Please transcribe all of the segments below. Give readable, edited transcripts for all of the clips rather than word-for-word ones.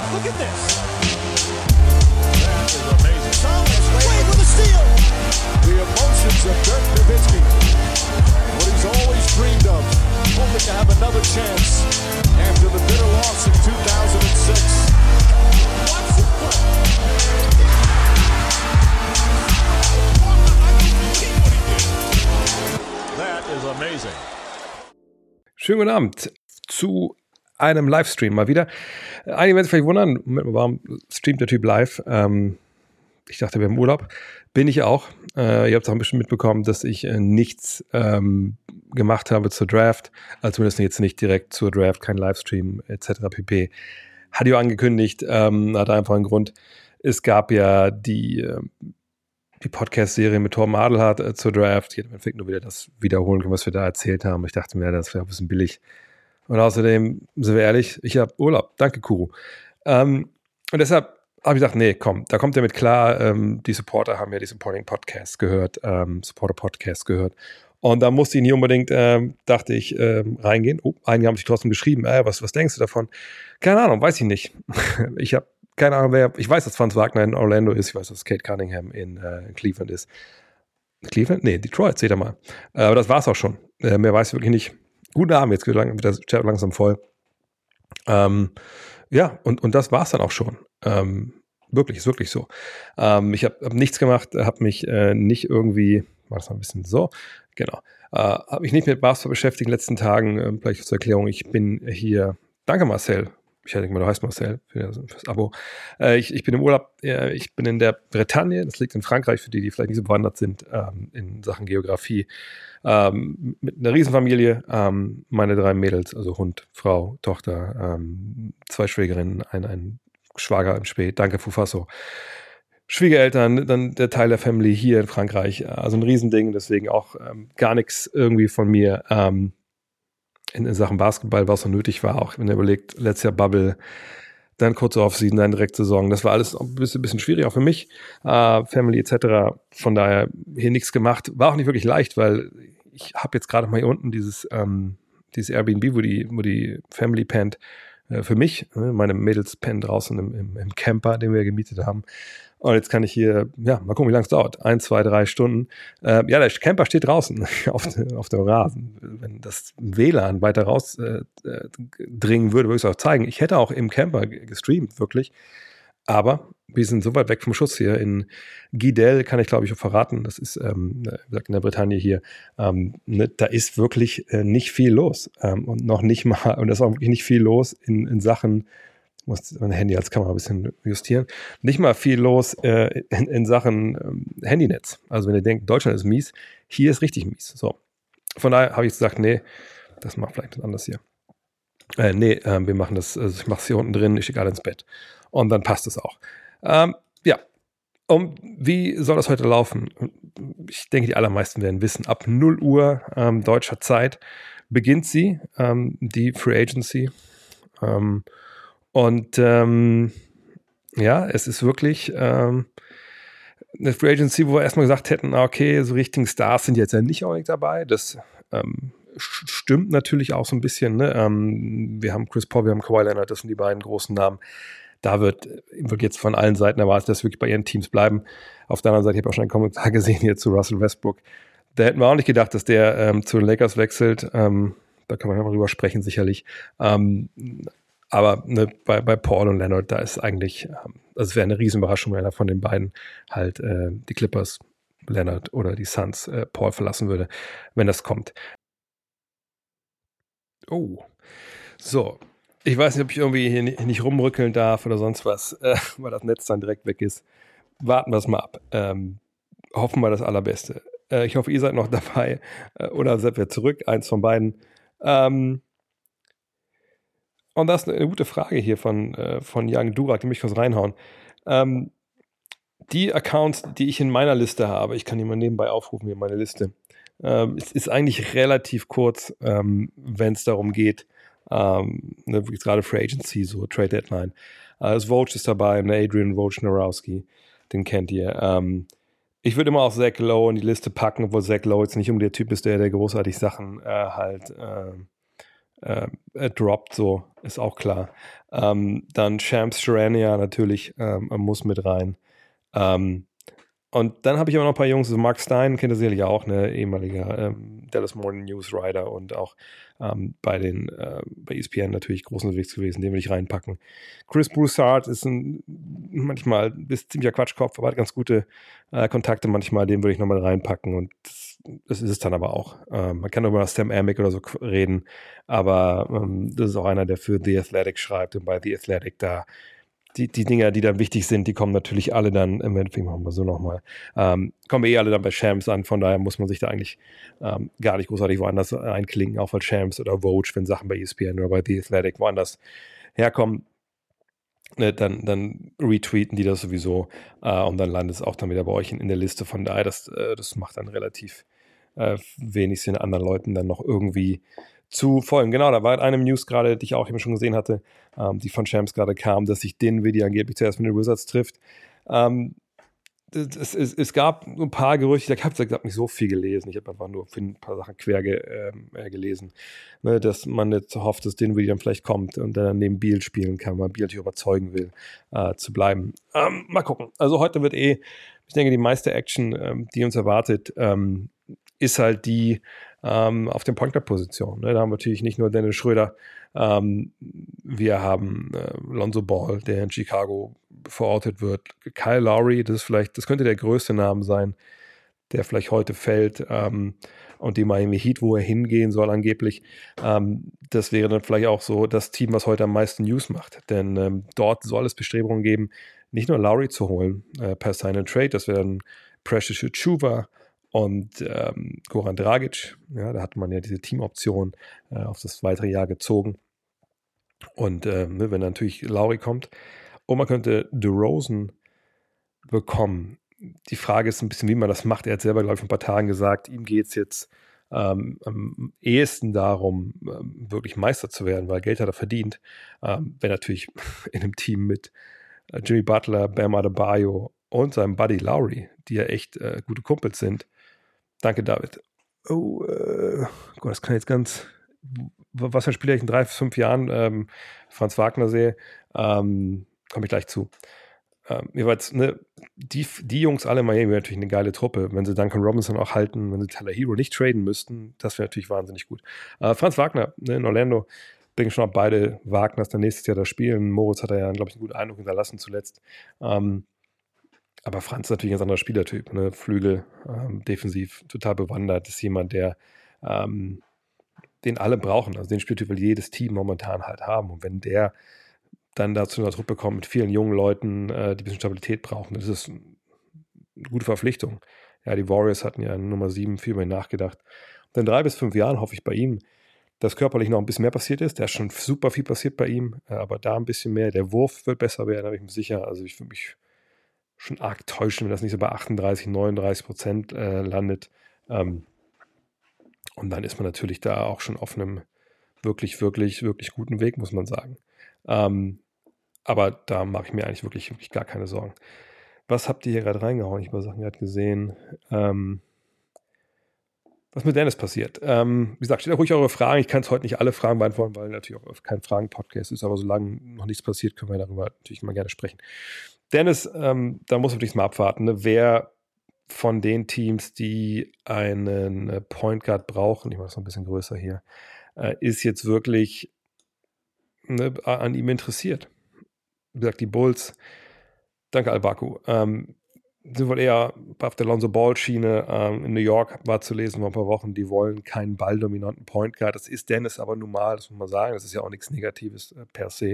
Look at this. That is amazing. Thomas Wade with a steal. The emotions of Dirk Nowitzki. What he's always dreamed of. Hoping to have another chance after the bitter loss in 2006. Watch the play. That is amazing. Schönen guten Abend zu einem Livestream mal wieder. Einige werden sich vielleicht wundern, warum streamt der Typ live? Ich dachte, wir haben Urlaub. Bin ich auch. Ihr habt es auch ein bisschen mitbekommen, dass ich nichts gemacht habe zur Draft. Also zumindest jetzt nicht direkt zur Draft, kein Livestream etc. pp. Hatte ich auch angekündigt, hatte einfach einen Grund. Es gab ja die Podcast-Serie mit Torben Adelhardt zur Draft. Ich hätte im Endeffekt nur wieder das wiederholen können, was wir da erzählt haben. Ich dachte mir, das wäre ein bisschen billig. Und außerdem, sind wir ehrlich, ich habe Urlaub. Danke, Kuru. Und deshalb habe ich gedacht, nee, komm, da kommt er mit klar. Die Supporter haben ja die Supporting-Podcast gehört, Supporter-Podcast gehört. Und da musste ich nicht unbedingt, dachte ich, reingehen. Oh, einige haben sich trotzdem geschrieben, was denkst du davon? Keine Ahnung, weiß ich nicht. Ich habe keine Ahnung, wer. Ich weiß, dass Franz Wagner in Orlando ist. Ich weiß, dass Kate Cunningham in Cleveland ist. Cleveland? Nee, Detroit, seht ihr mal. Aber das war's auch schon. Mehr weiß ich wirklich nicht. Guten Abend, jetzt wird der Chat langsam voll. Ja, und das war's dann auch schon. Wirklich, ist wirklich so. Ich habe nichts gemacht, habe mich nicht irgendwie, war das mal ein bisschen so, genau, habe mich nicht mit Basketball beschäftigt in den letzten Tagen. Vielleicht zur Erklärung, ich bin hier, danke Marcel, ich denke mal, du heißt Marcel fürs Abo. Ich bin im Urlaub, ich bin in der Bretagne, das liegt in Frankreich, für die vielleicht nicht so bewandert sind in Sachen Geografie. Mit einer Riesenfamilie, meine 3 Mädels, also Hund, Frau, Tochter, 2 Schwägerinnen, ein Schwager im Spät, danke Fufaso. Schwiegereltern, dann der Teil der Family hier in Frankreich, also ein Riesending, deswegen auch gar nichts irgendwie von mir in Sachen Basketball, was so nötig war, auch wenn ihr überlegt, letztes Jahr Bubble, dann kurze Offseason, dann direkt Saison, das war alles ein bisschen schwierig, auch für mich, Family etc., von daher hier nichts gemacht, war auch nicht wirklich leicht, weil ich habe jetzt gerade mal hier unten dieses Airbnb, wo die Family pennt, für mich, meine Mädels pennen draußen im Camper, den wir gemietet haben. Und jetzt kann ich hier, ja, mal gucken, wie lange es dauert. 1, 2, 3 Stunden. Ja, der Camper steht draußen auf dem Rasen. Wenn das WLAN weiter raus dringen würde ich es auch zeigen. Ich hätte auch im Camper gestreamt, wirklich. Aber wir sind so weit weg vom Schuss hier. In Guidel kann ich, glaube ich, auch verraten. Das ist in der Bretagne hier. Da ist wirklich nicht viel los. Und noch nicht mal, und da ist auch wirklich nicht viel los in Sachen, ich muss mein Handy als Kamera ein bisschen justieren, nicht mal viel los in Sachen Handynetz. Also wenn ihr denkt, Deutschland ist mies, hier ist richtig mies. So. Von daher habe ich gesagt, nee, das macht vielleicht anders hier. Wir machen das, also ich mache es hier unten drin, ich schicke alle ins Bett. Und dann passt es auch. Ja, wie soll das heute laufen? Ich denke, die allermeisten werden wissen, ab 0 Uhr deutscher Zeit beginnt sie, die Free Agency. Ja, es ist wirklich eine Free Agency, wo wir erstmal gesagt hätten, okay, so richtigen Stars sind jetzt ja nicht auch nicht dabei. Das stimmt natürlich auch so ein bisschen. Ne? Wir haben Chris Paul, wir haben Kawhi Leonard, das sind die beiden großen Namen. Da wird jetzt von allen Seiten erwartet, dass sie wirklich bei ihren Teams bleiben. Auf der anderen Seite, ich habe auch schon einen Kommentar gesehen hier zu Russell Westbrook. Da hätten wir auch nicht gedacht, dass der zu den Lakers wechselt. Da kann man ja mal drüber sprechen, sicherlich. Aber ne, bei Paul und Leonard, da ist eigentlich, also es wäre eine Riesenüberraschung, wenn einer von den beiden halt die Clippers, Leonard oder die Suns Paul verlassen würde, wenn das kommt. Oh, so. Ich weiß nicht, ob ich irgendwie hier nicht rumrückeln darf oder sonst was, weil das Netz dann direkt weg ist. Warten wir es mal ab. Hoffen wir das Allerbeste. Ich hoffe, ihr seid noch dabei oder seid ihr zurück, eins von beiden. Und das ist eine gute Frage hier von Young Durak, die möchte ich kurz reinhauen. Die Accounts, die ich in meiner Liste habe, ich kann die mal nebenbei aufrufen, hier meine Liste, es ist eigentlich relativ kurz, wenn es darum geht, gerade Free Agency, so Trade Deadline. Das Woj ist dabei, Adrian Wojnarowski, den kennt ihr. Ich würde immer auch Zach Lowe in die Liste packen, obwohl Zach Lowe jetzt nicht der Typ ist, der großartig Sachen droppt, so. ist auch klar. Dann Shams Charania natürlich muss mit rein. Und dann habe ich aber noch ein paar Jungs, also Mark Stein kennt ihr sicherlich auch, ne, ehemaliger Dallas Morning News Writer und auch bei ESPN natürlich groß unterwegs gewesen, den will ich reinpacken. Chris Broussard ist manchmal ein ziemlicher Quatschkopf, aber hat ganz gute Kontakte manchmal, den würde ich nochmal reinpacken und das ist es dann aber auch. Man kann über Sam Amick oder so reden, aber das ist auch einer, der für The Athletic schreibt und bei The Athletic da die Dinger, die dann wichtig sind, die kommen natürlich alle dann, im Endeffekt machen wir so nochmal, kommen alle dann bei Shams an, von daher muss man sich da eigentlich gar nicht großartig woanders einklinken, auch weil Shams oder Woj, wenn Sachen bei ESPN oder bei The Athletic woanders herkommen, ne, dann retweeten die das sowieso und dann landet es auch dann wieder bei euch in der Liste, von daher, das macht dann relativ wenig Sinn, anderen Leuten dann noch irgendwie zu folgen. Genau, da war eine News gerade, die ich auch eben schon gesehen hatte, die von Shams gerade kam, dass sich Dinwiddie angeblich zuerst mit den Wizards trifft. Es gab ein paar Gerüchte, ich habe nicht so viel gelesen, ich habe einfach nur ein paar Sachen quer gelesen, ne, dass man jetzt hofft, dass Dinwiddie dann vielleicht kommt und dann neben Beal spielen kann, weil Beal natürlich überzeugen will, zu bleiben. Mal gucken. Also heute wird ich denke, die meiste Action, die uns erwartet, ist halt die auf den Point Guard-Position. Ne? Da haben wir natürlich nicht nur Dennis Schröder, wir haben Lonzo Ball, der in Chicago verortet wird. Kyle Lowry, das könnte der größte Name sein, der vielleicht heute fällt. Und die Miami Heat, wo er hingehen soll angeblich. Das wäre dann vielleicht auch so das Team, was heute am meisten News macht. Denn dort soll es Bestrebungen geben, nicht nur Lowry zu holen per Sign and Trade, das wäre dann Precious Achiuwa und Goran Dragic. Ja, da hat man ja diese Teamoption auf das weitere Jahr gezogen. Und wenn natürlich Lowry kommt und man könnte DeRozan bekommen. Die Frage ist ein bisschen, wie man das macht. Er hat selber, glaube ich, vor ein paar Tagen gesagt, ihm geht es jetzt am ehesten darum, wirklich Meister zu werden, weil Geld hat er verdient. Wenn natürlich in einem Team mit Jimmy Butler, Bam Adebayo und seinem Buddy Lowry, die ja echt gute Kumpels sind. Danke, David. Oh, Gott, das kann jetzt was für ein Spieler ich in 3 bis 5 Jahren Franz Wagner sehe, komme ich gleich zu. Jeweils, ne, die Jungs alle in Miami wäre natürlich eine geile Truppe, wenn sie Duncan Robinson auch halten, wenn sie Tyler Hero nicht traden müssten, das wäre natürlich wahnsinnig gut. Franz Wagner, ne, in Orlando, denke schon, ob beide Wagners dann nächstes Jahr da spielen. Moritz hat ja, glaube ich, einen guten Eindruck hinterlassen zuletzt. Aber Franz ist natürlich ein ganz anderer Spielertyp, ne? Flügel, defensiv total bewandert, ist jemand, der den alle brauchen. Also den Spieltyp will jedes Team momentan halt haben. Und wenn der dann dazu eine Truppe kommt mit vielen jungen Leuten, die ein bisschen Stabilität brauchen, das ist eine gute Verpflichtung. Ja, die Warriors hatten ja in Nummer 7 viel mehr nachgedacht. Und in 3 bis 5 Jahren hoffe ich bei ihm, dass körperlich noch ein bisschen mehr passiert ist. Da ist schon super viel passiert bei ihm, aber da ein bisschen mehr. Der Wurf wird besser werden, da bin ich mir sicher. Also ich würde mich schon arg täuschen, wenn das nicht so bei 38, 39% landet. Und dann ist man natürlich da auch schon auf einem wirklich, wirklich, wirklich guten Weg, muss man sagen. Aber da mache ich mir eigentlich wirklich, wirklich gar keine Sorgen. Was habt ihr hier gerade reingehauen? Ich habe Sachen gerade gesehen. Was mit Dennis passiert? Wie gesagt, stellt ruhig eure Fragen. Ich kann es heute nicht alle Fragen beantworten, weil natürlich auch kein Fragen-Podcast ist. Aber solange noch nichts passiert, können wir darüber natürlich mal gerne sprechen. Dennis, da muss man natürlich mal abwarten. Ne? Wer von den Teams, die einen Point Guard brauchen, ich mache es noch ein bisschen größer hier, ist jetzt wirklich an ihm interessiert. Wie gesagt, die Bulls, danke Al-Baku, sind wohl eher auf der Lonzo Ball-Schiene. In New York war zu lesen vor ein paar Wochen, die wollen keinen balldominanten Point Guard. Das ist Dennis aber nun mal, das muss man sagen. Das ist ja auch nichts Negatives per se.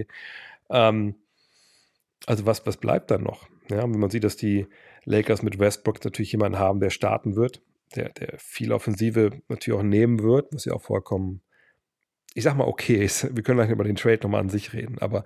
Also was bleibt dann noch? Ja, wenn man sieht, dass die Lakers mit Westbrook natürlich jemanden haben, der starten wird, der viel Offensive natürlich auch nehmen wird, was ja auch vollkommen, ich sag mal, okay ist. Wir können gleich über den Trade nochmal an sich reden, aber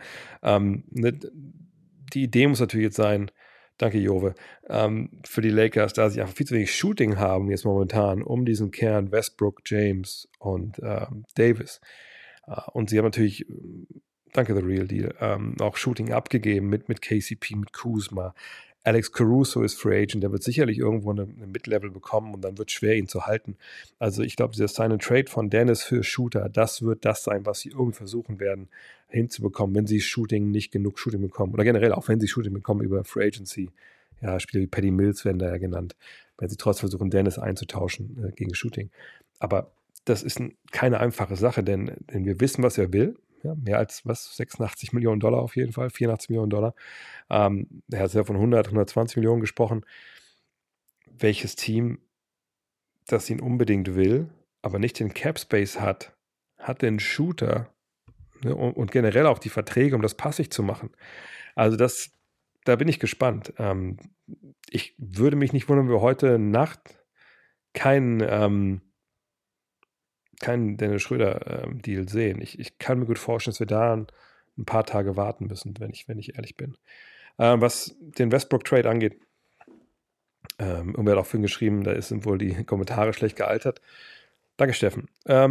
die Idee muss natürlich jetzt sein, danke Jove, für die Lakers, da sie einfach viel zu wenig Shooting haben jetzt momentan um diesen Kern Westbrook, James und Davis. Und sie haben natürlich, danke The Real Deal, auch Shooting abgegeben mit KCP, mit Kuzma. Alex Caruso ist Free Agent, der wird sicherlich irgendwo eine Mid-Level bekommen und dann wird es schwer, ihn zu halten. Also ich glaube, dieser Sign-and-Trade von Dennis für Shooter, das wird das sein, was sie irgendwie versuchen werden hinzubekommen, wenn sie nicht genug Shooting bekommen. Oder generell auch, wenn sie Shooting bekommen über Free Agency. Ja, Spieler wie Patty Mills werden da ja genannt, wenn sie trotzdem versuchen, Dennis einzutauschen gegen Shooting. Aber das ist keine einfache Sache, denn wir wissen, was er will. Ja, mehr als 86 Millionen Dollar auf jeden Fall, 84 Millionen Dollar. Er hat ja von 120 Millionen gesprochen. Welches Team, das ihn unbedingt will, aber nicht den Cap Space hat den Shooter, ne, und generell auch die Verträge, um das passig zu machen. Also da bin ich gespannt. Ich würde mich nicht wundern, wenn wir heute Nacht keinen Dennis Schröder-Deal sehen. Ich kann mir gut vorstellen, dass wir da ein paar Tage warten müssen, wenn ich ehrlich bin. Was den Westbrook-Trade angeht, und wer hat auch vorhin geschrieben, da sind wohl die Kommentare schlecht gealtert. Danke, Steffen.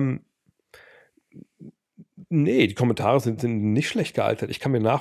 Nee, die Kommentare sind nicht schlecht gealtert. Ich kann mir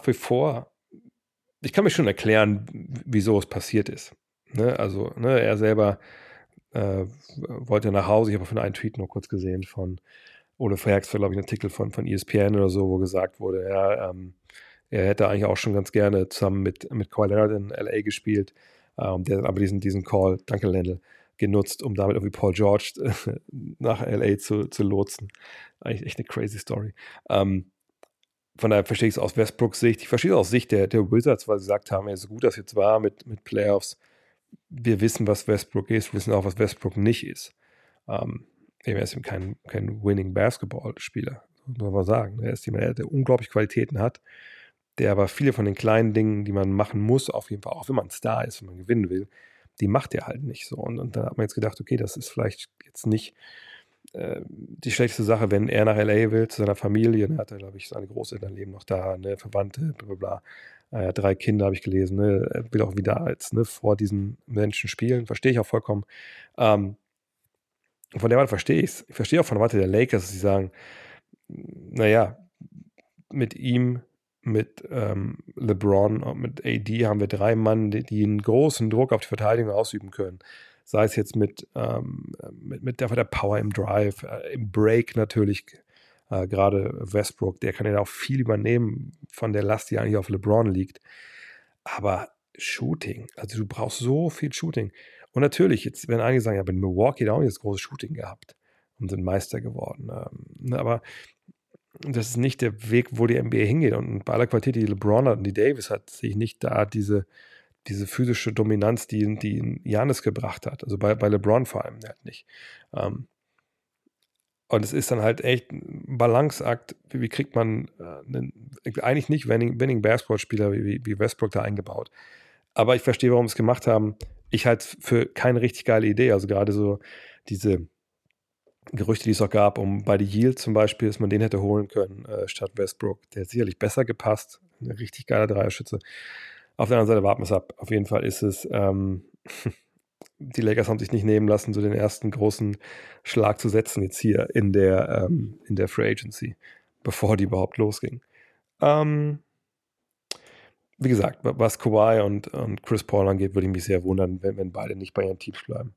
schon erklären, wieso es passiert ist. Ne? Also, ne, er selber wollte nach Hause. Ich habe von einem Tweet noch kurz gesehen von Ole Ferks, glaube ich, ein Artikel von ESPN oder so, wo gesagt wurde, ja, er hätte eigentlich auch schon ganz gerne zusammen mit Kawhi Leonard in LA gespielt. Der hat aber diesen Call, danke Lendl, genutzt, um damit irgendwie Paul George nach LA zu lotsen. Eigentlich echt eine crazy Story. Von daher verstehe ich es aus Westbrooks Sicht. Ich verstehe es aus Sicht der Wizards, weil sie gesagt haben, so gut das jetzt war mit Playoffs, wir wissen, was Westbrook ist, wir wissen auch, was Westbrook nicht ist. Er ist eben kein Winning Basketball-Spieler, muss man sagen. Er ist jemand, der unglaublich Qualitäten hat, der aber viele von den kleinen Dingen, die man machen muss, auf jeden Fall, auch wenn man ein Star ist, wenn man gewinnen will, die macht er halt nicht so. Und da hat man jetzt gedacht, okay, das ist vielleicht jetzt nicht die schlechteste Sache, wenn er nach L.A. will, zu seiner Familie. Er hatte, glaube ich, seine Großeltern leben noch da, ne, Verwandte, bla bla bla. 3 Kinder, habe ich gelesen. Ne? Er will auch wieder vor diesen Menschen spielen. Verstehe ich auch vollkommen. Von der Warte verstehe ich es. Ich verstehe auch von der Warte der Lakers, dass sie sagen, naja, mit ihm, mit LeBron und mit AD haben wir 3 Mann, die einen großen Druck auf die Verteidigung ausüben können. Sei es jetzt mit der Power im Drive, im Break natürlich, gerade Westbrook, der kann ja auch viel übernehmen von der Last, die eigentlich auf LeBron liegt. Aber Shooting, also du brauchst so viel Shooting. Und natürlich, jetzt werden einige sagen, ja, bei Milwaukee da auch nicht das große Shooting gehabt und sind Meister geworden. Aber das ist nicht der Weg, wo die NBA hingeht. Und bei aller Qualität, die LeBron hat und die Davis hat, sehe ich nicht da diese physische Dominanz, die Giannis gebracht hat. Also bei LeBron vor allem halt nicht. Und es ist dann halt echt ein Balanceakt. Wie kriegt man eigentlich nicht Winning Basketball-Spieler wie Westbrook da eingebaut. Aber ich verstehe, warum sie es gemacht haben. Ich halte es für keine richtig geile Idee. Also gerade so diese Gerüchte, die es auch gab, bei die Yield zum Beispiel, dass man den hätte holen können, statt Westbrook. Der hat sicherlich besser gepasst. Ein richtig geiler Dreierschütze. Auf der anderen Seite warten wir es ab. Auf jeden Fall ist es, die Lakers haben sich nicht nehmen lassen, so den ersten großen Schlag zu setzen jetzt hier in der Free Agency, bevor die überhaupt losging. Wie gesagt, was Kawhi und Chris Paul angeht, würde ich mich sehr wundern, wenn beide nicht bei ihren Teams bleiben.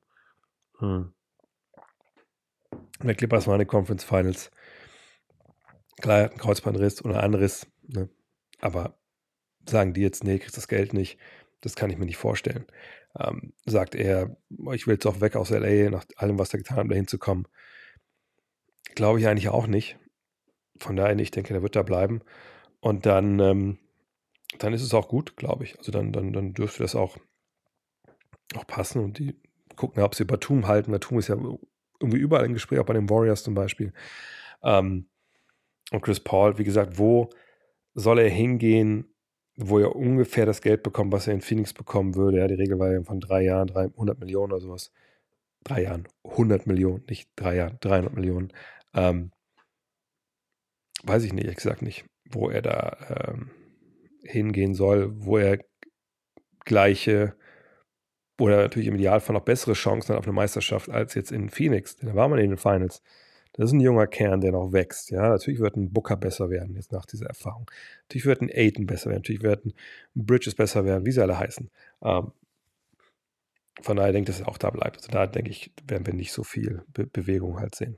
Der Clippers waren in den Conference Finals. Klar, ein Kreuzbandriss oder Anriss, ne? Aber sagen die jetzt, nee, kriegst das Geld nicht, das kann ich mir nicht vorstellen. Sagt er, ich will jetzt auch weg aus L.A., nach allem, was er getan hat, um da hinzukommen. Glaube ich eigentlich auch nicht. Von daher nicht, ich denke, der wird da bleiben. Und dann ist es auch gut, glaube ich. Also dann dürfte das auch passen und die gucken, ob sie Batum halten. Batum ist ja irgendwie überall im Gespräch, auch bei den Warriors zum Beispiel. Und Chris Paul, wie gesagt, wo soll er hingehen, wo er ungefähr das Geld bekommt, was er in Phoenix bekommen würde? Ja, die Regel war ja von 3 Jahren 100 Millionen oder sowas. 3 Jahren 100 Millionen, nicht 3 Jahren 300 Millionen. Weiß ich nicht, ehrlich gesagt nicht, wo er da hingehen soll, wo er gleiche oder natürlich im Idealfall noch bessere Chancen hat auf eine Meisterschaft als jetzt in Phoenix. Denn da war man in den Finals. Das ist ein junger Kern, der noch wächst. Ja, natürlich wird ein Booker besser werden jetzt nach dieser Erfahrung. Natürlich wird ein Ayton besser werden. Natürlich wird ein Bridges besser werden, wie sie alle heißen. Von daher denke ich, dass er auch da bleibt. Also da denke ich, werden wir nicht so viel Bewegung halt sehen.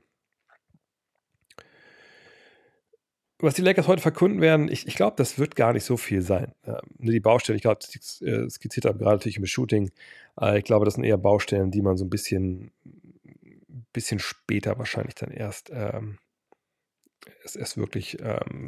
Was die Lakers heute verkunden werden, ich glaube, das wird gar nicht so viel sein. Die Baustellen, ich glaube, das skizziert habe gerade natürlich im Shooting. Ich glaube, das sind eher Baustellen, die man so ein bisschen später wahrscheinlich dann erst wirklich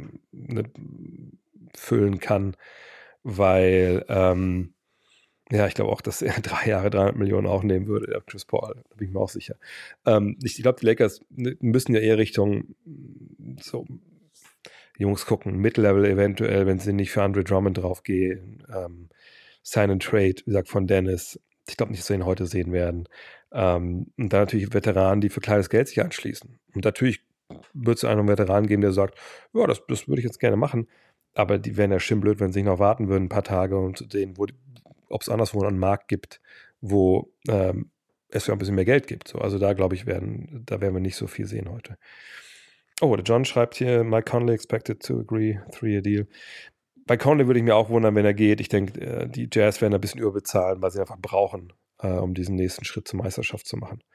füllen kann, weil ich glaube auch, dass er 3 Jahre 300 Millionen auch nehmen würde, der Chris Paul, da bin ich mir auch sicher. Ich glaube, die Lakers müssen ja eher Richtung so Jungs gucken, Mid-Level eventuell, wenn sie nicht für Andre Drummond draufgehen, Sign and Trade, wie gesagt, von Dennis. Ich glaube nicht, dass wir ihn heute sehen werden. Und dann natürlich Veteranen, die für kleines Geld sich anschließen. Und natürlich wird es einen Veteranen geben, der sagt, ja, das würde ich jetzt gerne machen, aber die wären ja schimblöd, wenn sie noch warten würden, ein paar Tage, um zu sehen, ob es anderswo einen Markt gibt, wo es für ein bisschen mehr Geld gibt. So, also da, glaube ich, werden wir nicht so viel sehen heute. Oh, der John schreibt hier, Mike Conley expected to agree, 3-year deal. Bei Conley würde ich mir auch wundern, wenn er geht. Ich denke, die Jazz werden ein bisschen überbezahlen, weil sie einfach brauchen, um diesen nächsten Schritt zur Meisterschaft zu machen.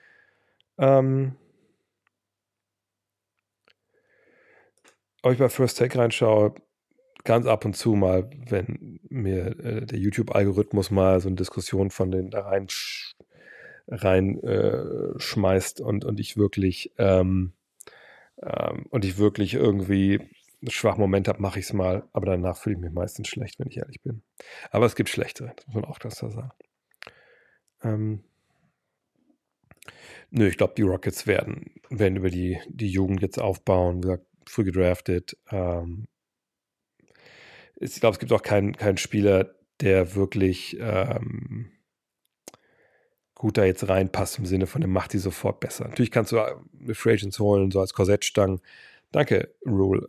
Ob ich bei First Take reinschaue, ganz ab und zu mal, wenn mir der YouTube-Algorithmus mal so eine Diskussion von denen da schmeißt und ich wirklich irgendwie einen schwachen Moment habe, mache ich es mal, aber danach fühle ich mich meistens schlecht, wenn ich ehrlich bin. Aber es gibt schlechtere, das muss man auch ganz klar sagen. Ich glaube, die Rockets werden über die Jugend jetzt aufbauen, wie gesagt, früh gedraftet. Ich glaube, es gibt auch keinen Spieler, der wirklich gut da jetzt reinpasst im Sinne von, der macht die sofort besser. Natürlich kannst du mit Free Agents holen, so als Korsettstangen. Danke, Rule.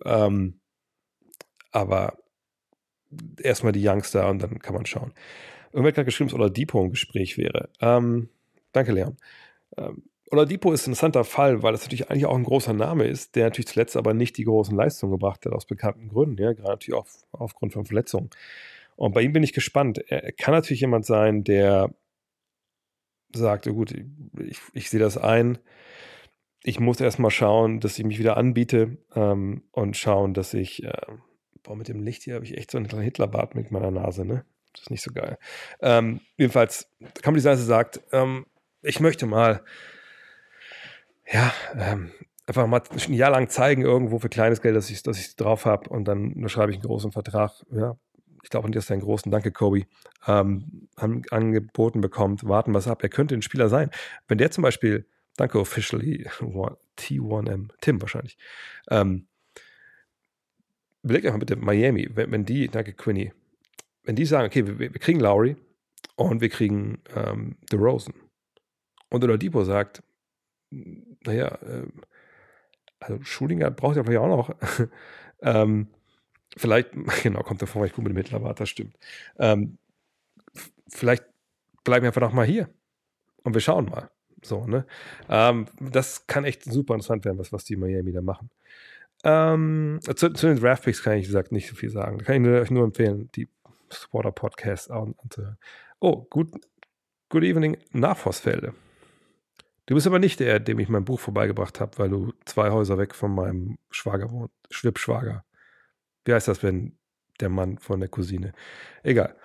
Aber erstmal die Youngster und dann kann man schauen. Irgendwer hat gerade geschrieben, dass Oladipo im Gespräch wäre. Danke, Leon. Oladipo ist ein interessanter Fall, weil das natürlich eigentlich auch ein großer Name ist, der natürlich zuletzt aber nicht die großen Leistungen gebracht hat, aus bekannten Gründen, ja, gerade natürlich auch aufgrund von Verletzungen. Und bei ihm bin ich gespannt. Er kann natürlich jemand sein, der sagt, gut, ich sehe das ein, ich muss erstmal schauen, dass ich mich wieder anbiete und schauen, dass ich, mit dem Licht hier habe ich echt so einen kleinen Hitlerbart mit meiner Nase, ne? Das ist nicht so geil. Jedenfalls, Comedy Science sagt, ich möchte mal, einfach mal ein Jahr lang zeigen irgendwo für kleines Geld, dass ich drauf habe und dann schreibe ich einen großen Vertrag, ja. Ich glaube, an dir ist einen großen Danke, Kobe, angeboten bekommt, warten was ab. Er könnte ein Spieler sein. Wenn der zum Beispiel, danke officially, T1M, Tim wahrscheinlich, überleg einfach bitte Miami, wenn die, danke Quinny, wenn die sagen, okay, wir kriegen Lowry und wir kriegen DeRozan und Oladipo sagt, naja, also Schulinger braucht ja vielleicht auch noch, vielleicht, genau, kommt davor, weil ich gut mit dem Hitlerbart, das stimmt. Vielleicht bleiben wir einfach noch mal hier und wir schauen mal. So, ne? Das kann echt super interessant werden, was die Miami da machen. Zu den Draftpicks kann ich, wie gesagt, nicht so viel sagen. Da kann ich euch nur empfehlen, die Supporter-Podcasts anzuhören. Oh, good evening, Nachforsfelde. Du bist aber nicht der, dem ich mein Buch vorbeigebracht habe, weil du 2 Häuser weg von meinem Schwager wohnt. Schwippschwager. Wie heißt das, wenn der Mann von der Cousine? Egal.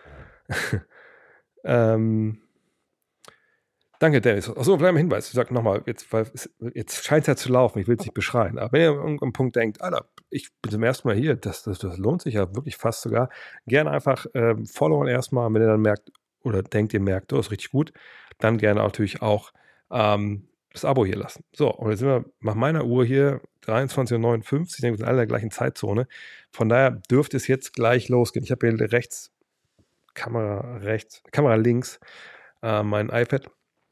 Danke, Dennis. Achso, vielleicht ein Hinweis. Ich sage nochmal, jetzt scheint es ja zu laufen, ich will es nicht beschreien. Aber wenn ihr an irgendeinem Punkt denkt, Alter, ich bin zum ersten Mal hier, das lohnt sich ja wirklich fast sogar, gerne einfach followen erstmal, wenn ihr dann merkt, oder denkt, ihr merkt, das ist richtig gut, dann gerne natürlich auch das Abo hier lassen. So, und jetzt sind wir nach meiner Uhr hier 23:59 Uhr. Ich denke, wir sind alle in der gleichen Zeitzone. Von daher dürfte es jetzt gleich losgehen. Ich habe hier Kamera links, mein iPad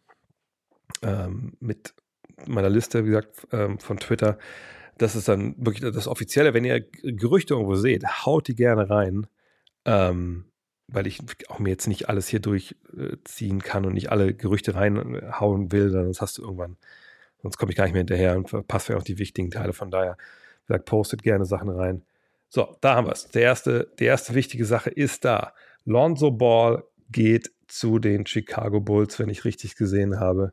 mit meiner Liste, wie gesagt, von Twitter. Das ist dann wirklich das Offizielle. Wenn ihr Gerüchte irgendwo seht, haut die gerne rein. Weil ich auch mir jetzt nicht alles hier durchziehen kann und nicht alle Gerüchte reinhauen will, sonst hast du irgendwann sonst komme ich gar nicht mehr hinterher und verpasse ja auch die wichtigen Teile. Von daher, wie gesagt, postet gerne Sachen rein. So, da haben wir es. Die erste wichtige Sache ist da. Lonzo Ball geht zu den Chicago Bulls, wenn ich richtig gesehen habe.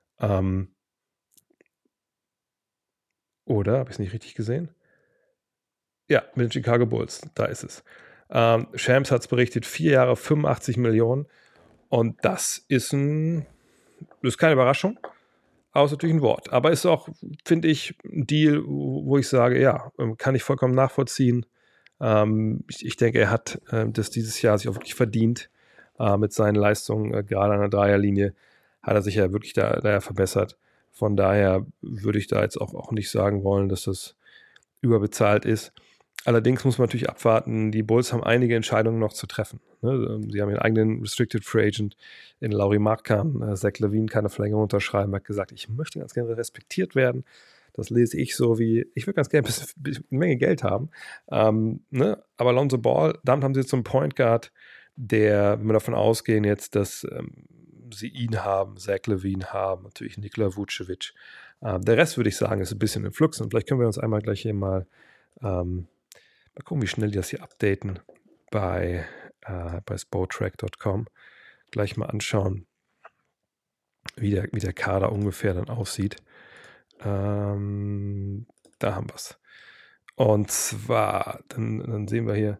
Oder, habe ich es nicht richtig gesehen? Ja, mit den Chicago Bulls, da ist es. Shams hat es berichtet, 4 Jahre, 85 Millionen. Und das ist keine Überraschung, aber ist natürlich ein Wort. Aber ist auch, finde ich, ein Deal, wo ich sage, ja, kann ich vollkommen nachvollziehen. Ich denke, er hat das dieses Jahr sich auch wirklich verdient mit seinen Leistungen, gerade an der Dreierlinie hat er sich ja wirklich da verbessert. Von daher würde ich da jetzt auch nicht sagen wollen, dass das überbezahlt ist. Allerdings muss man natürlich abwarten, die Bulls haben einige Entscheidungen noch zu treffen. Ne? Sie haben ihren eigenen Restricted Free Agent in Lauri Markkanen. Zach LaVine kann eine Verlängerung unterschreiben, hat gesagt, ich möchte ganz gerne respektiert werden. Das lese ich so wie, ich würde ganz gerne eine Menge Geld haben. Ne? Aber Lonzo Ball, damit haben sie jetzt so einen Point Guard, der, wenn wir davon ausgehen jetzt, dass sie ihn haben, Zach LaVine haben, natürlich Nikola Vucevic. Der Rest, würde ich sagen, ist ein bisschen in Flux. Und vielleicht können wir uns einmal gleich hier mal gucken, wie schnell die das hier updaten bei spotrac.com. Gleich mal anschauen, wie der Kader ungefähr dann aussieht. Da haben wir es. Und zwar, dann sehen wir hier,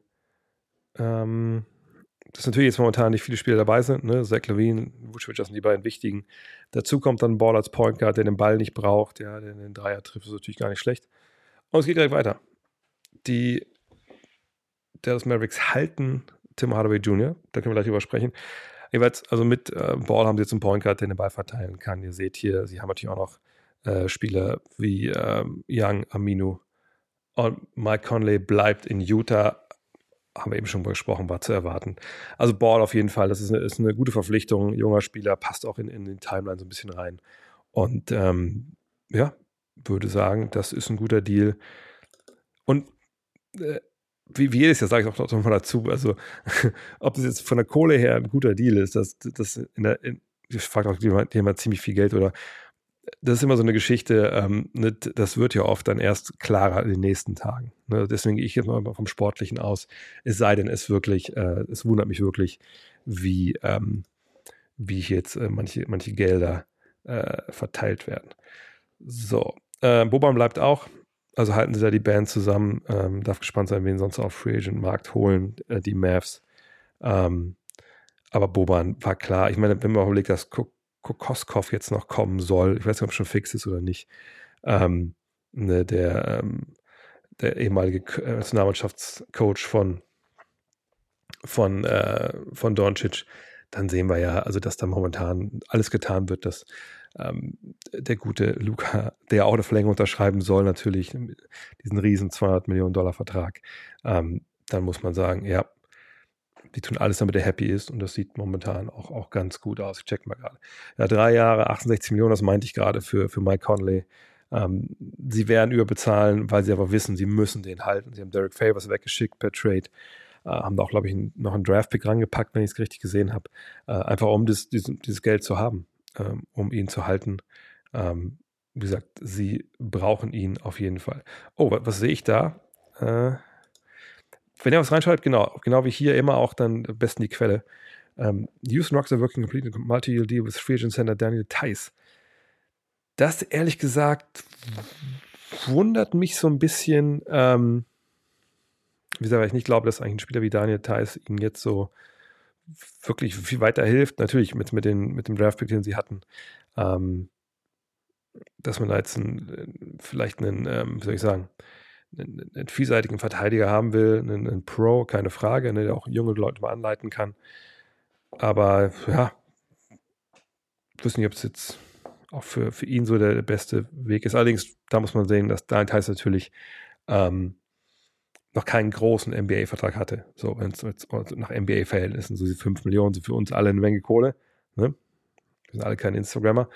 dass natürlich jetzt momentan nicht viele Spieler dabei sind. Ne? Zach LaVine, Vucevic, das sind die beiden wichtigen. Dazu kommt dann Ball als Point Guard, der den Ball nicht braucht, ja, der den Dreier trifft, ist natürlich gar nicht schlecht. Und es geht gleich weiter. Die Dallas Mavericks halten Tim Hardaway Jr., da können wir gleich drüber sprechen. Jeweils, also mit Ball haben sie jetzt einen Point Guard, der den Ball verteilen kann. Ihr seht hier, sie haben natürlich auch noch Spieler wie Young, Aminu und Mike Conley bleibt in Utah. Haben wir eben schon mal gesprochen, war zu erwarten. Also Ball auf jeden Fall, das ist eine gute Verpflichtung. Junger Spieler, passt auch in den Timeline so ein bisschen rein. Und würde sagen, das ist ein guter Deal. Und wie jedes Jahr sage ich auch noch mal dazu, also ob das jetzt von der Kohle her ein guter Deal ist, ich frage auch jemand ziemlich viel Geld oder das ist immer so eine Geschichte, das wird ja oft dann erst klarer in den nächsten Tagen. Ne? Deswegen gehe ich jetzt mal vom Sportlichen aus, es sei denn, es wundert mich wirklich, wie jetzt manche Gelder verteilt werden. So, Boban bleibt auch. Also halten sie da die Band zusammen. Darf gespannt sein, wen sonst auf Free Agent Markt holen, die Mavs. Aber Boban war klar. Ich meine, wenn man überlegt, dass Kokoskov jetzt noch kommen soll, ich weiß nicht, ob es schon fix ist oder nicht, der ehemalige Nationalmannschaftscoach von Doncic, dann sehen wir ja, also dass da momentan alles getan wird, dass der gute Luka, der auch eine Verlängerung unterschreiben soll, natürlich diesen riesen $200 Millionen Vertrag, dann muss man sagen, ja, die tun alles, damit er happy ist und das sieht momentan auch ganz gut aus. Ich check mal gerade. Ja, 3 Jahre, 68 Millionen, das meinte ich gerade für Mike Conley. Sie werden überbezahlen, weil sie aber wissen, sie müssen den halten. Sie haben Derek Favors weggeschickt per Trade. Haben da auch, glaube ich, noch einen Draft-Pick rangepackt, wenn ich es richtig gesehen habe. Einfach um dieses Geld zu haben, um ihn zu halten. Wie gesagt, sie brauchen ihn auf jeden Fall. Oh, was sehe ich da? Wenn ihr was reinschreibt, genau wie hier immer auch dann am besten die Quelle. Houston Rockets are working complete a multi-year deal with Free Agent Center Daniel Theis. Das, ehrlich gesagt, wundert mich so ein bisschen, wie gesagt, weil ich nicht glaube, dass eigentlich ein Spieler wie Daniel Theis ihnen jetzt so wirklich viel weiterhilft. Natürlich mit dem Draftpick, den sie hatten. Dass man da jetzt vielleicht einen vielseitigen Verteidiger haben will, einen Pro, keine Frage, der auch junge Leute mal anleiten kann. Aber ja, ich weiß nicht, ob es jetzt auch für ihn so der beste Weg ist. Allerdings, da muss man sehen, dass Daniel Theis natürlich noch keinen großen NBA-Vertrag hatte. So, wenn es nach NBA-Verhältnissen, so diese 5 Millionen sind für uns alle eine Menge Kohle. Ne? Wir sind alle keine Instagrammer.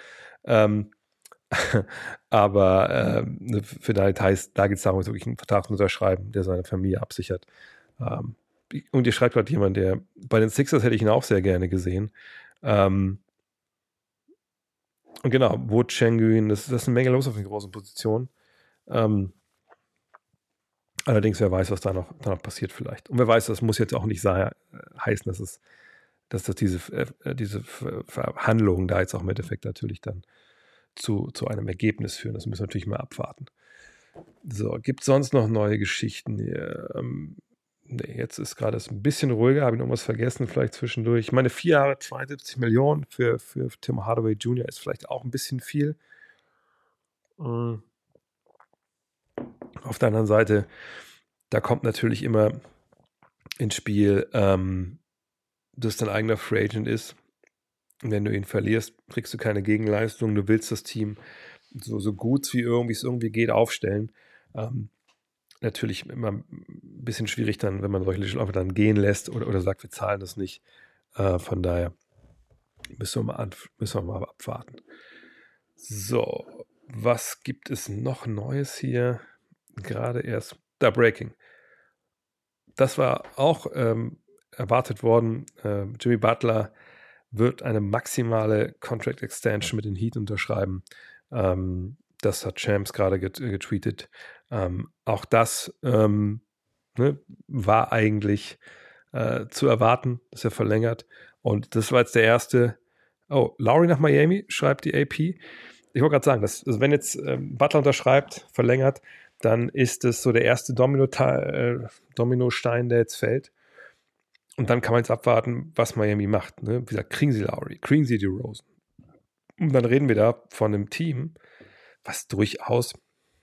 Aber für Daniel Theis, da geht es darum, wirklich einen Vertrag zu unterschreiben, der seine Familie absichert. Und ihr schreibt gerade jemand, bei den Sixers hätte ich ihn auch sehr gerne gesehen. Und genau, Wood, Sengun, das ist eine Menge los auf den großen Positionen. Allerdings, wer weiß, was da noch passiert vielleicht. Und wer weiß, das muss jetzt auch nicht heißen, dass diese Verhandlungen da jetzt auch im Endeffekt natürlich dann zu einem Ergebnis führen. Das müssen wir natürlich mal abwarten. So, gibt es sonst noch neue Geschichten hier? Nee, jetzt ist gerade ein bisschen ruhiger. Habe ich noch was vergessen vielleicht zwischendurch? Ich meine, 4 Jahre, 72 Millionen für Tim Hardaway Jr. ist vielleicht auch ein bisschen viel. Auf der anderen Seite, da kommt natürlich immer ins Spiel, dass dein eigener Free Agent ist. Und wenn du ihn verlierst, kriegst du keine Gegenleistung. Du willst das Team so gut wie es irgendwie geht aufstellen. Natürlich immer ein bisschen schwierig dann, wenn man solche Läufer dann gehen lässt oder sagt, wir zahlen das nicht. Von daher müssen wir mal abwarten. So, was gibt es noch Neues hier? Gerade erst, Breaking. Das war auch erwartet worden. Jimmy Butler wird eine maximale Contract Extension mit den Heat unterschreiben. Das hat Shams gerade getweetet. Auch das war eigentlich zu erwarten, dass er verlängert. Und das war jetzt der erste. Oh, Lowry nach Miami, schreibt die AP. Ich wollte gerade sagen, also wenn jetzt Butler unterschreibt, verlängert, dann ist es so der erste Dominostein, der jetzt fällt. Und dann kann man jetzt abwarten, was Miami macht. Ne? Wie gesagt, kriegen sie Lowry, kriegen sie DeRozan. Und dann reden wir da von einem Team, was durchaus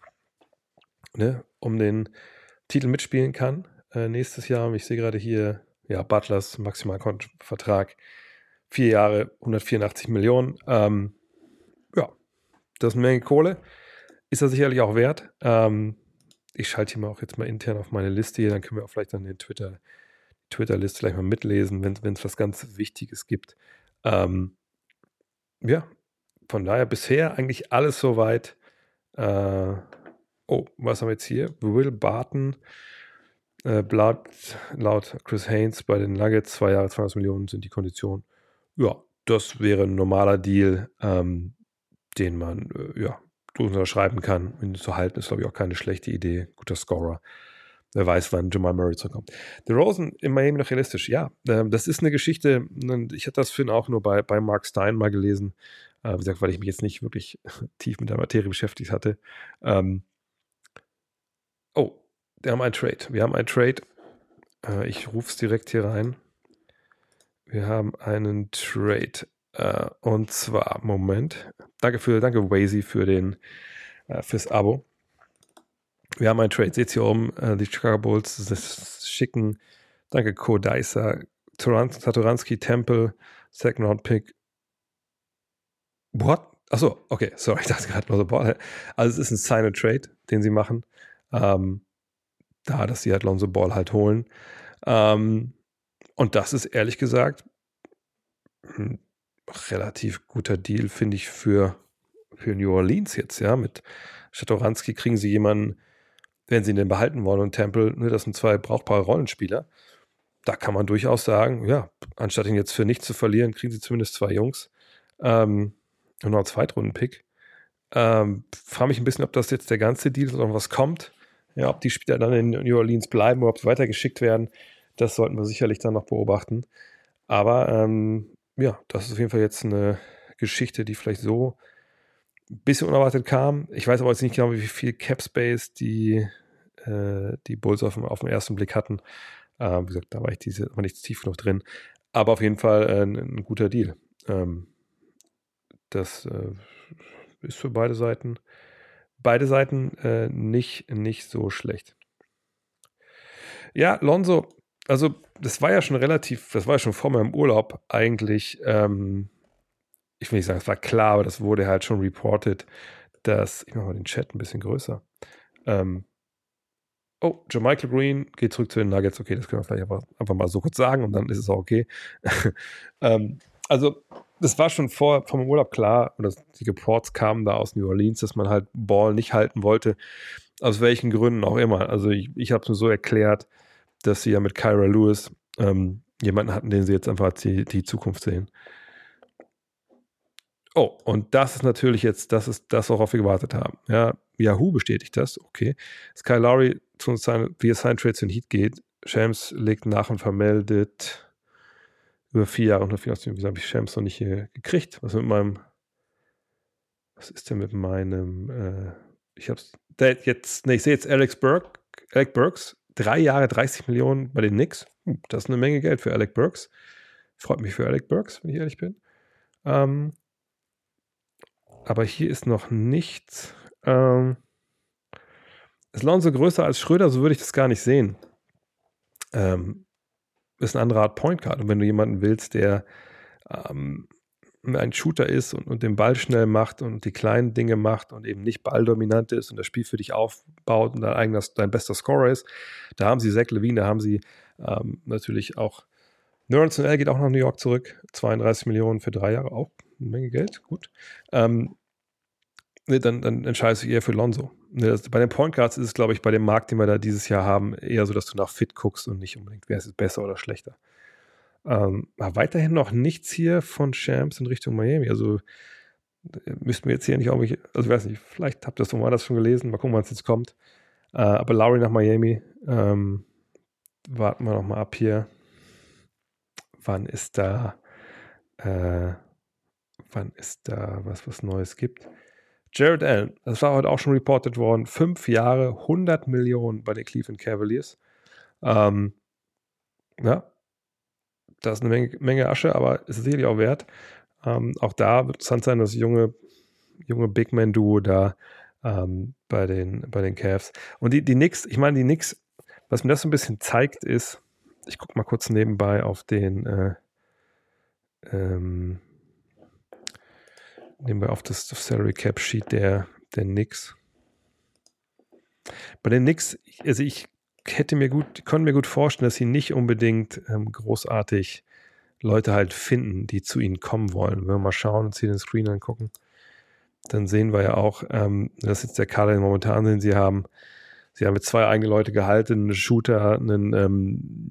um den Titel mitspielen kann. Nächstes Jahr, ich sehe gerade hier, ja, Butlers Maximalvertrag, 4 Jahre, 184 Millionen. Ja, das ist eine Menge Kohle. Ist er sicherlich auch wert. Ich schalte hier mal auch jetzt mal intern auf meine Liste hier, dann können wir auch vielleicht dann den Twitter-Liste vielleicht mal mitlesen, wenn es was ganz Wichtiges gibt. Ja, von daher bisher eigentlich alles soweit. Was haben wir jetzt hier? Will Barton, laut Chris Haynes bei den Nuggets, 2 Jahre, 200 Millionen sind die Konditionen. Ja, das wäre ein normaler Deal, den man unterschreiben kann. Ihn zu halten, ist, glaube ich, auch keine schlechte Idee. Guter Scorer. Wer weiß, wann Jamal Murray zurückkommt. DeRozan in Miami noch realistisch. Ja, das ist eine Geschichte. Ich hatte das vorhin auch nur bei Mark Stein mal gelesen. Wie gesagt, weil ich mich jetzt nicht wirklich tief mit der Materie beschäftigt hatte. Wir haben einen Trade. Ich rufe es direkt hier rein. Wir haben einen Trade. Und zwar, Moment. Danke Wazy fürs Abo. Wir haben einen Trade. Seht ihr hier oben, die Chicago Bulls schicken. Danke Kodaiser, Satoransky, Temple, Second Round Pick. What? Achso, okay, sorry, ich dachte gerade nur so, Ball. Also es ist ein Sign-and-Trade, den sie machen. Dass sie halt Lonzo Ball halt holen. Und das ist ehrlich gesagt ein relativ guter Deal, finde ich, für New Orleans jetzt, ja. Mit Satoransky kriegen sie jemanden, wenn sie ihn denn behalten wollen, und Temple, das sind 2 brauchbare Rollenspieler. Da kann man durchaus sagen, ja, anstatt ihn jetzt für nichts zu verlieren, kriegen sie zumindest 2 Jungs. Und noch einen Zweitrunden-Pick. Frage mich ein bisschen, ob das jetzt der ganze Deal ist oder was kommt. Ja, ob die Spieler dann in New Orleans bleiben oder ob sie weitergeschickt werden. Das sollten wir sicherlich dann noch beobachten. Aber das ist auf jeden Fall jetzt eine Geschichte, die vielleicht so ein bisschen unerwartet kam. Ich weiß aber jetzt nicht genau, wie viel Cap Space die Bulls auf den ersten Blick hatten. Wie gesagt, da war ich nicht tief genug drin. Aber auf jeden Fall ein guter Deal. Das ist für beide Seiten nicht so schlecht. Ja, Lonzo, also das war ja schon vor meinem Urlaub eigentlich, ich will nicht sagen, es war klar, aber das wurde halt schon reported, dass, ich mache mal den Chat ein bisschen größer. Jermichael Green geht zurück zu den Nuggets. Okay, das können wir vielleicht einfach mal so kurz sagen und dann ist es auch okay. Also das war schon vom Urlaub klar, oder die Reports kamen da aus New Orleans, dass man halt Ball nicht halten wollte, aus welchen Gründen auch immer. Also ich habe es nur so erklärt, dass sie ja mit Kyra Lewis jemanden hatten, den sie jetzt einfach die Zukunft sehen. Oh, und das ist natürlich jetzt, das ist das, worauf wir gewartet haben. Ja, Yahoo bestätigt das, okay. Dass Kyle Lowry via Sign Trade zu den Heat geht. Shams legt nach und vermeldet über 4 Jahre und 184. Wieso habe ich Shams noch nicht hier gekriegt? Was ist denn mit meinem, ich sehe jetzt Alec Burks, 3 Jahre, 30 Millionen bei den Knicks. Das ist eine Menge Geld für Alec Burks. Freut mich für Alec Burks, wenn ich ehrlich bin. Aber hier ist noch nichts. Ist Lonzo größer als Schröder, so würde ich das gar nicht sehen. Ist eine andere Art Point Guard. Und wenn du jemanden willst, der ein Shooter ist und den Ball schnell macht und die kleinen Dinge macht und eben nicht balldominant ist und das Spiel für dich aufbaut und dein bester Scorer ist, da haben sie Zach LaVine, da haben sie natürlich auch Nerlens Noel geht auch nach New York zurück. 32 Millionen für 3 Jahre, auch eine Menge Geld, gut. Dann entscheidest du eher für Lonzo. Bei den Point Guards ist es, glaube ich, bei dem Markt, den wir da dieses Jahr haben, eher so, dass du nach Fit guckst und nicht unbedingt, wer ist jetzt besser oder schlechter. Aber weiterhin noch nichts hier von Shams in Richtung Miami. Also müssten wir jetzt hier nicht irgendwie, also ich weiß nicht, vielleicht habt ihr das das schon gelesen, mal gucken, wann es jetzt kommt. Aber Lowry nach Miami, warten wir noch mal ab hier. Wann ist da was Neues gibt? Jared Allen, das war heute auch schon reported worden, 5 Jahre, 100 Millionen bei den Cleveland Cavaliers. Ja, das ist eine Menge Asche, aber ist sicherlich auch wert. Auch da wird es interessant sein, das junge Big Man-Duo da bei den Cavs. Und die Knicks, was mir das so ein bisschen zeigt, ist, ich gucke mal kurz nebenbei auf den nebenbei auf das Salary Cap Sheet der Knicks. Bei den Knicks, also ich konnte mir gut vorstellen, dass sie nicht unbedingt großartig Leute halt finden, die zu ihnen kommen wollen. Wenn wir mal schauen und sie den Screen angucken, dann sehen wir ja auch, das ist jetzt der Kader, den momentan den sie haben. Sie haben mit 2 eigene Leute gehalten, einen Shooter, einen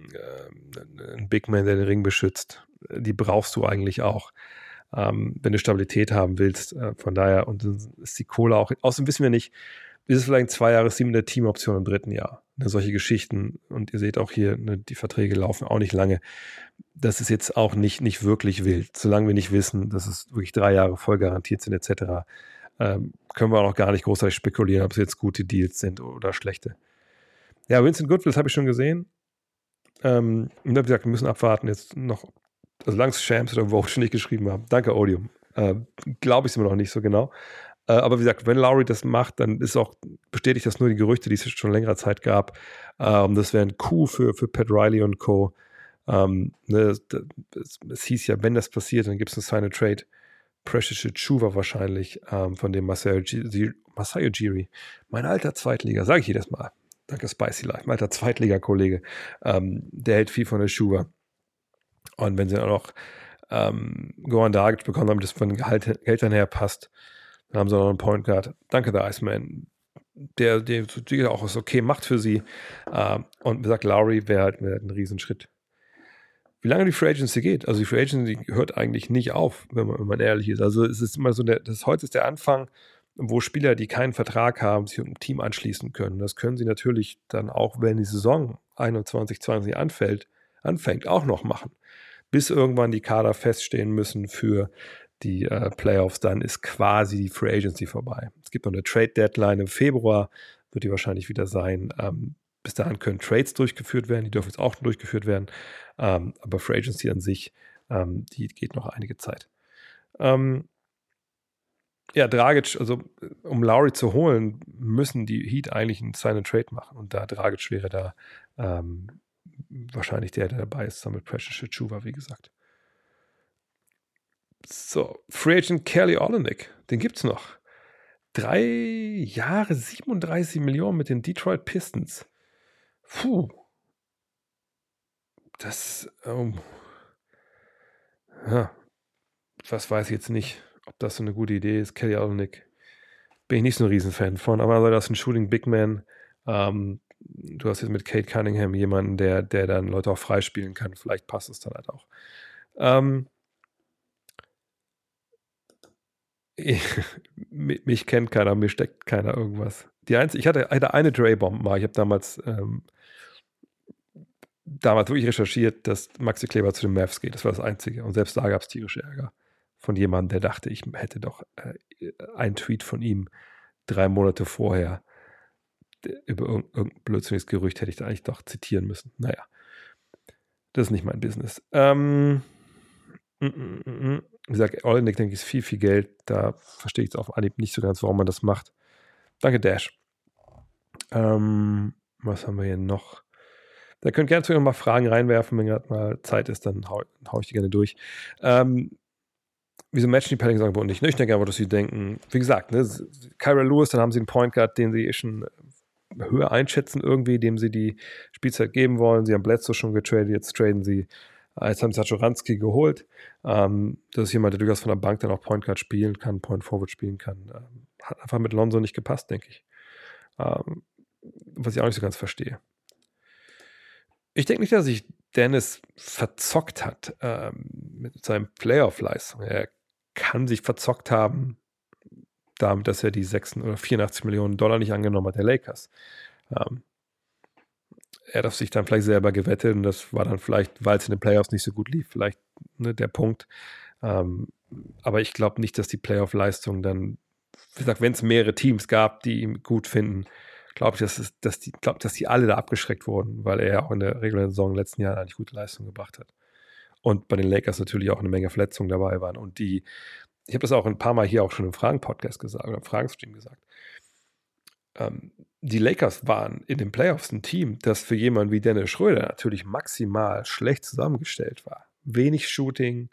Big Man, der den Ring beschützt. Die brauchst du eigentlich auch, wenn du Stabilität haben willst. Von daher, und dann ist die Kohle auch, außerdem wissen wir nicht, ist es vielleicht 2 Jahre 7 der Teamoption im 3. Jahr. Solche Geschichten, und ihr seht auch hier, die Verträge laufen auch nicht lange. Das ist jetzt auch nicht wirklich wild. Solange wir nicht wissen, dass es wirklich 3 Jahre voll garantiert sind, etc., können wir auch noch gar nicht großartig spekulieren, ob es jetzt gute Deals sind oder schlechte. Ja, Vincent Goodwill, das habe ich schon gesehen. Und wie gesagt, wir müssen abwarten jetzt noch, solange es Shams oder Vogt schon nicht geschrieben haben. Danke, Odium. Glaube ich es immer noch nicht so genau. Aber wie gesagt, wenn Lowry das macht, dann bestätigt das nur die Gerüchte, die es schon längere Zeit gab. Das wäre ein Coup für Pat Riley und Co. Es hieß ja, wenn das passiert, dann gibt es einen Sign-and-Trade. Precious Achiuwa wahrscheinlich, von dem Masai Ujiri, mein alter Zweitliga, sage ich jedes Mal. Danke Spicy Life, mein alter Zweitliga-Kollege. Der hält viel von Achiuwa. Und wenn sie auch noch Goran Dragic bekommen, damit das von den Gehältern her passt, dann haben sie noch einen Point Guard. Danke, der Iceman. Der auch was okay macht für sie. Und wie gesagt, Lowry wäre halt ein Riesenschritt. Wie lange die Free Agency geht? Also die Free Agency hört eigentlich nicht auf, wenn man ehrlich ist. Also es ist immer so, heute ist der Anfang, wo Spieler, die keinen Vertrag haben, sich einem Team anschließen können. Das können sie natürlich dann auch, wenn die Saison 21/20 anfängt, auch noch machen. Bis irgendwann die Kader feststehen müssen für die Playoffs, dann ist quasi die Free Agency vorbei. Es gibt noch eine Trade Deadline im Februar, wird die wahrscheinlich wieder sein. Bis dahin können Trades durchgeführt werden, die dürfen jetzt auch durchgeführt werden, aber Free Agency an sich, die geht noch einige Zeit. Dragic, also um Lowry zu holen, müssen die Heat eigentlich einen Sign-and-Trade machen, und da Dragic wäre da wahrscheinlich der dabei ist, zusammen mit Precious Achiuwa, wie gesagt. So, Free Agent Kelly Olynyk, den gibt's noch. 3 Jahre, 37 Millionen mit den Detroit Pistons. Puh. Das, was weiß ich jetzt nicht, ob das so eine gute Idee ist. Kelly Olynyk bin ich nicht so ein Riesenfan von, aber das ist ein Shooting Big Man. Du hast jetzt mit Kate Cunningham jemanden, der dann Leute auch freispielen kann. Vielleicht passt es dann halt auch. mich kennt keiner, mir steckt keiner irgendwas. Ich hatte eine Dre-Bomb mal. Ich habe damals wirklich recherchiert, dass Maxi Kleber zu den Mavs geht. Das war das Einzige. Und selbst da gab es tierische Ärger von jemandem, der dachte, ich hätte doch einen Tweet von ihm 3 Monate vorher über irgendein blödsinniges Gerücht hätte ich da eigentlich doch zitieren müssen. Naja, das ist nicht mein Business. Wie gesagt, Olenek, denke ich, ist viel, viel Geld. Da verstehe ich es auf Anhieb nicht so ganz, warum man das macht. Danke, Dash. Was haben wir hier noch? Da könnt ihr gerne noch mal Fragen reinwerfen, wenn gerade mal Zeit ist, dann hau ich die gerne durch. Wieso matchen die Pelicans sagen nicht? Ich denke einfach, dass sie denken, wie gesagt, ne, Kyra Lewis, dann haben sie einen Point Guard, den sie schon höher einschätzen irgendwie, dem sie die Spielzeit geben wollen. Sie haben Bledsoe schon getradet, jetzt traden sie. Jetzt haben sie Satoranski geholt. Das ist jemand, der durchaus von der Bank dann auch Point Guard spielen kann, Point Forward spielen kann. Hat einfach mit Lonzo nicht gepasst, denke ich. Was ich auch nicht so ganz verstehe. Ich denke nicht, dass sich Dennis verzockt hat mit seinem Playoff-Leistung. Er kann sich verzockt haben, damit, dass er die 86 oder 84 Millionen Dollar nicht angenommen hat, der Lakers. Er hat auf sich dann vielleicht selber gewettet und das war dann vielleicht, weil es in den Playoffs nicht so gut lief, vielleicht der Punkt. Aber ich glaube nicht, dass die Playoff-Leistung dann, wie gesagt, wenn es mehrere Teams gab, die ihn gut finden, glaube ich, dass die alle da abgeschreckt wurden, weil er ja auch in der regulären Saison in den letzten Jahren eigentlich gute Leistung gebracht hat. Und bei den Lakers natürlich auch eine Menge Verletzungen dabei waren. Und ich habe das auch ein paar Mal hier auch schon im Fragen-Podcast gesagt oder im Fragenstream gesagt. Die Lakers waren in den Playoffs ein Team, das für jemanden wie Dennis Schröder natürlich maximal schlecht zusammengestellt war. Wenig Shooting,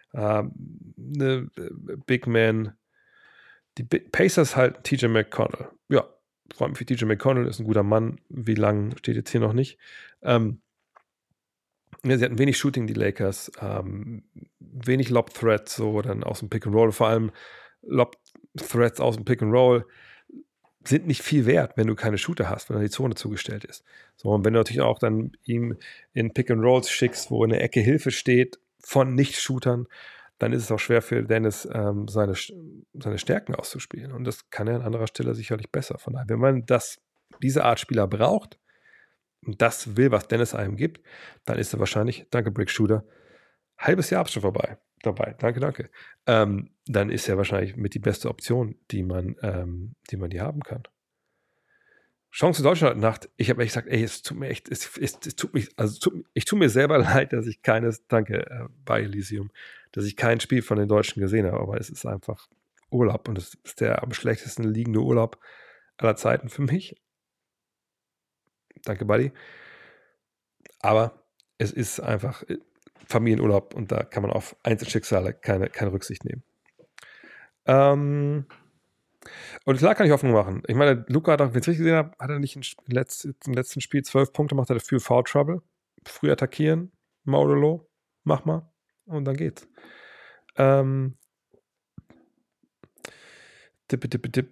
Big Man. Die Pacers halten TJ McConnell. Ja, vor allem für TJ McConnell ist ein guter Mann. Wie lang steht jetzt hier noch nicht. Sie hatten wenig Shooting, die Lakers. Wenig Lob-Threats, so dann aus dem Pick-and-Roll. Vor allem Lob-Threats aus dem Pick-and-Roll sind nicht viel wert, wenn du keine Shooter hast, wenn dann die Zone zugestellt ist. So, und wenn du natürlich auch dann ihm in Pick-and-Rolls schickst, wo in der Ecke Hilfe steht von Nicht-Shootern, dann ist es auch schwer für Dennis, seine Stärken auszuspielen. Und das kann er an anderer Stelle sicherlich besser. Von daher, wenn man diese Art Spieler braucht und das will, was Dennis einem gibt, dann ist er wahrscheinlich, danke Brick Shooter, halbes Jahr schon dabei. Danke. Dann ist er wahrscheinlich mit die beste Option, die man hier haben kann. Chance Deutschland Nacht. Ich habe echt gesagt, es tut mir echt, ich tue mir selber leid, dass ich bei Elysium, dass ich kein Spiel von den Deutschen gesehen habe, aber es ist einfach Urlaub und es ist der am schlechtesten liegende Urlaub aller Zeiten für mich. Danke, Buddy. Aber es ist einfach Familienurlaub und da kann man auf Einzelschicksale keine Rücksicht nehmen. Und klar kann ich Hoffnung machen. Ich meine, Luka hat auch, wenn ich es richtig gesehen habe, hat er nicht im letzten Spiel 12 Punkte gemacht, hat er für Foul Trouble. Früh attackieren, Maudolo, mach mal und dann geht's. Tipp.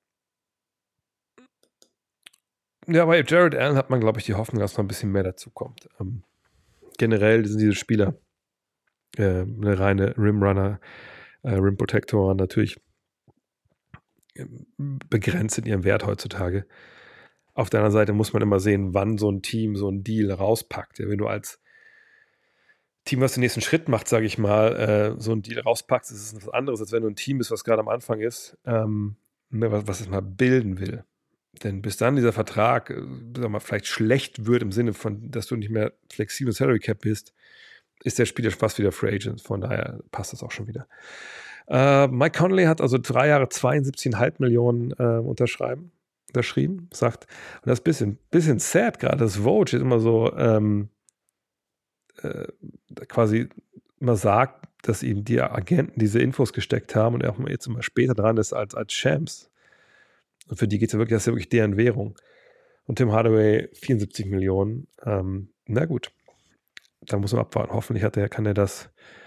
Ja, bei Jared Allen hat man, glaube ich, die Hoffnung, dass noch ein bisschen mehr dazu kommt. Generell sind diese Spieler eine reine Rimrunner, Rim Protector natürlich begrenzt in ihrem Wert heutzutage. Auf der anderen Seite muss man immer sehen, wann so ein Team so einen Deal rauspackt. Ja, wenn du als Team, was den nächsten Schritt macht, sage ich mal, so einen Deal rauspackst, ist es was anderes, als wenn du ein Team bist, was gerade am Anfang ist, was es mal bilden will. Denn bis dann dieser Vertrag, vielleicht schlecht wird im Sinne von, dass du nicht mehr flexibel Salary Cap bist, ist der Spieler fast wieder Free Agent. Von daher passt das auch schon wieder. Mike Conley hat also 3 Jahre 72,5 Millionen unterschrieben. Sagt, und das ist ein bisschen sad gerade, das Woj ist immer so quasi immer sagt, dass ihm die Agenten diese Infos gesteckt haben und er auch jetzt immer später dran ist als Shams. Und für die geht es ja wirklich, das ist ja wirklich deren Währung. Und Tim Hardaway 74 Millionen. Na gut, da muss man abwarten. Hoffentlich kann er das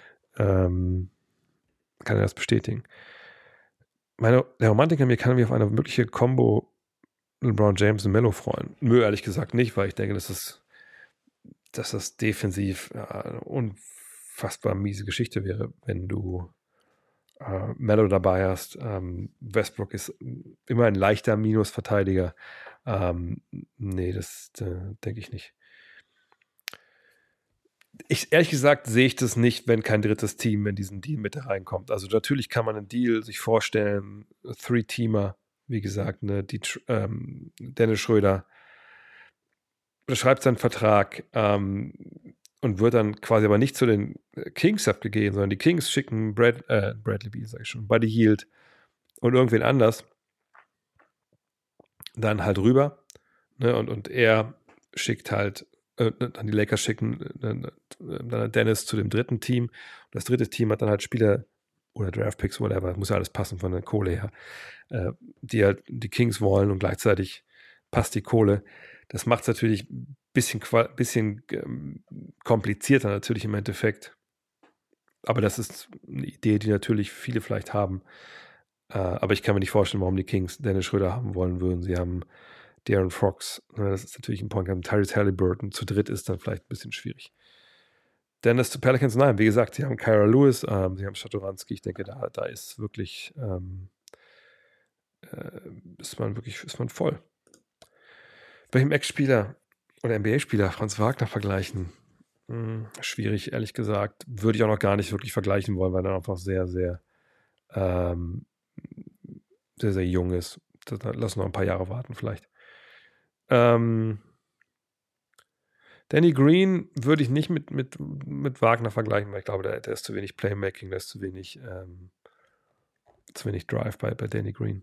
bestätigen. Der Romantiker mir kann mich auf eine mögliche Combo LeBron James und Melo freuen. Nö, ehrlich gesagt nicht, weil ich denke, dass das defensiv unfassbar miese Geschichte wäre, wenn du Melo dabei hast. Westbrook ist immer ein leichter Minusverteidiger. Nee, das denke ich nicht. Ehrlich gesagt sehe ich das nicht, wenn kein drittes Team in diesen Deal mit reinkommt. Also natürlich kann man einen Deal sich vorstellen, Three-Teamer, wie gesagt, ne, Dennis Schröder beschreibt seinen Vertrag und wird dann quasi aber nicht zu den Kings abgegeben, sondern die Kings schicken Bradley Beal, sag ich schon, Buddy Hield und irgendwen anders dann halt rüber, ne, und er schickt halt dann die Lakers schicken dann Dennis zu dem dritten Team. Und das dritte Team hat dann halt Spieler oder Draftpicks, whatever, muss ja alles passen von der Kohle her, die halt die Kings wollen und gleichzeitig passt die Kohle. Das macht es natürlich ein bisschen komplizierter natürlich im Endeffekt. Aber das ist eine Idee, die natürlich viele vielleicht haben. Aber ich kann mir nicht vorstellen, warum die Kings Dennis Schröder haben wollen würden. Sie haben De'Aaron Fox, das ist natürlich ein Point. Tyrese Halliburton zu dritt ist dann vielleicht ein bisschen schwierig. Dennis zu Pelicans, nein, wie gesagt, sie haben Kyra Lewis, sie haben Satoransky. Ich denke, da ist wirklich ist man voll. Welchem Ex-Spieler oder NBA-Spieler Franz Wagner vergleichen? Schwierig, ehrlich gesagt. Würde ich auch noch gar nicht wirklich vergleichen wollen, weil er einfach sehr, sehr sehr, sehr jung ist. Lass noch ein paar Jahre warten vielleicht. Danny Green würde ich nicht mit Wagner vergleichen, weil ich glaube, der ist zu wenig Playmaking, da ist zu wenig Drive bei Danny Green.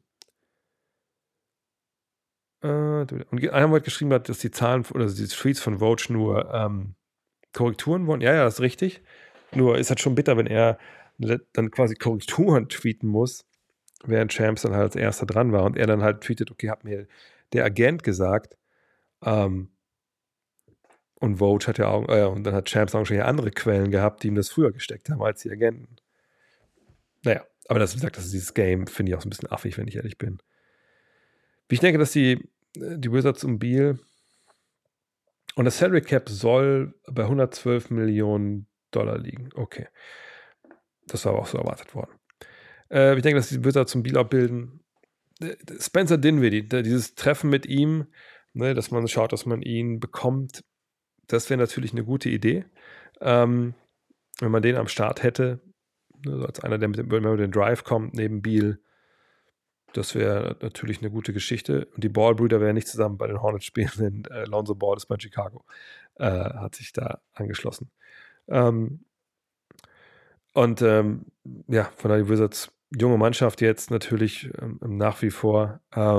Und einer hat geschrieben, dass die Zahlen oder die Tweets von Woj nur Korrekturen wollen. Ja, das ist richtig. Nur ist halt schon bitter, wenn er dann quasi Korrekturen tweeten muss, während Champs dann halt als erster dran war und er dann halt tweetet, okay, hat mir der Agent gesagt, und Woj hat ja auch, und dann hat Champs auch schon andere Quellen gehabt, die ihm das früher gesteckt haben als die Agenten. Naja, aber das, wie gesagt, das ist dieses Game, finde ich auch so ein bisschen affig, wenn ich ehrlich bin. Wie ich denke, dass die Wizards um Beal und das Salary Cap soll bei 112 Millionen Dollar liegen. Okay. Das war aber auch so erwartet worden. Ich denke, dass die Wizards zum Beal abbilden. Spencer Dinwiddie, dieses Treffen mit ihm, ne, dass man schaut, dass man ihn bekommt, das wäre natürlich eine gute Idee. Wenn man den am Start hätte, ne, als einer, der mit den Drive kommt, neben Beal, das wäre natürlich eine gute Geschichte. Und die Ball-Brüder wären nicht zusammen bei den Hornets spielen, denn Lonzo Ball ist bei Chicago. Hat sich da angeschlossen. Ja, von der Wizards junge Mannschaft jetzt natürlich nach wie vor.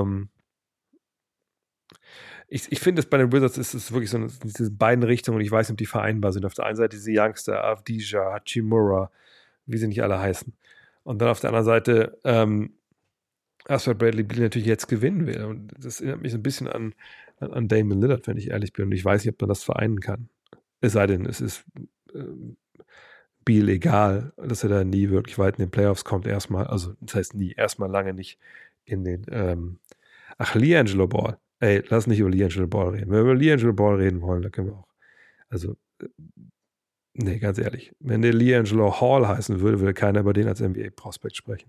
Ich finde, es bei den Wizards ist es wirklich so in diese beiden Richtungen, und ich weiß nicht, ob die vereinbar sind. Auf der einen Seite diese Youngster, Avdija, Hachimura, wie sie nicht alle heißen. Und dann auf der anderen Seite erstmal Bradley Beal natürlich jetzt gewinnen will. Und das erinnert mich so ein bisschen an Damian Lillard, wenn ich ehrlich bin. Und ich weiß nicht, ob man das vereinen kann. Es sei denn, es ist Beal egal, dass er da nie wirklich weit in den Playoffs kommt erstmal. Also das heißt nie, erstmal lange nicht in den LiAngelo Ball. Ey, lass nicht über LiAngelo Ball reden. Wenn wir über LiAngelo Ball reden wollen, dann können wir auch. Also, nee, ganz ehrlich. Wenn der LiAngelo Hall heißen würde, würde keiner über den als NBA-Prospect sprechen.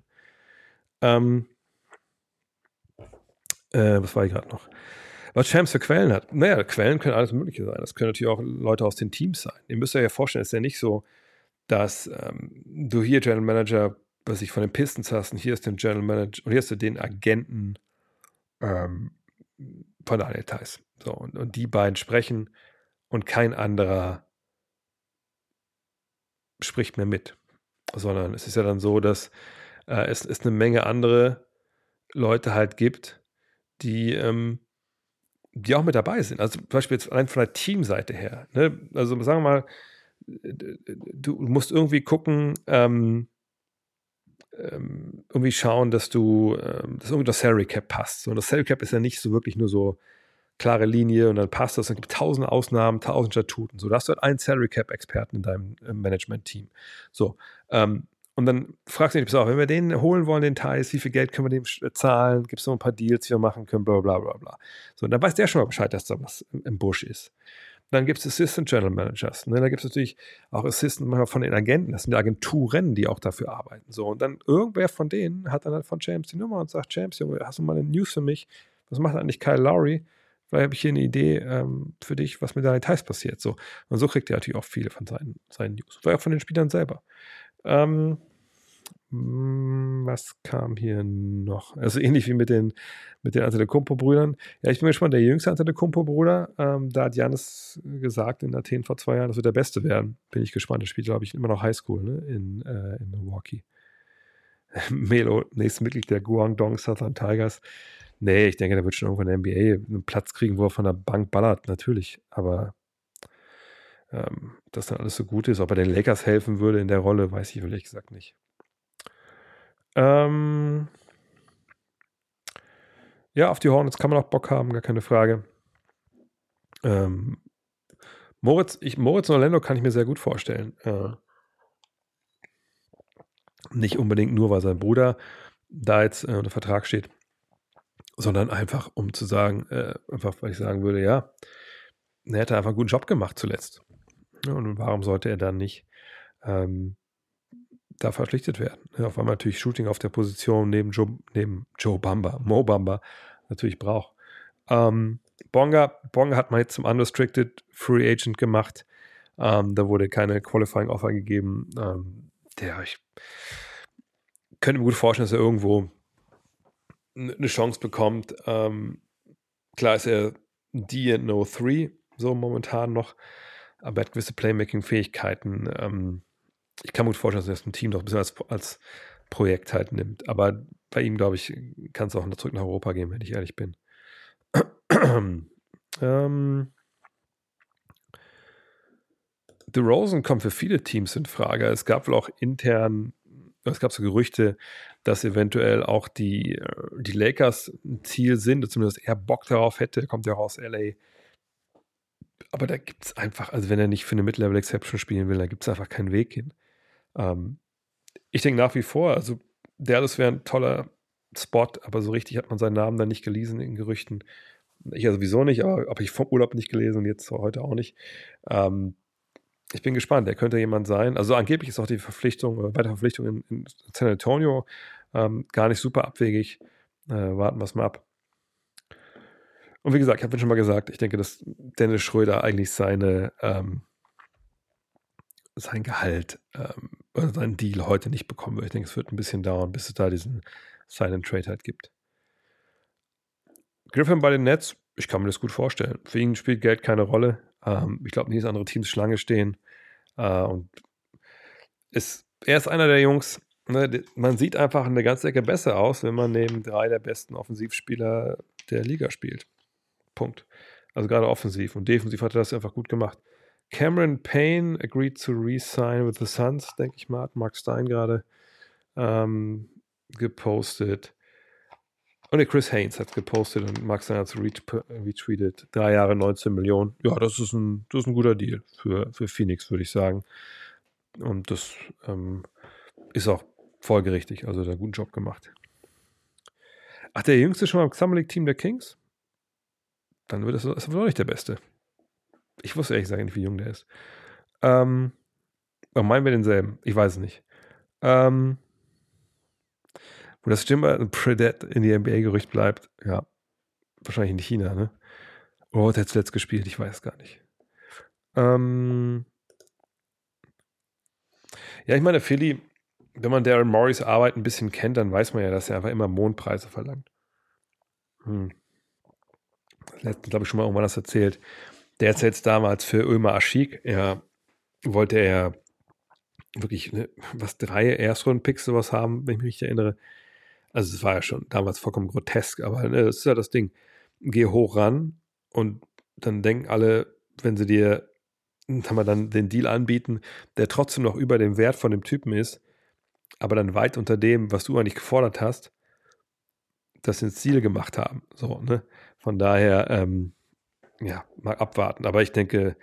Was war hier gerade noch? Was Champs für Quellen hat. Naja, Quellen können alles Mögliche sein. Das können natürlich auch Leute aus den Teams sein. Ihr müsst euch ja vorstellen, es ist ja nicht so, dass du hier General Manager, was ich von den Pistons hast, und hier ist den General Manager und hier hast du den Agenten von Daniel Theis. So, und die beiden sprechen und kein anderer spricht mehr mit. Sondern es ist ja dann so, dass es eine Menge andere Leute halt gibt, die auch mit dabei sind. Also zum Beispiel jetzt allein von der Teamseite her. Ne? Also sagen wir mal, du musst irgendwie gucken, irgendwie schauen, dass irgendwie das Salary Cap passt. Und das Salary Cap ist ja nicht so wirklich nur so klare Linie und dann passt das. Dann gibt es 1000 Ausnahmen, 1000 Statuten. So, da hast du halt einen Salary Cap Experten in deinem Management-Team. So, und dann fragst du dich, wenn wir den holen wollen, den Theis, wie viel Geld können wir dem zahlen? Gibt es noch ein paar Deals, die wir machen können, bla bla bla bla. So, und dann weiß der schon mal Bescheid, dass da was im Busch ist. Dann gibt es Assistant General Managers. Ne? Da gibt es natürlich auch Assistant manchmal von den Agenten. Das sind die Agenturen, die auch dafür arbeiten. So, und dann irgendwer von denen hat dann halt von James die Nummer und sagt, James, Junge, hast du mal eine News für mich? Was macht eigentlich Kyle Lowry? Vielleicht habe ich hier eine Idee für dich, was mit deinen Details passiert. So. Und so kriegt er natürlich auch viele von seinen News. Vielleicht auch von den Spielern selber. Was kam hier noch? Also ähnlich wie mit den Antetokounmpo-Brüdern. Ja, ich bin gespannt, der jüngste Antetokounmpo-Bruder, da hat Giannis gesagt in Athen vor 2 Jahren, das wird der Beste werden. Bin ich gespannt. Der spielt, glaube ich, immer noch Highschool, ne? in Milwaukee. Melo, nächstes Mitglied der Guangdong Southern Tigers. Nee, ich denke, der wird schon irgendwo in der NBA einen Platz kriegen, wo er von der Bank ballert, natürlich. Aber dass dann alles so gut ist, ob er den Lakers helfen würde in der Rolle, weiß ich ehrlich gesagt nicht. Ja, auf die Hornets kann man auch Bock haben, gar keine Frage. Moritz und Orlando kann ich mir sehr gut vorstellen. Nicht unbedingt nur, weil sein Bruder da jetzt unter Vertrag steht, sondern einfach, um zu sagen, einfach, weil ich sagen würde, ja, er hätte einfach einen guten Job gemacht zuletzt. Ja, und warum sollte er dann nicht da verpflichtet werden? Ja, auf einmal natürlich Shooting auf der Position neben Mo Bamba natürlich braucht. Bonga hat man jetzt zum Unrestricted Free Agent gemacht. Da wurde keine Qualifying Offer gegeben. Ich könnte mir gut vorstellen, dass er irgendwo eine Chance bekommt. Klar ist er D&O3, so momentan noch, aber er hat gewisse Playmaking-Fähigkeiten. Ich kann mir gut vorstellen, dass er das ein Team doch ein bisschen als Projekt halt nimmt. Aber bei ihm, glaube ich, kann es auch noch zurück nach Europa gehen, wenn ich ehrlich bin. DeRozan kommt für viele Teams in Frage. Es gab wohl auch so Gerüchte, dass eventuell auch die Lakers ein Ziel sind, oder zumindest er Bock darauf hätte, kommt ja auch aus LA. Aber da gibt es einfach, also wenn er nicht für eine Mid-Level-Exception spielen will, da gibt es einfach keinen Weg hin. Ich denke nach wie vor, also Dallas wäre ein toller Spot, aber so richtig hat man seinen Namen dann nicht gelesen in Gerüchten. Ich ja sowieso nicht, aber habe ich vom Urlaub nicht gelesen und jetzt heute auch nicht. Ich bin gespannt, er könnte jemand sein. Also angeblich ist auch die weitere Verpflichtung in San Antonio gar nicht super abwegig. Warten wir es mal ab. Und wie gesagt, ich habe schon mal gesagt, ich denke, dass Dennis Schröder eigentlich sein Gehalt oder seinen Deal heute nicht bekommen wird. Ich denke, es wird ein bisschen dauern, bis es da diesen Silent Trade halt gibt. Griffin bei den Nets, ich kann mir das gut vorstellen. Für ihn spielt Geld keine Rolle. Ich glaube nicht, dass andere Teams Schlange stehen. Und er ist einer der Jungs, ne, man sieht einfach eine ganze Ecke besser aus, wenn man neben 3 der besten Offensivspieler der Liga spielt. Punkt. Also gerade offensiv. Und defensiv hat er das einfach gut gemacht. Cameron Payne agreed to re-sign with the Suns, denke ich mal, hat Mark Stein gerade gepostet. Und Chris Haynes hat gepostet und Mark Stein hat es retweetet. 3 Jahre, 19 Millionen. Ja, das ist ein guter Deal für Phoenix, würde ich sagen. Und das ist auch folgerichtig. Also hat er einen guten Job gemacht. Ach, der Jüngste schon mal im Summer League Team der Kings? Dann wird das wohl nicht der Beste. Ich wusste ehrlich gesagt nicht, wie jung der ist. Meinen wir denselben? Ich weiß es nicht. Wo das Jimmer ein Predette in die NBA-Gerücht bleibt, ja, wahrscheinlich in China, ne? Oh, der hat zuletzt gespielt, ich weiß es gar nicht. Ja, ich meine, Philly, wenn man Daryl Morris Arbeit ein bisschen kennt, dann weiß man ja, dass er einfach immer Mondpreise verlangt. Letztens, glaube ich, schon mal irgendwann das erzählt. Der hat jetzt damals für Ömer Aschik, wollte er wirklich 3 Erstrunden-Picks sowas haben, wenn ich mich erinnere. Also das war ja schon damals vollkommen grotesk, aber das ist ja das Ding. Geh hoch ran und dann denken alle, wenn sie dir dann den Deal anbieten, der trotzdem noch über dem Wert von dem Typen ist, aber dann weit unter dem, was du eigentlich gefordert hast, dass sie ins Ziel gemacht haben. So, ne? Von daher, mal abwarten. Aber ich denke,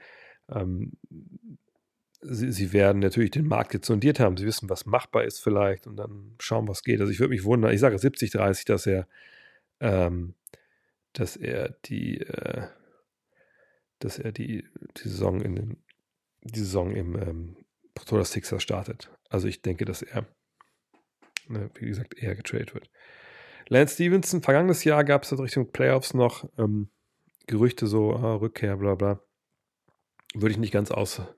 sie werden natürlich den Markt jetzt sondiert haben. Sie wissen, was machbar ist vielleicht und dann schauen, was geht. Also ich würde mich wundern, ich sage 70-30, dass er die dass er die Saison im Portola Sixers startet. Also ich denke, dass er, wie gesagt, eher getradet wird. Lance Stevenson, vergangenes Jahr gab es Richtung Playoffs noch Gerüchte so, Rückkehr, bla bla. Würde ich nicht ganz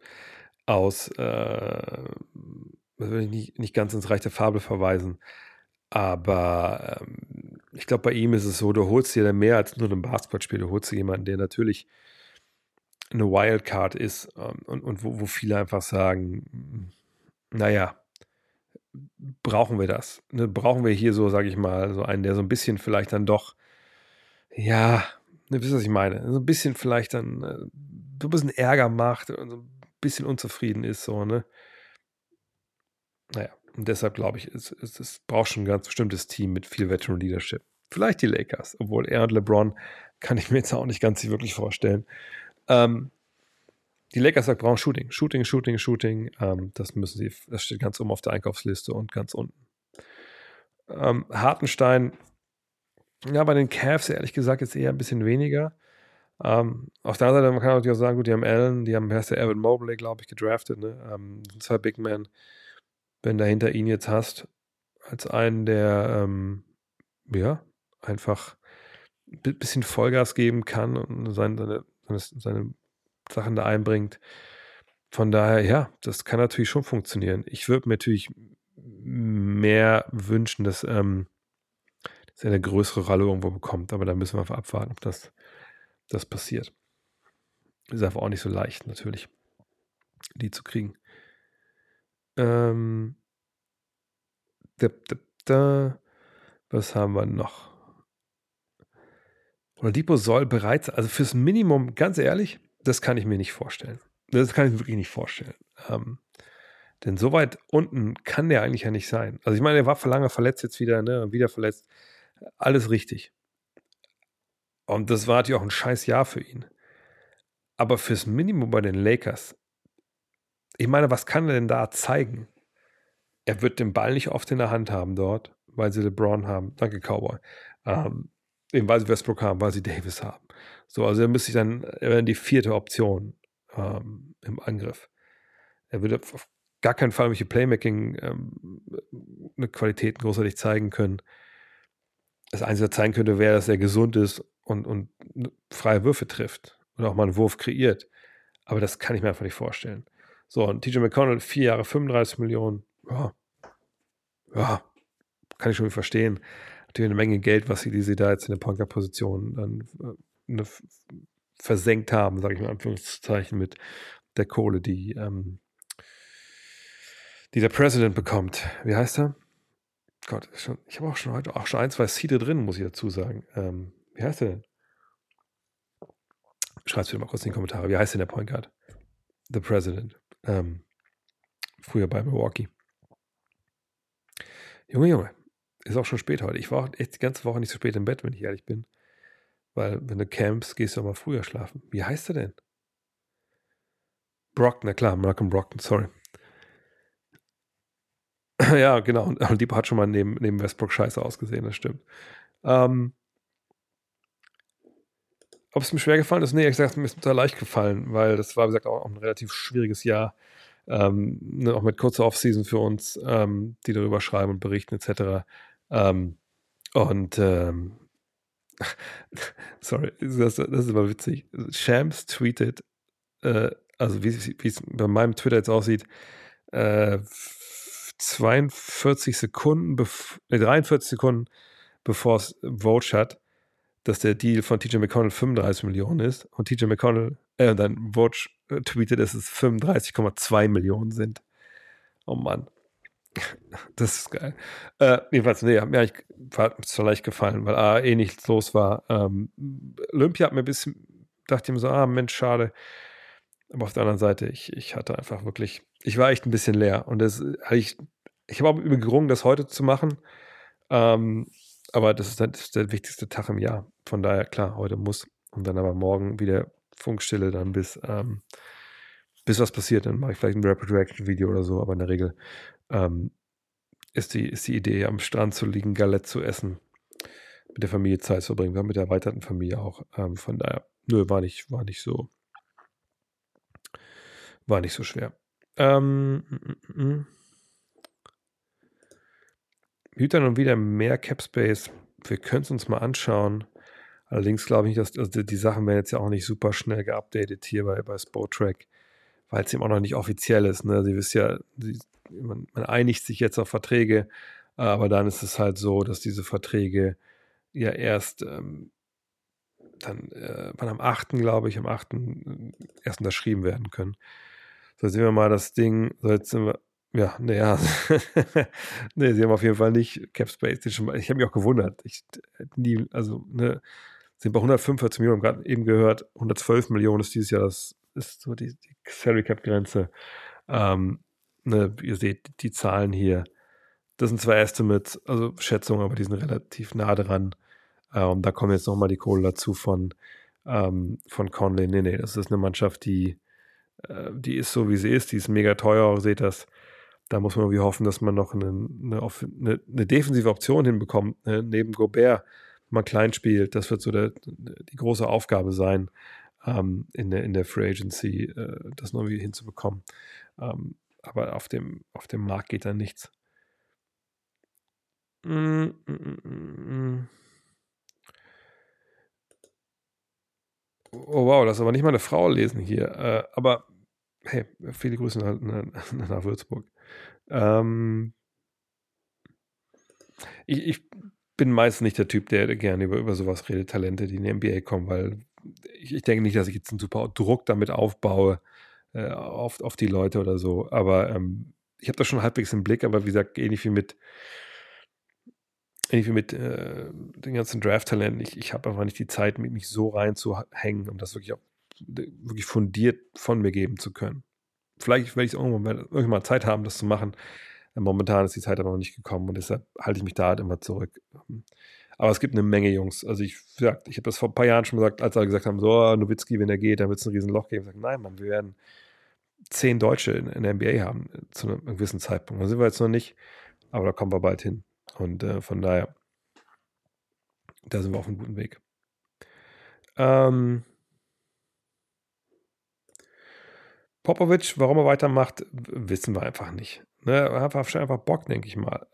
würde ich nicht ganz ins Reich der Fabel verweisen. Aber ich glaube, bei ihm ist es so, du holst dir dann mehr als nur ein Basketballspiel. Du holst dir jemanden, der natürlich eine Wildcard ist und wo viele einfach sagen, naja, brauchen wir das? Ne? Brauchen wir hier so, sage ich mal, so einen, der so ein bisschen vielleicht dann doch, ja, ne, wisst ihr, was ich meine? So ein bisschen vielleicht dann so ein bisschen Ärger macht und so ein bisschen unzufrieden ist, so, ne? Naja, und deshalb glaube ich, es braucht schon ein ganz bestimmtes Team mit viel Veteran Leadership. Vielleicht die Lakers, obwohl er und LeBron kann ich mir jetzt auch nicht ganz wirklich vorstellen. Die Lakers brauchen Shooting. Das steht ganz oben auf der Einkaufsliste und ganz unten. Hartenstein, ja, bei den Cavs ehrlich gesagt jetzt eher ein bisschen weniger. Auf der anderen Seite, man kann natürlich auch sagen, gut, die haben Allen, die haben Evan Mobley, glaube ich, gedraftet, ne? 2 Big Men. Wenn du hinter ihn jetzt hast, als einen, der einfach ein bisschen Vollgas geben kann und seine Sachen da einbringt. Von daher, ja, das kann natürlich schon funktionieren. Ich würde mir natürlich mehr wünschen, dass er eine größere Rolle irgendwo bekommt, aber da müssen wir einfach abwarten, ob das passiert. Ist einfach auch nicht so leicht, natürlich, die zu kriegen. Was haben wir noch? Oladipo soll bereits, also fürs Minimum, ganz ehrlich, das kann ich mir nicht vorstellen. Das kann ich wirklich nicht vorstellen. Denn so weit unten kann der eigentlich ja nicht sein. Also ich meine, er war für lange verletzt, jetzt wieder, ne, wieder verletzt. Alles richtig. Und das war natürlich auch ein scheiß Jahr für ihn. Aber fürs Minimum bei den Lakers, ich meine, was kann er denn da zeigen? Er wird den Ball nicht oft in der Hand haben dort, weil sie LeBron haben. Danke, Cowboy. Eben weil sie Westbrook haben, weil sie Davis haben. So, also er müsste sich dann, er wäre die 4. Option im Angriff. Er würde auf gar keinen Fall welche Playmaking eine Qualitäten großartig zeigen können. Das Einzige, was er zeigen könnte, wäre, dass er gesund ist und freie Würfe trifft oder auch mal einen Wurf kreiert. Aber das kann ich mir einfach nicht vorstellen. So, und TJ McConnell, 4 Jahre, 35 Millionen. Ja, kann ich schon verstehen. Natürlich eine Menge Geld, was sie da jetzt in der Point-Guard-Position dann versenkt haben, sage ich mal in Anführungszeichen, mit der Kohle, die der President bekommt. Wie heißt er? Gott, ich habe auch schon heute 1, 2 Seede drin, muss ich dazu sagen. Wie heißt er denn? Schreibt es mir mal kurz in die Kommentare. Wie heißt denn der Point Guard? The President. Früher bei Milwaukee. Junge, ist auch schon spät heute. Ich war auch echt die ganze Woche nicht so spät im Bett, wenn ich ehrlich bin. Weil, wenn du campst, gehst du auch mal früher schlafen. Wie heißt er denn? Brockton, na klar, Malcolm Brockton, sorry. Ja, genau. Und Oladipo hat schon mal neben Westbrook scheiße ausgesehen, das stimmt. Ob es mir schwer gefallen ist? Nee, ich sage, mir ist total leicht gefallen, weil das war, wie gesagt, auch ein relativ schwieriges Jahr. Auch mit kurzer Offseason für uns, die darüber schreiben und berichten, etc. Sorry, das ist immer witzig. Shams tweetet, also wie es bei meinem Twitter jetzt aussieht, 43 Sekunden, bevor es Vogue hat, dass der Deal von TJ McConnell 35 Millionen ist und TJ McConnell, dann Vogue tweetet, dass es 35,2 Millionen sind. Oh Mann. Das ist geil. Jedenfalls, nee, hat mir so leicht gefallen, weil nichts los war. Olympia hat mir ein bisschen, dachte ich mir so, Mensch, schade. Aber auf der anderen Seite, ich hatte einfach wirklich, ich war echt ein bisschen leer. Und ich habe auch übel gerungen, das heute zu machen. Aber das ist der wichtigste Tag im Jahr. Von daher, klar, heute muss. Und dann aber morgen wieder Funkstille, dann bis was passiert. Dann mache ich vielleicht ein Rapid Reaction Video oder so. Aber in der Regel ist die Idee, am Strand zu liegen, Galette zu essen, mit der Familie Zeit zu verbringen. Wir haben mit der erweiterten Familie auch. Von daher, war nicht so War nicht so schwer. Hütern und wieder mehr Capspace. Wir können es uns mal anschauen. Allerdings glaube ich nicht, dass also die Sachen werden jetzt ja auch nicht super schnell geupdatet hier bei Spotrac, weil es eben auch noch nicht offiziell ist. Ne? Sie wissen ja, man einigt sich jetzt auf Verträge, aber dann ist es halt so, dass diese Verträge ja erst dann am 8., glaube ich, am 8. Erst unterschrieben werden können. So, sehen wir mal das Ding. So, jetzt sind wir, ja, naja. Nee, sie haben auf jeden Fall nicht Capspace. Ich habe mich auch gewundert. Sind bei 145 Millionen, gerade eben gehört, 112 Millionen ist dieses Jahr, das ist so die Salary Cap Grenze. Ihr seht die Zahlen hier. Das sind zwar Estimates, also Schätzungen, aber die sind relativ nah dran. Da kommen jetzt nochmal die Kohle dazu von Conley. Nee, das ist eine Mannschaft, die ist so, wie sie ist. Die ist mega teuer, seht das. Da muss man irgendwie hoffen, dass man noch eine defensive Option hinbekommt, neben Gobert, wenn man klein spielt. Das wird so die große Aufgabe sein, in der Free Agency, das noch irgendwie hinzubekommen. Aber auf dem Markt geht da nichts. Oh wow, das ist aber nicht meine Frau lesen hier. Aber hey, viele Grüße nach Würzburg. Ich bin meistens nicht der Typ, der gerne über sowas redet, Talente, die in die NBA kommen, weil ich denke nicht, dass ich jetzt einen super Druck damit aufbaue auf die Leute oder so. Aber ich habe das schon halbwegs im Blick, aber wie gesagt, ähnlich wie mit den ganzen Draft-Talenten. Ich habe einfach nicht die Zeit, mich so reinzuhängen, um das wirklich fundiert von mir geben zu können. Vielleicht werde ich irgendwann mal Zeit haben, das zu machen. Momentan ist die Zeit aber noch nicht gekommen und deshalb halte ich mich da halt immer zurück. Aber es gibt eine Menge Jungs. Also ich habe das vor ein paar Jahren schon gesagt, als alle gesagt haben, so Nowitzki, wenn er geht, dann wird es ein Riesenloch geben. Ich sage, nein, Mann, wir werden 10 Deutsche in der NBA haben zu einem gewissen Zeitpunkt. Da sind wir jetzt noch nicht, aber da kommen wir bald hin. Und von daher, da sind wir auf einem guten Weg. Popovic, warum er weitermacht, wissen wir einfach nicht. Ne? Er hat einfach Bock, denke ich mal.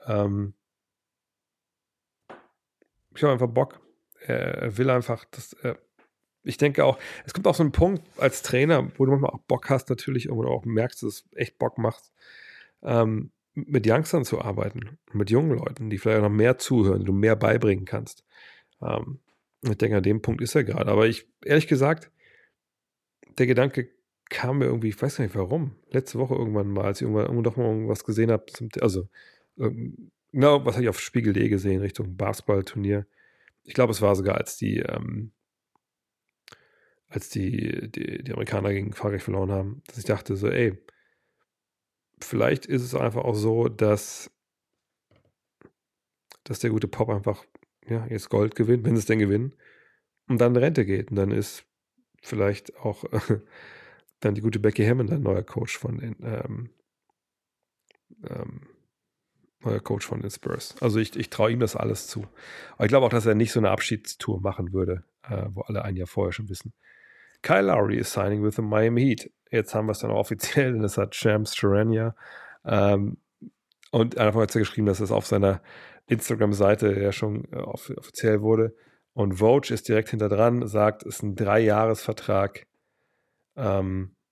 Ich habe einfach Bock. Er will einfach, ich denke auch, es kommt auch so ein Punkt als Trainer, wo du manchmal auch Bock hast, natürlich, wo du auch merkst, dass es echt Bock macht, mit Youngstern zu arbeiten, mit jungen Leuten, die vielleicht noch mehr zuhören, die du mehr beibringen kannst. Ich denke, an dem Punkt ist er gerade. Aber ehrlich gesagt, der Gedanke kam mir irgendwie, ich weiß gar nicht warum, letzte Woche irgendwann mal, als ich irgendwann doch mal irgendwas gesehen habe, was habe ich auf Spiegel.de gesehen, Richtung Basketballturnier. Ich glaube, es war sogar, als die Amerikaner gegen Frankreich verloren haben, dass ich dachte so, ey, vielleicht ist es einfach auch so, dass der gute Pop einfach jetzt Gold gewinnt, wenn es denn gewinnen, und dann in Rente geht. Und dann ist vielleicht auch dann die gute Becky Hammond ein neuer Coach von den Spurs. Also ich traue ihm das alles zu. Aber ich glaube auch, dass er nicht so eine Abschiedstour machen würde, wo alle ein Jahr vorher schon wissen. Kyle Lowry is signing with the Miami Heat. Jetzt haben wir es dann auch offiziell, denn es hat Shams Charania und einfach hat er geschrieben, dass es auf seiner Instagram-Seite ja schon offiziell wurde. Und Woj ist direkt hinter dran, sagt, es ist ein 3-Jahres-Vertrag. Da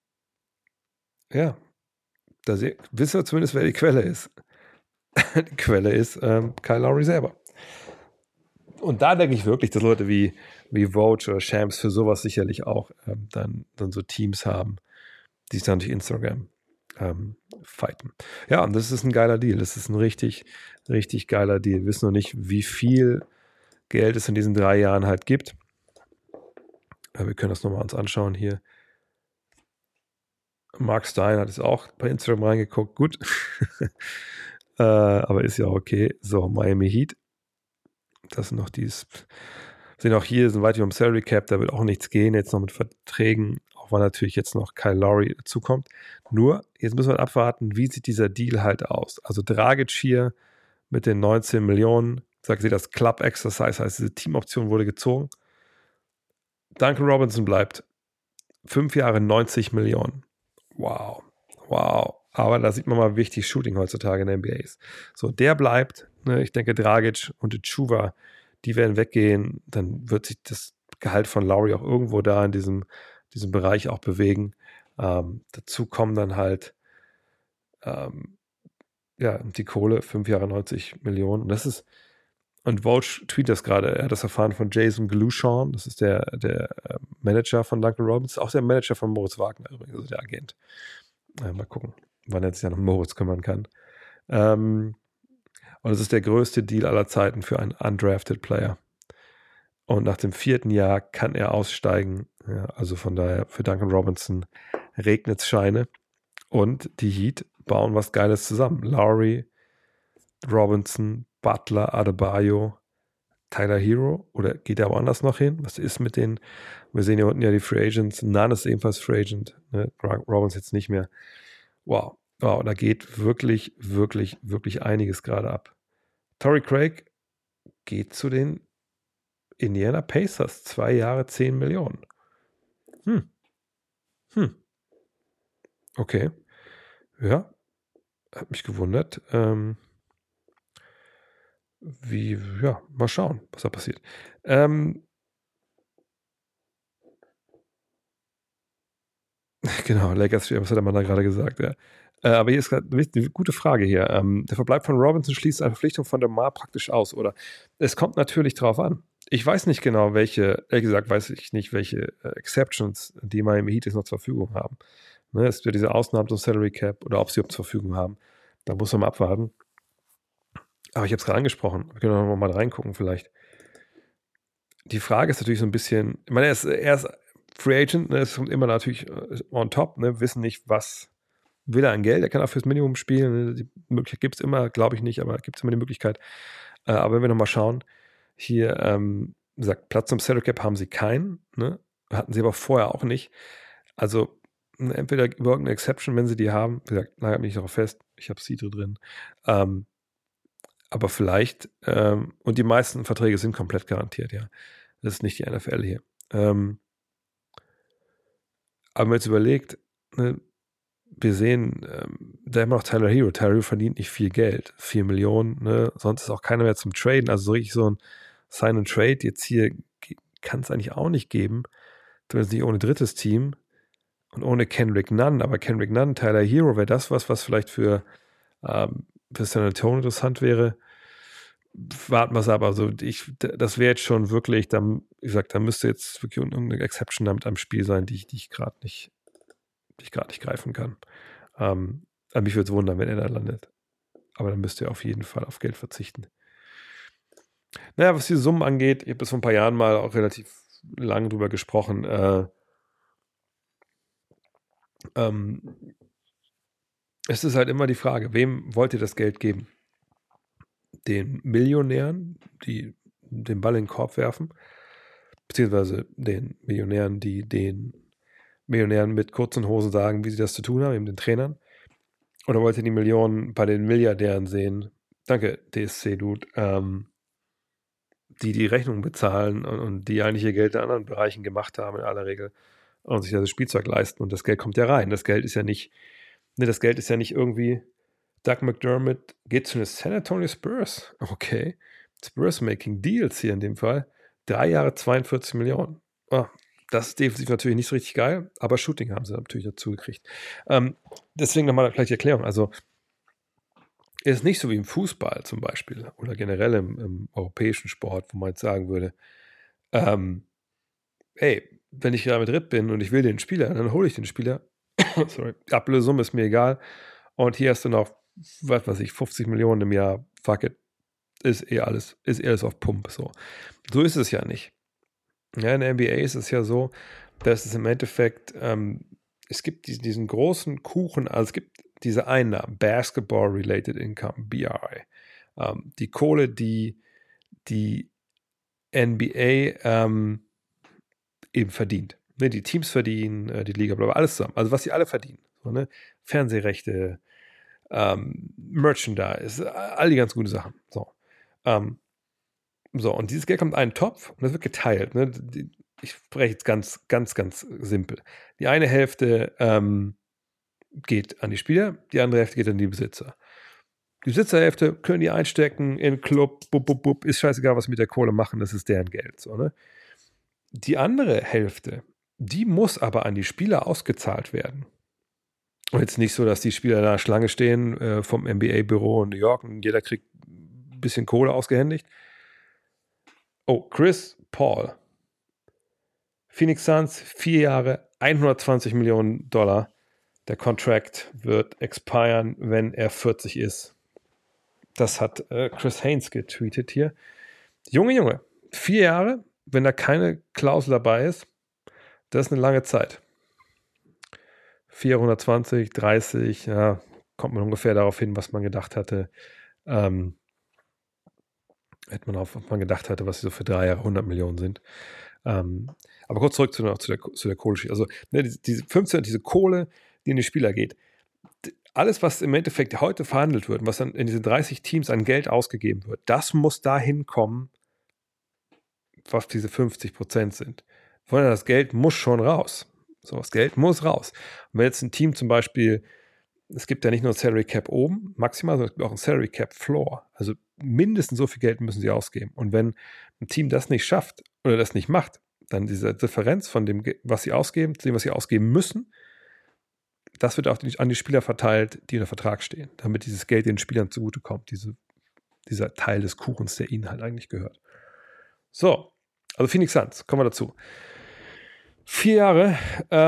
wissen wir zumindest, wer die Quelle ist. Die Quelle ist Kyle Lowry selber. Und da denke ich wirklich, dass Leute wie Woj oder Shams für sowas sicherlich auch dann so Teams haben, die sich dann durch Instagram fighten. Ja, und das ist ein geiler Deal. Das ist ein richtig, richtig geiler Deal. Wir wissen noch nicht, wie viel Geld es in diesen 3 Jahren halt gibt. Wir können das nochmal uns anschauen hier. Mark Stein hat es auch bei Instagram reingeguckt. Gut. Aber ist ja okay. So, Miami Heat. Das sind noch sind auch hier, sind weit über dem Salary Cap. Da wird auch nichts gehen. Jetzt noch mit Verträgen. Auch weil natürlich jetzt noch Kyle Lowry dazukommt. Nur, jetzt müssen wir abwarten, wie sieht dieser Deal halt aus. Also Dragic hier mit den 19 Millionen. Sagen Sie, das Club Exercise heißt, diese Teamoption wurde gezogen. Duncan Robinson bleibt 5 Jahre 90 Millionen. Wow. Aber da sieht man mal, wie wichtig Shooting heutzutage in der NBA ist. So, der bleibt. Ne? Ich denke, Dragic und Tsuva, die werden weggehen. Dann wird sich das Gehalt von Lowry auch irgendwo da in diesem Bereich auch bewegen. Dazu kommen dann halt die Kohle, 5 Jahre 90 Millionen. Und Woj tweetet das gerade, er hat das erfahren von Jason Glushon, das ist der Manager von Duncan Robinson, auch der Manager von Moritz Wagner übrigens, also der Agent. Mal gucken, wann er sich dann um Moritz kümmern kann. Und es ist der größte Deal aller Zeiten für einen undrafted Player. Und nach dem 4. Jahr kann er aussteigen. Ja, also von daher für Duncan Robinson regnet es Scheine. Und die Heat bauen was Geiles zusammen. Lowry, Robinson, Butler, Adebayo, Tyler Hero. Oder geht er woanders noch hin? Was ist mit denen? Wir sehen hier unten ja die Free Agents. Nunn ist ebenfalls Free Agent. Ne? Robinson jetzt nicht mehr. Wow, da geht wirklich, wirklich, wirklich einiges gerade ab. Torrey Craig geht zu den Indiana Pacers. 2 Jahre, 10 Millionen. Okay. Ja, hat mich gewundert. Mal schauen, was da passiert. Genau, Lakers, was hat der Mann da gerade gesagt, ja. Aber hier ist gerade eine gute Frage hier. Der Verbleib von Robinson schließt eine Verpflichtung von DeMar praktisch aus, oder? Es kommt natürlich drauf an. Ich weiß nicht genau, welche Exceptions die Miami Heat jetzt noch zur Verfügung haben. Ne, es wird diese Ausnahmen zum Salary Cap oder ob sie zur Verfügung haben. Da muss man mal abwarten. Aber ich habe es gerade angesprochen. Wir können noch mal reingucken vielleicht. Die Frage ist natürlich so ein bisschen, ich meine, er ist Free Agent, ne, es kommt immer natürlich on top, ne, wissen nicht, was will er an Geld, er kann auch fürs Minimum spielen, ne, die Möglichkeit gibt es immer, glaube ich nicht, aber gibt es immer die Möglichkeit. Aber wenn wir nochmal schauen, hier, sagt, Platz zum Salary Cap haben sie keinen, ne, hatten sie aber vorher auch nicht. Also entweder über irgendeine Exception, wenn sie die haben, wie gesagt, nagelt mich darauf fest, ich habe Cedro drin, aber vielleicht, und die meisten Verträge sind komplett garantiert, ja. Das ist nicht die NFL hier. Aber wenn man jetzt überlegt, ne, wir sehen, da immer noch Tyler Hero. Tyler Hero verdient nicht viel Geld. 4 Millionen, ne? Sonst ist auch keiner mehr zum Traden. Also so richtig so ein Sign and Trade jetzt hier kann es eigentlich auch nicht geben. Zumindest nicht ohne drittes Team und ohne Kendrick Nunn. Aber Kendrick Nunn, Tyler Hero, wäre das was vielleicht für San Antonio interessant wäre. Warten wir es ab. Also das wäre jetzt schon wirklich, da müsste jetzt wirklich irgendeine Exception damit am Spiel sein, die ich gerade nicht greifen kann. Mich würde es wundern, wenn er da landet. Aber dann müsst ihr auf jeden Fall auf Geld verzichten. Naja, was diese Summen angeht, ich habe das vor ein paar Jahren mal auch relativ lange drüber gesprochen. Es ist halt immer die Frage, wem wollt ihr das Geld geben? Den Millionären, die den Ball in den Korb werfen, beziehungsweise den Millionären, die den Millionären mit kurzen Hosen sagen, wie sie das zu tun haben, eben den Trainern? Oder wollt ihr die Millionen bei den Milliardären sehen? Danke, DSC-Dude. Die Rechnungen bezahlen und die eigentlich ihr Geld in anderen Bereichen gemacht haben in aller Regel und sich das Spielzeug leisten. Und das Geld kommt ja rein. Das Geld ist ja nicht irgendwie Doug McDermott geht zu den San Antonio Spurs. Okay. Spurs making deals hier in dem Fall. 3 Jahre 42 Millionen. Oh, das ist defensiv natürlich nicht so richtig geil, aber Shooting haben sie natürlich dazu gekriegt. Deswegen nochmal gleich die Erklärung. Also, es ist nicht so wie im Fußball zum Beispiel oder generell im europäischen Sport, wo man jetzt sagen würde, hey, wenn ich Real Madrid bin und ich will den Spieler, dann hole ich den Spieler. Sorry, die Ablösesumme ist mir egal. Und hier hast du noch, 50 Millionen im Jahr. Fuck it. Ist alles auf Pump. So ist es ja nicht. Ja, in der NBA ist es ja so, dass es im Endeffekt, es gibt diesen großen Kuchen, also es gibt diese Einnahmen, Basketball-Related Income, BRI. Die Kohle, die NBA eben verdient. Ne, die Teams verdienen, die Liga, bla, alles zusammen. Also was sie alle verdienen. So, ne? Fernsehrechte, Merchandise, all die ganz guten Sachen. So, und dieses Geld kommt in einen Topf und das wird geteilt. Ne? Ich spreche jetzt ganz, ganz, ganz simpel. Die eine Hälfte geht an die Spieler, die andere Hälfte geht an die Besitzer. Die Besitzerhälfte können die einstecken in den Club, ist scheißegal, was sie mit der Kohle machen, das ist deren Geld. So, ne? Die andere Hälfte, die muss aber an die Spieler ausgezahlt werden. Und jetzt nicht so, dass die Spieler da Schlange stehen vom NBA-Büro in New York und jeder kriegt ein bisschen Kohle ausgehändigt. Oh, Chris Paul. Phoenix Suns, 4 Jahre, $120 Millionen. Der Contract wird expiren, wenn er 40 ist. Das hat Chris Haynes getweetet hier. Junge, 4 Jahre, wenn da keine Klausel dabei ist, das ist eine lange Zeit. 420, 30, ja, kommt man ungefähr darauf hin, was man gedacht hatte. Hätte man auf, was man gedacht hatte, was so für 3 Jahre 100 Millionen sind. Aber kurz zurück zu der Kohle. Also diese 15, diese Kohle, die in die Spieler geht. Alles, was im Endeffekt heute verhandelt wird, was dann in diesen 30 Teams an Geld ausgegeben wird, das muss dahin kommen, was diese 50% sind. Das Geld muss schon raus. So, das Geld muss raus. Und wenn jetzt ein Team zum Beispiel, es gibt ja nicht nur ein Salary Cap oben, maximal, sondern es gibt auch ein Salary Cap Floor. Also mindestens so viel Geld müssen sie ausgeben. Und wenn ein Team das nicht schafft oder das nicht macht, dann diese Differenz von dem, was sie ausgeben, zu dem, was sie ausgeben müssen, das wird auch an die Spieler verteilt, die unter Vertrag stehen, damit dieses Geld den Spielern zugutekommt, dieser Teil des Kuchens, der ihnen halt eigentlich gehört. So, also Phoenix Suns, kommen wir dazu. 4 Jahre,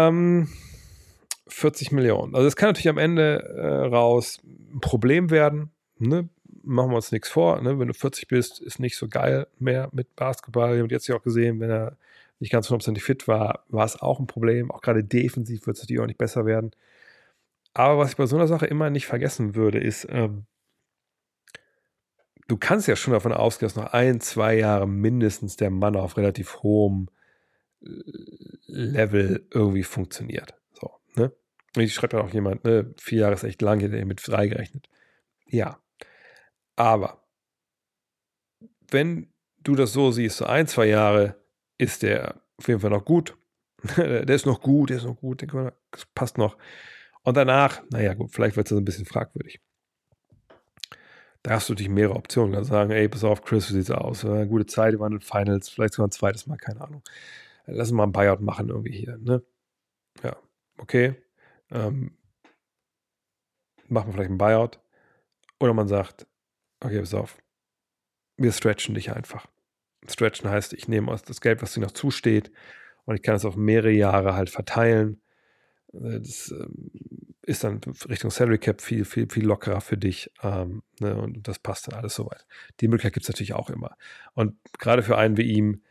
40 Millionen. Also das kann natürlich am Ende raus ein Problem werden. Ne? Machen wir uns nichts vor. Ne? Wenn du 40 bist, ist nicht so geil mehr mit Basketball. Wir haben jetzt ja auch gesehen, wenn er nicht ganz 100% fit war, war es auch ein Problem. Auch gerade defensiv wird es natürlich auch nicht besser werden. Aber was ich bei so einer Sache immer nicht vergessen würde, ist, du kannst ja schon davon ausgehen, dass noch 1-2 Jahre mindestens der Mann auf relativ hohem Level irgendwie funktioniert. So, ne? Und ich schreibe ja auch jemand, ne, 4 Jahre ist echt lang, hätte er mit 3 gerechnet. Ja. Aber wenn du das so siehst, so 1-2 Jahre ist der auf jeden Fall noch gut. Der ist noch gut, das passt noch. Und danach, naja gut, vielleicht wird es ein bisschen fragwürdig. Da hast du natürlich mehrere Optionen. Da sagen, ey, pass auf, Chris, wie sieht's aus? Gute Zeit, wir waren in den Finals, vielleicht sogar ein zweites Mal, keine Ahnung. Lass uns mal ein Buyout machen irgendwie hier, ne? Ja, okay. Machen wir vielleicht ein Buyout. Oder man sagt, okay, pass auf, wir stretchen dich einfach. Stretchen heißt, ich nehme das Geld, was dir noch zusteht, und ich kann es auf mehrere Jahre halt verteilen. Das ist dann Richtung Salary Cap viel, viel, viel lockerer für dich. Ne? Und das passt dann alles soweit. Die Möglichkeit gibt es natürlich auch immer. Und gerade für einen wie ihm,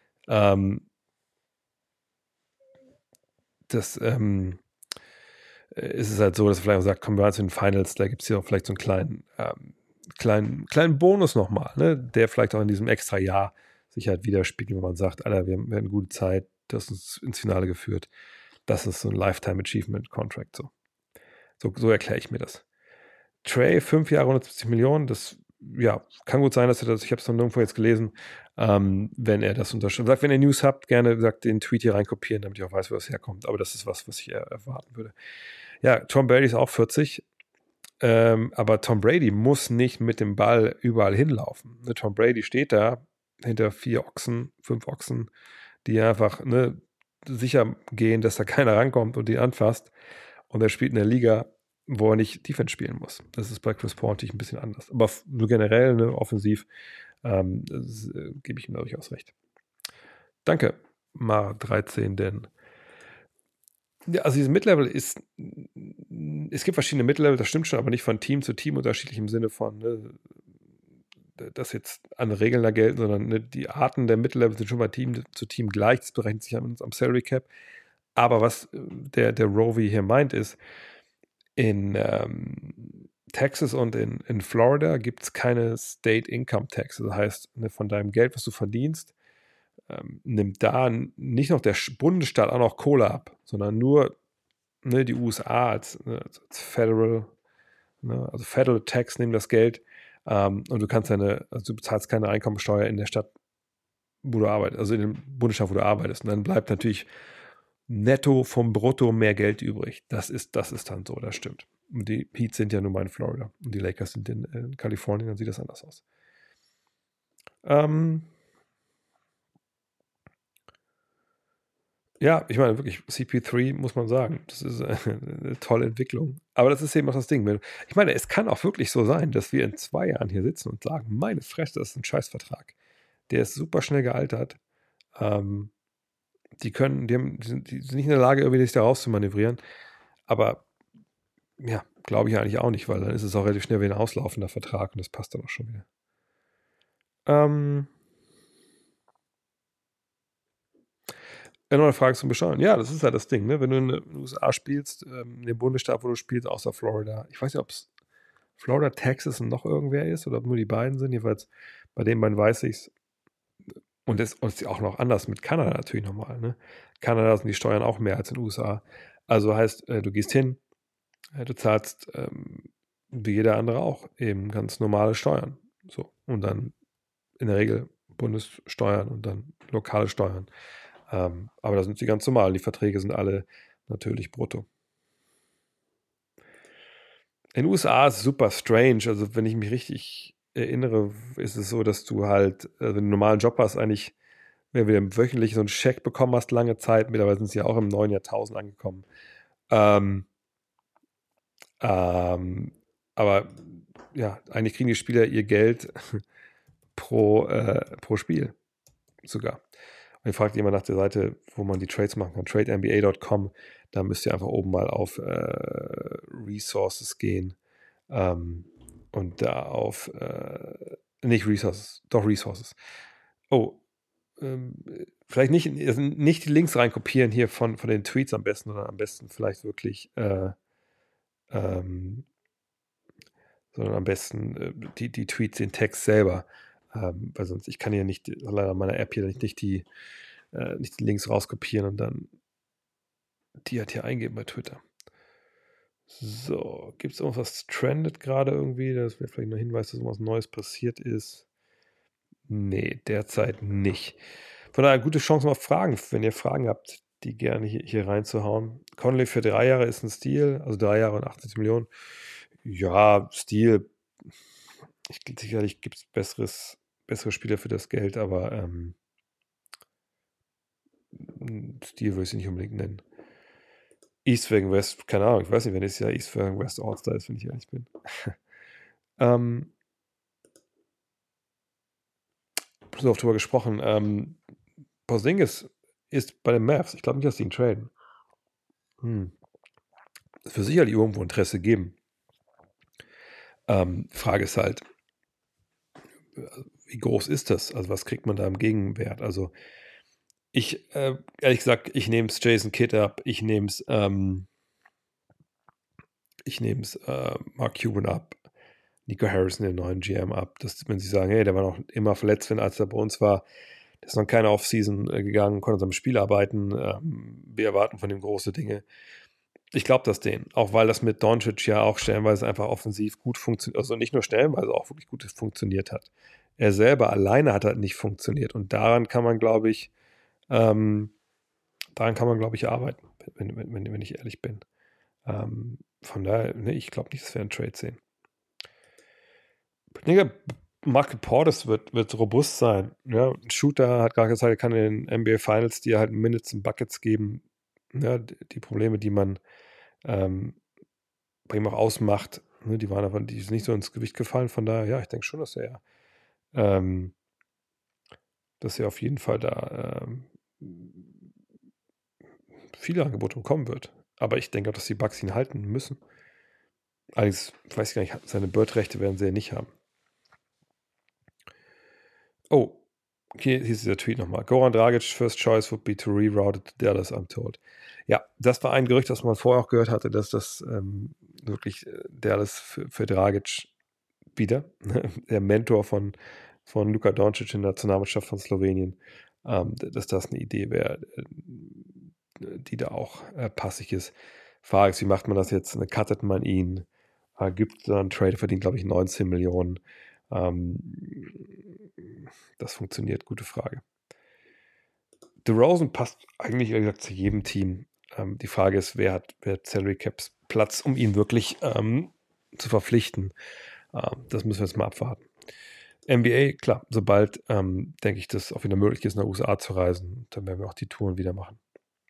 ist es halt so, dass er vielleicht auch sagt, komm, wir waren zu den Finals, da gibt es hier auch vielleicht so einen kleinen Bonus nochmal, ne? Der vielleicht auch in diesem extra Jahr sich halt widerspiegelt, wenn man sagt, Alter, wir hatten eine gute Zeit, das ist uns ins Finale geführt. Das ist so ein Lifetime Achievement Contract. So erkläre ich mir das. Trey, 5 Jahre, 170 Millionen, das ja, kann gut sein, dass er das, ich habe es noch nirgendwo jetzt gelesen, wenn er das unterschreibt. Sagt, wenn ihr News habt, gerne sagt, den Tweet hier reinkopieren, damit ich auch weiß, wo das herkommt. Aber das ist was ich erwarten würde. Ja, Tom Brady ist auch 40. Aber Tom Brady muss nicht mit dem Ball überall hinlaufen. Ne, Tom Brady steht da hinter 5 Ochsen, die einfach sicher gehen, dass da keiner rankommt und die anfasst. Und er spielt in der Liga, wo er nicht Defense spielen muss. Das ist bei Chris Paul natürlich ein bisschen anders. Aber nur generell, offensiv, gebe ich ihm durchaus recht. Danke, Mar 13, denn ja, also dieses Mid-Level es gibt verschiedene Mid-Level, das stimmt schon, aber nicht von Team zu Team unterschiedlich im Sinne von, dass jetzt andere Regeln da gelten, sondern die Arten der Mid-Level sind schon bei Team zu Team gleich, das berechnet sich am Salary Cap. Aber was der Rovi hier meint ist, in Texas und in Florida gibt es keine State Income Tax. Das heißt, von deinem Geld, was du verdienst, nimmt da nicht noch der Bundesstaat auch noch Kohle ab, sondern nur die USA als Federal, also Federal Tax nehmen das Geld und du bezahlst keine Einkommensteuer in der Stadt, wo du arbeitest, also in dem Bundesstaat, wo du arbeitest. Und dann bleibt natürlich netto vom Brutto mehr Geld übrig. Das ist dann so, das stimmt. Und die Heat sind ja nun mal in Florida und die Lakers sind in Kalifornien, dann sieht das anders aus. Ja, ich meine wirklich, CP3 muss man sagen, das ist eine tolle Entwicklung. Aber das ist eben auch das Ding. Ich meine, es kann auch wirklich so sein, dass wir in 2 Jahren hier sitzen und sagen, meine Fresse, das ist ein Scheißvertrag. Der ist super schnell gealtert. Die sind nicht in der Lage, irgendwie sich da rauszumanövrieren. Aber ja, glaube ich eigentlich auch nicht, weil dann ist es auch relativ schnell wieder ein auslaufender Vertrag und das passt dann auch schon wieder. Noch eine Frage zum Beschauen. Ja, das ist halt das Ding, ne? Wenn du in den USA spielst, in dem Bundesstaat, wo du spielst, außer Florida. Ich weiß nicht, ob es Florida, Texas und noch irgendwer ist oder ob nur die beiden sind. Jedenfalls bei den beiden weiß ich es. Und es ist auch noch anders mit Kanada natürlich nochmal. Ne? Kanada sind die Steuern auch mehr als in den USA. Also heißt, du gehst hin, du zahlst wie jeder andere auch eben ganz normale Steuern. So. Und dann in der Regel Bundessteuern und dann lokale Steuern. Aber das sind die ganz normalen. Die Verträge sind alle natürlich brutto. In den USA ist es super strange. Also, wenn ich mich richtig erinnere, ist es so, dass du halt, wenn du einen normalen Job hast, eigentlich, wenn du wöchentlich so einen Scheck bekommen hast, lange Zeit, mittlerweile sind sie ja auch im neuen Jahrtausend angekommen. Aber ja, eigentlich kriegen die Spieler ihr Geld pro Spiel sogar. Und ihr fragt jemand nach der Seite, wo man die Trades machen kann, trademba.com, da müsst ihr einfach oben mal auf Resources gehen und da auf nicht Resources, doch Resources. Oh, vielleicht nicht die Links reinkopieren hier von den Tweets am besten, sondern am besten vielleicht wirklich sondern am besten die Tweets, den Text selber. Weil sonst, ich kann hier nicht, leider meiner App hier nicht die Links rauskopieren und dann die halt hier eingeben bei Twitter. So, gibt es irgendwas trendet gerade irgendwie? Das wäre vielleicht ein Hinweis, dass irgendwas Neues passiert ist. Nee, derzeit nicht. Von daher, gute Chance mal auf Fragen, wenn ihr Fragen habt, die gerne hier reinzuhauen. Conley für 3 Jahre ist ein Stil, also 3 Jahre und 80 Millionen. Ja, Stil. Sicherlich gibt es bessere Spieler für das Geld, aber Stil würde ich sie nicht unbedingt nennen. East wegen West, keine Ahnung, ich weiß nicht, wenn es ja East wegen West All-Star ist, wenn ich ehrlich bin. So oft drüber gesprochen. Porzingis ist bei den Mavs. Ich glaube nicht, dass die ihn traden. Es wird sicherlich irgendwo Interesse geben. Frage ist halt, wie groß ist das? Also was kriegt man da im Gegenwert? Also ich, ehrlich gesagt, ich nehme es Jason Kidd ab, ich nehme es Mark Cuban ab, Nico Harrison, den neuen GM, ab. Wenn sie sagen, hey, der war noch immer verletzt, als er bei uns war, der ist noch keine Offseason gegangen, konnte an seinem Spiel arbeiten, wir erwarten von ihm große Dinge. Ich glaube das denen, auch weil das mit Doncic ja auch stellenweise einfach offensiv gut funktioniert, also nicht nur stellenweise, auch wirklich gut funktioniert hat. Er selber alleine hat halt nicht funktioniert und daran kann man, glaube ich, arbeiten, wenn ich ehrlich bin. Von daher, ne, ich glaube nicht, dass wir einen Trade sehen. Ich denke, Markel Portis wird robust sein. Ja, ein Shooter hat gerade gesagt, er kann in den NBA Finals dir halt Minutes und Buckets geben. Ja, die Probleme, die man bei ihm auch ausmacht, ne, die sind nicht so ins Gewicht gefallen. Von daher, ja, ich denke schon, dass er auf jeden Fall da viele Angebote bekommen wird. Aber ich denke auch, dass die Bucks ihn halten müssen. Allerdings, ich weiß gar nicht, seine Bird-Rechte werden sie ja nicht haben. Oh, hier ist dieser Tweet nochmal. Goran Dragic, first choice would be to reroute to Dallas, I'm told. Ja, das war ein Gerücht, das man vorher auch gehört hatte, dass das wirklich Dallas für Dragic wieder, der Mentor von Luka Doncic in der Nationalmannschaft von Slowenien, dass das eine Idee wäre, die da auch passig ist. Frage ist, wie macht man das jetzt? Cuttet man ihn? Gibt es da einen Trade, verdient, glaube ich, 19 Millionen. Das funktioniert, gute Frage. DeRozan passt eigentlich, wie gesagt, zu jedem Team. Die Frage ist, wer hat Salary Caps Platz, um ihn wirklich zu verpflichten. Das müssen wir jetzt mal abwarten. NBA, klar, sobald, denke ich, das auch wieder möglich ist, nach USA zu reisen, dann werden wir auch die Touren wieder machen.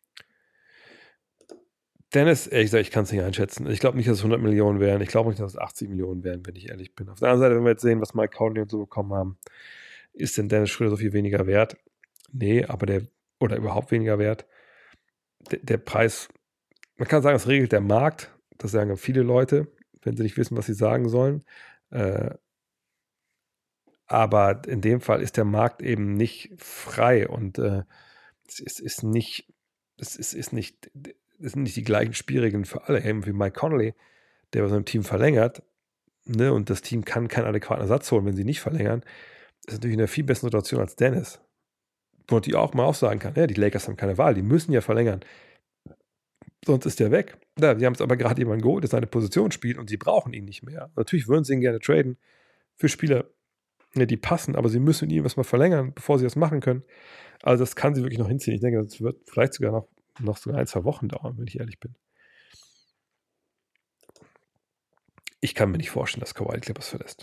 Dennis, ehrlich gesagt, ich kann es nicht einschätzen. Ich glaube nicht, dass es 100 Millionen wären. Ich glaube nicht, dass es 80 Millionen wären, wenn ich ehrlich bin. Auf der anderen Seite, wenn wir jetzt sehen, was Mike Conley und so bekommen haben, ist denn Dennis Schröder so viel weniger wert? Nee, aber oder überhaupt weniger wert. Der Preis, man kann sagen, das regelt der Markt. Das sagen viele Leute, wenn sie nicht wissen, was sie sagen sollen. Aber in dem Fall ist der Markt eben nicht frei und es ist nicht die gleichen Spielregeln für alle. Eben wie Mike Conley, der bei seinem Team verlängert, ne, und das Team kann keinen adäquaten Ersatz holen, wenn sie nicht verlängern, ist natürlich in einer viel besseren Situation als Dennis. Wo die auch mal sagen kann, ja, die Lakers haben keine Wahl, die müssen ja verlängern. Sonst ist der weg. Ja, die haben es aber gerade jemanden geholt, der seine Position spielt und sie brauchen ihn nicht mehr. Natürlich würden sie ihn gerne traden für Spieler, die passen, aber sie müssen ihn was mal verlängern, bevor sie das machen können. Also das kann sie wirklich noch hinziehen. Ich denke, das wird vielleicht sogar noch sogar 1-2 Wochen dauern, wenn ich ehrlich bin. Ich kann mir nicht vorstellen, dass Kawhi die Clippers verlässt.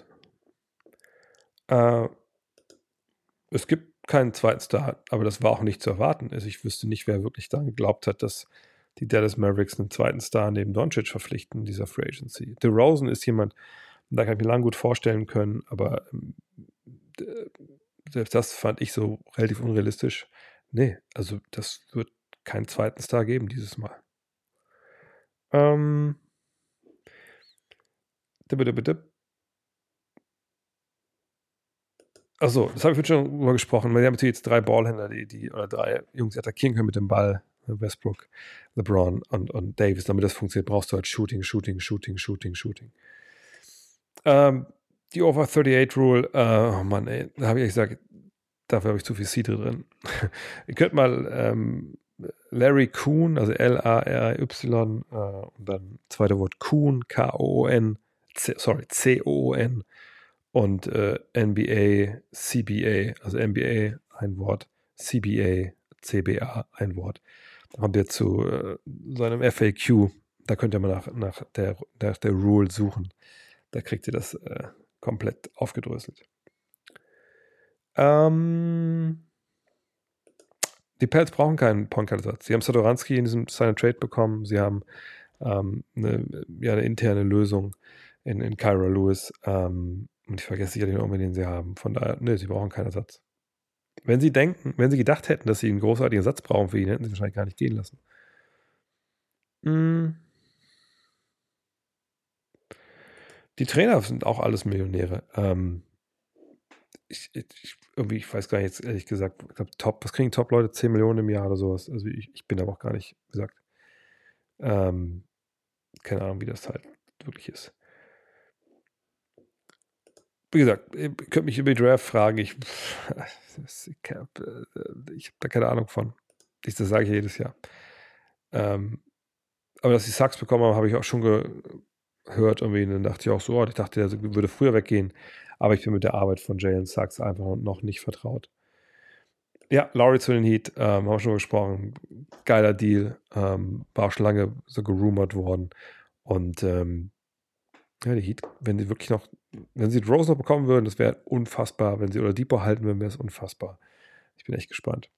Es gibt keinen zweiten Star, aber das war auch nicht zu erwarten. Also ich wüsste nicht, wer wirklich daran geglaubt hat, dass die Dallas Mavericks einen zweiten Star neben Doncic verpflichten in dieser Free Agency. DeRozan ist jemand, da kann ich mir lange gut vorstellen können, aber selbst das fand ich so relativ unrealistisch. Nee, also das wird keinen zweiten Star geben dieses Mal. Achso, das habe ich schon drüber gesprochen. Wir haben natürlich jetzt 3 Ballhändler, oder 3 Jungs, die attackieren können mit dem Ball. Westbrook, LeBron und Davis. Damit das funktioniert, brauchst du halt Shooting. Die Over 38 Rule, oh Mann, ey, da habe ich gesagt, dafür habe ich zu viel Cidre drin. Ihr könnt mal Larry Kuhn, also L-A-R-Y, und dann zweite Wort Kuhn, K-O-O-N, C-O-O-N, und NBA, CBA, also NBA ein Wort, CBA, CBA ein Wort. Da kommt ihr zu seinem FAQ, da könnt ihr mal nach der Rule suchen. Da kriegt ihr das komplett aufgedröselt. Die Pelts brauchen keinen Point-Guard-Ersatz. Sie haben Satoransky in diesem Sign Trade bekommen. Sie haben eine interne Lösung in Kyra Lewis. Und ich vergesse sicherlich noch, den sie haben. Von daher, sie brauchen keinen Ersatz. Wenn sie gedacht hätten, dass sie einen großartigen Ersatz brauchen für ihn, hätten sie wahrscheinlich gar nicht gehen lassen. Die Trainer sind auch alles Millionäre. Ich weiß gar nicht, jetzt ehrlich gesagt, ich glaube, was kriegen Top-Leute? 10 Millionen im Jahr oder sowas. Also ich bin aber auch gar nicht, wie gesagt, keine Ahnung, wie das halt wirklich ist. Wie gesagt, ihr könnt mich über die Draft fragen. Ich habe da keine Ahnung von. Das sage ich jedes Jahr. Aber dass die Sucks bekommen haben, habe ich auch schon gehört. Irgendwie. Und dann dachte ich auch so, ich dachte, er würde früher weggehen. Aber ich bin mit der Arbeit von Jalen Suggs einfach noch nicht vertraut. Ja, Lowry zu den Heat, haben wir schon gesprochen. Geiler Deal. War auch schon lange so gerumort worden. Und die Heat, wenn sie Rose noch bekommen würden, das wäre unfassbar. Wenn sie Oladipo halten würden, wäre es unfassbar. Ich bin echt gespannt.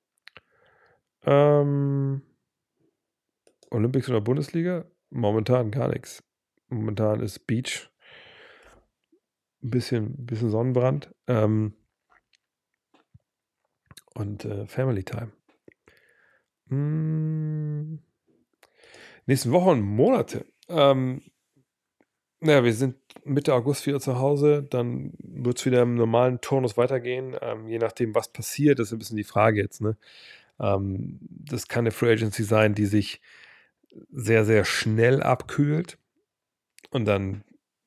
Olympics oder Bundesliga? Momentan gar nichts. Momentan ist Beach. Ein bisschen Sonnenbrand. Und Family Time. Nächste Woche und Monate. Wir sind Mitte August wieder zu Hause. Dann wird es wieder im normalen Turnus weitergehen. Je nachdem, was passiert, ist ein bisschen die Frage jetzt. Ne? Das kann eine Free Agency sein, die sich sehr, sehr schnell abkühlt. Und dann,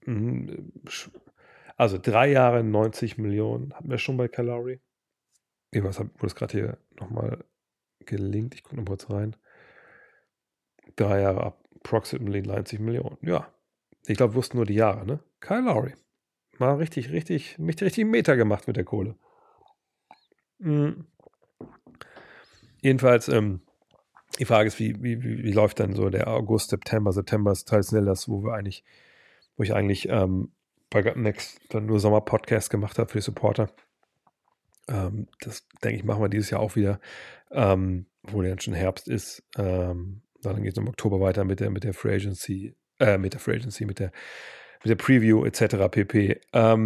also 3 Jahre, 90 Millionen. Hatten wir schon bei Kyle Lowry. Irgendwas wurde es gerade hier nochmal gelinkt. Ich gucke noch kurz rein. 3 Jahre approximately 90 Millionen. Ja. Ich glaube, wussten nur die Jahre, ne? Kyle Lowry. Mal richtig Meter gemacht mit der Kohle. Jedenfalls, die Frage ist, wie läuft dann so der August, September? September ist traditionell das, wo ich eigentlich bei Gut Next dann nur Sommer-Podcast gemacht habe für die Supporter. Das, denke ich, machen wir dieses Jahr auch wieder, wo dann schon Herbst ist. Dann geht es im Oktober weiter mit der Free Agency, mit der Preview etc. pp.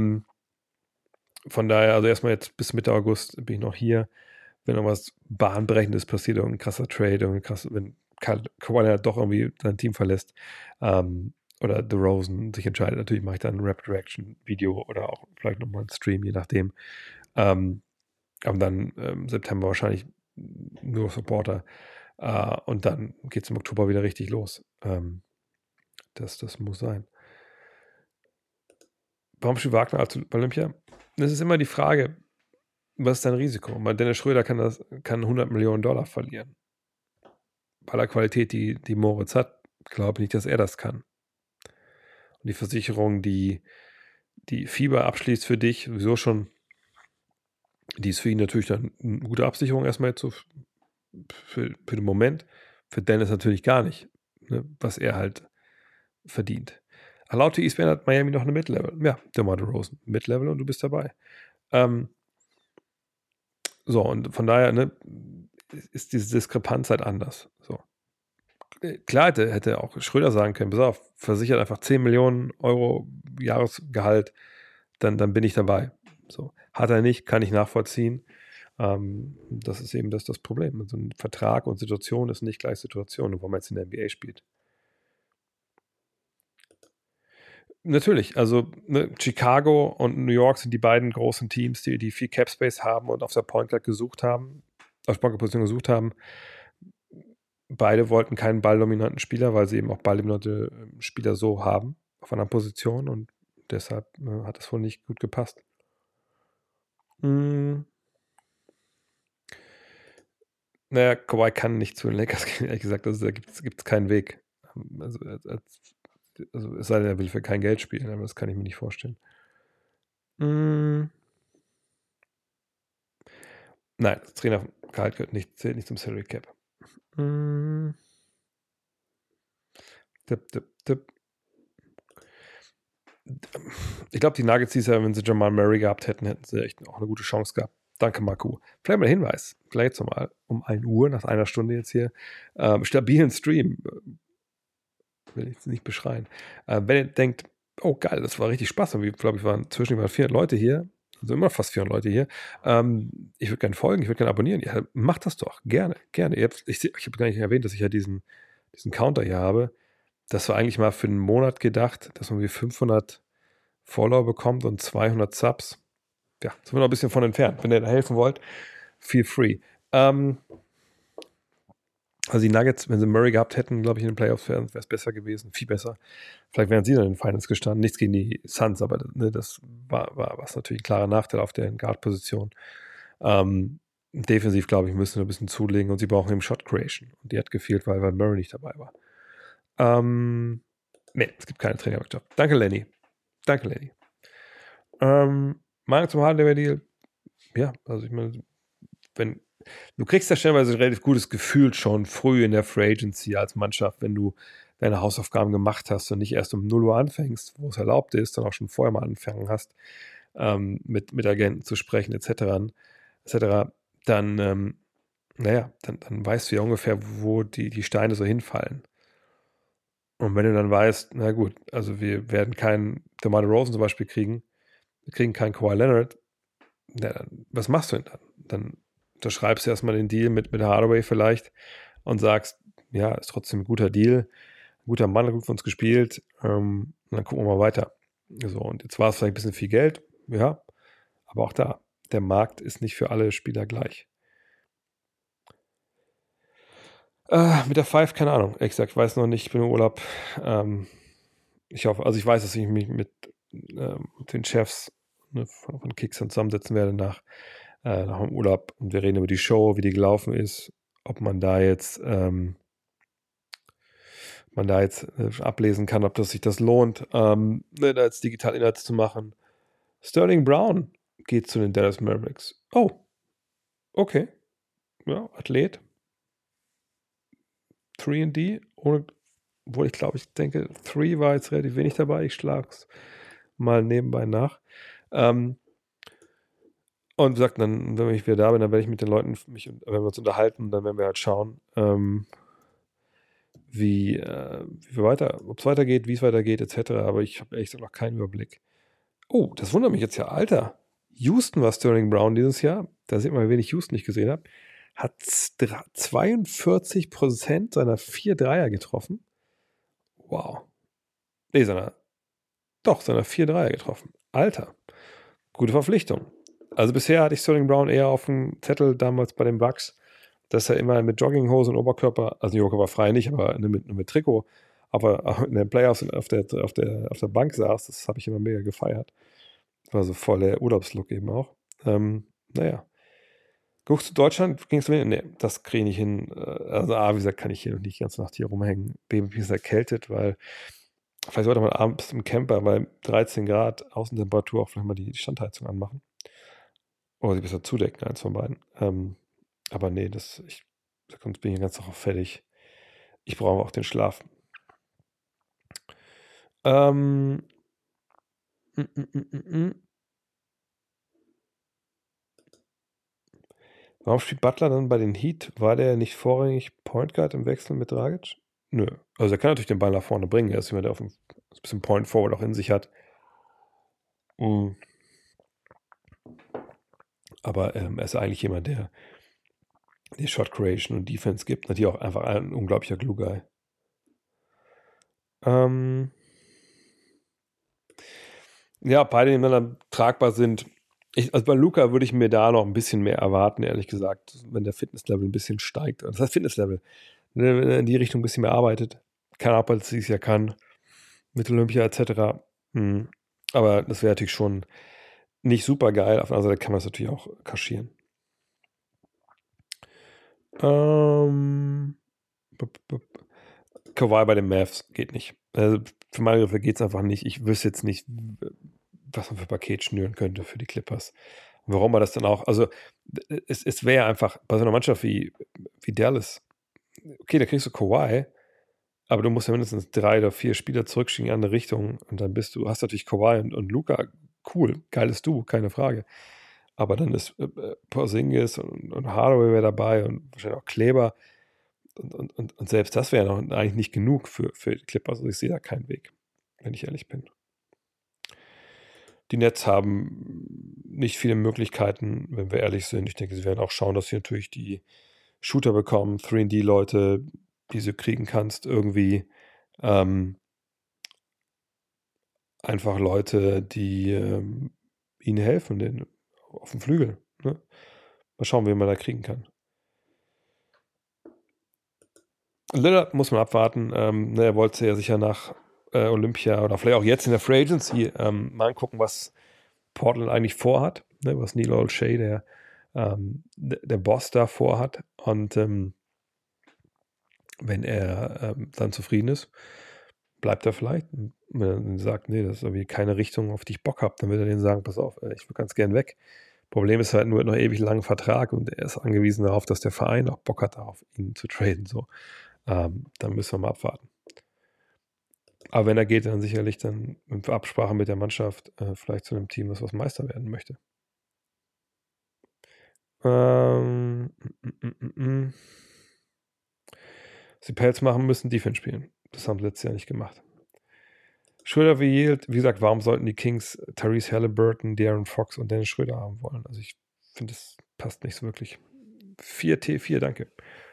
Von daher, also erstmal jetzt bis Mitte August bin ich noch hier. Wenn noch was Bahnbrechendes passiert, irgendein krasser Trade, wenn Kawhi doch irgendwie sein Team verlässt, oder DeRozan sich entscheidet, natürlich mache ich dann ein Rapid Reaction Video oder auch vielleicht nochmal einen Stream, je nachdem. Aber dann September wahrscheinlich nur Supporter. Und dann geht es im Oktober wieder richtig los. Das muss sein. Warum spielt Wagner als Olympia? Das ist immer die Frage, was ist dein Risiko? Weil Dennis Schröder kann $100 Millionen verlieren. Bei der Qualität, die Moritz hat, glaube ich nicht, dass er das kann. Und die Versicherung, die Fieber abschließt für dich, sowieso schon, die ist für ihn natürlich dann eine gute Absicherung erstmal jetzt so für den Moment. Für Dennis natürlich gar nicht, ne, was er halt verdient. Laut ESPN hat Miami noch eine Mid-Level. Ja, DeMar DeRozan, Mid-Level und du bist dabei. So, und von daher, ne, ist diese Diskrepanz halt anders. So. Klar hätte auch Schröder sagen können, pass auf, versichert einfach 10 Millionen Euro Jahresgehalt, dann bin ich dabei. So. Hat er nicht, kann ich nachvollziehen. Das ist eben das Problem. So ein Vertrag und Situation ist nicht gleich Situation, wo man jetzt in der NBA spielt. Natürlich, also ne, Chicago und New York sind die beiden großen Teams, die viel Cap Space haben und auf der Point Guard auf Point-Guard-Position gesucht haben. Beide wollten keinen balldominanten Spieler, weil sie eben auch balldominante Spieler so haben auf einer Position und deshalb hat das wohl nicht gut gepasst. Naja, Kawhi kann nicht zu den Lakers gehen, ehrlich gesagt. Also da gibt es keinen Weg. Also es sei denn, er will für kein Geld spielen, aber das kann ich mir nicht vorstellen. Nein, das Trainergehalt zählt nicht zum Salary Cap. Ich glaube, die Nuggets dieses Jahr, wenn sie Jamal Murray gehabt hätten sie echt auch eine gute Chance gehabt. Danke, Marco. Vielleicht mal ein Hinweis. Vielleicht jetzt nochmal um 1 Uhr, nach einer Stunde jetzt hier. Stabilen Stream. Will ich nicht beschreien. Wenn ihr denkt, oh geil, das war richtig Spaß. Ich glaube, waren 400 Leute hier. Also immer fast 400 Leute hier. Ich würde gerne folgen, ich würde gerne abonnieren. Ja, macht das doch. Gerne. Ich habe gar nicht erwähnt, dass ich ja diesen Counter hier habe. Das war eigentlich mal für einen Monat gedacht, dass man wie 500 Follower bekommt und 200 Subs. Ja, sind wir noch ein bisschen von entfernt. Wenn ihr da helfen wollt, feel free. Also die Nuggets, wenn sie Murray gehabt hätten, glaube ich, in den Playoffs wäre es besser gewesen, viel besser. Vielleicht wären sie dann in den Finals gestanden. Nichts gegen die Suns, aber ne, das war was natürlich ein klarer Nachteil auf der Guard-Position. Defensiv, glaube ich, müssen wir ein bisschen zulegen und sie brauchen eben Shot Creation. Und die hat gefehlt, weil Murray nicht dabei war. Ne, es gibt keine Trainerwirtschaft. Danke, Lenny. Meinung zum Hardware-Deal? Ja, also ich meine, du kriegst ja stellenweise ein relativ gutes Gefühl schon früh in der Free Agency als Mannschaft, wenn du deine Hausaufgaben gemacht hast und nicht erst um 0 Uhr anfängst, wo es erlaubt ist, sondern auch schon vorher mal angefangen hast, mit Agenten zu sprechen, etc., dann weißt du ja ungefähr, wo die Steine so hinfallen. Und wenn du dann weißt, na gut, also wir werden keinen DeMar DeRozan zum Beispiel kriegen, wir kriegen keinen Kawhi Leonard, na, dann, was machst du denn dann? Dann unterschreibst du erstmal den Deal mit Hardaway vielleicht und sagst, ja, ist trotzdem ein guter Deal, ein guter Mann, hat gut für uns gespielt, und dann gucken wir mal weiter. So, und jetzt war es vielleicht ein bisschen viel Geld, ja, aber auch da, der Markt ist nicht für alle Spieler gleich. Mit der Five, keine Ahnung. Ehrlich gesagt, ich weiß noch nicht, ich bin im Urlaub. Ich hoffe, also ich weiß, dass ich mich mit den Chefs von Kicks zusammensetzen werde nach dem Urlaub und wir reden über die Show, wie die gelaufen ist, ob man da jetzt ablesen kann, ob sich das lohnt, da jetzt digital Inhalte zu machen. Sterling Brown geht zu den Dallas Mavericks. Oh, okay. Ja, Athlet. 3&D, obwohl ich denke, 3 war jetzt relativ wenig dabei. Ich schlage es mal nebenbei nach. Und wie gesagt, dann, wenn ich wieder da bin, dann werde ich mit den Leuten wenn wir uns unterhalten, dann werden wir halt schauen, wie wir ob es weitergeht, wie es weitergeht, etc. Aber ich habe ehrlich gesagt noch keinen Überblick. Oh, das wundert mich jetzt ja, Alter. Houston war Sterling Brown dieses Jahr. Da sieht man, wie wenig Houston ich gesehen habe. Hat 42% seiner 4 Dreier getroffen. Wow. Nee, seiner 4 Dreier getroffen. Alter. Gute Verpflichtung. Also bisher hatte ich Sterling Brown eher auf dem Zettel damals bei den Bucks, dass er immer mit Jogginghose und Oberkörper, also nicht oberkörperfrei nicht, aber mit Trikot, aber in den Playoffs auf der Bank saß. Das habe ich immer mega gefeiert. War so voll der Urlaubslook eben auch. Naja. Guckst du Deutschland? Ging's mir? Nee, das kriege ich nicht hin. Also wie gesagt, kann ich hier noch nicht die ganze Nacht hier rumhängen. B ist erkältet, weil vielleicht sollte man abends im Camper bei 13 Grad Außentemperatur auch vielleicht mal die Standheizung anmachen. Oder sie besser zudecken, eins von beiden. Aber nee, sonst bin ich den ganzen Tag auch fertig. Ich brauche auch den Schlaf. Warum spielt Butler dann bei den Heat? War der nicht vorrangig Point Guard im Wechsel mit Dragic? Nö. Also er kann natürlich den Ball nach vorne bringen. Er ist jemand, der ein bisschen Point Forward auch in sich hat. Aber er ist eigentlich jemand, der die Shot Creation und Defense gibt. Natürlich auch einfach ein unglaublicher Glue Guy. Ja, beide nebeneinander tragbar sind. Also bei Luka würde ich mir da noch ein bisschen mehr erwarten, ehrlich gesagt, wenn der Fitnesslevel ein bisschen steigt. Das heißt Fitnesslevel, wenn er in die Richtung ein bisschen mehr arbeitet. Keine Ahnung, ob er es ja kann, mit Olympia etc. Aber das wäre natürlich schon nicht super geil. Auf der anderen Seite kann man es natürlich auch kaschieren. Kawhi bei den Mavs geht nicht. Also für meine Begriffe geht es einfach nicht. Ich wüsste jetzt nicht, was man für Paket schnüren könnte für die Clippers. Und warum man das dann auch, also es wäre einfach bei so einer Mannschaft wie Dallas, okay, da kriegst du Kawhi, aber du musst ja mindestens 3 oder 4 Spieler zurückschicken in eine andere Richtung und dann hast natürlich Kawhi und Luka, cool, geiles Du, keine Frage. Aber dann ist Porzingis und Hardaway wäre dabei und wahrscheinlich auch Kleber und selbst das wäre noch eigentlich nicht genug für die Clippers. Also ich sehe da keinen Weg, wenn ich ehrlich bin. Die Nets haben nicht viele Möglichkeiten, wenn wir ehrlich sind. Ich denke, sie werden auch schauen, dass sie natürlich die Shooter bekommen, 3&D-Leute, die du kriegen kannst, irgendwie einfach Leute, die ihnen helfen, auf dem Flügel. Ne? Mal schauen, wen man da kriegen kann. Lillard muss man abwarten. Er wollte ja sicher nach Olympia oder vielleicht auch jetzt in der Free Agency mal angucken, was Portland eigentlich vorhat, ne? Was Neil Olshey, der Boss, da vorhat. Und wenn er dann zufrieden ist, bleibt er vielleicht. Und wenn er sagt, nee, das ist irgendwie keine Richtung, auf die ich Bock habe, dann wird er denen sagen, pass auf, ich will ganz gern weg. Problem ist halt nur noch ewig langen Vertrag und er ist angewiesen darauf, dass der Verein auch Bock hat, darauf ihn zu traden. So. Dann müssen wir mal abwarten. Aber wenn er geht, dann sicherlich dann in Absprache mit der Mannschaft vielleicht zu einem Team, was Meister werden möchte. Was die Pelz machen müssen, Defense spielen. Das haben sie letztes Jahr nicht gemacht. Schröder wie gesagt, warum sollten die Kings Tyrese Halliburton, De'Aaron Fox und Dennis Schröder haben wollen? Also ich finde, das passt nicht so wirklich. 4T4, danke.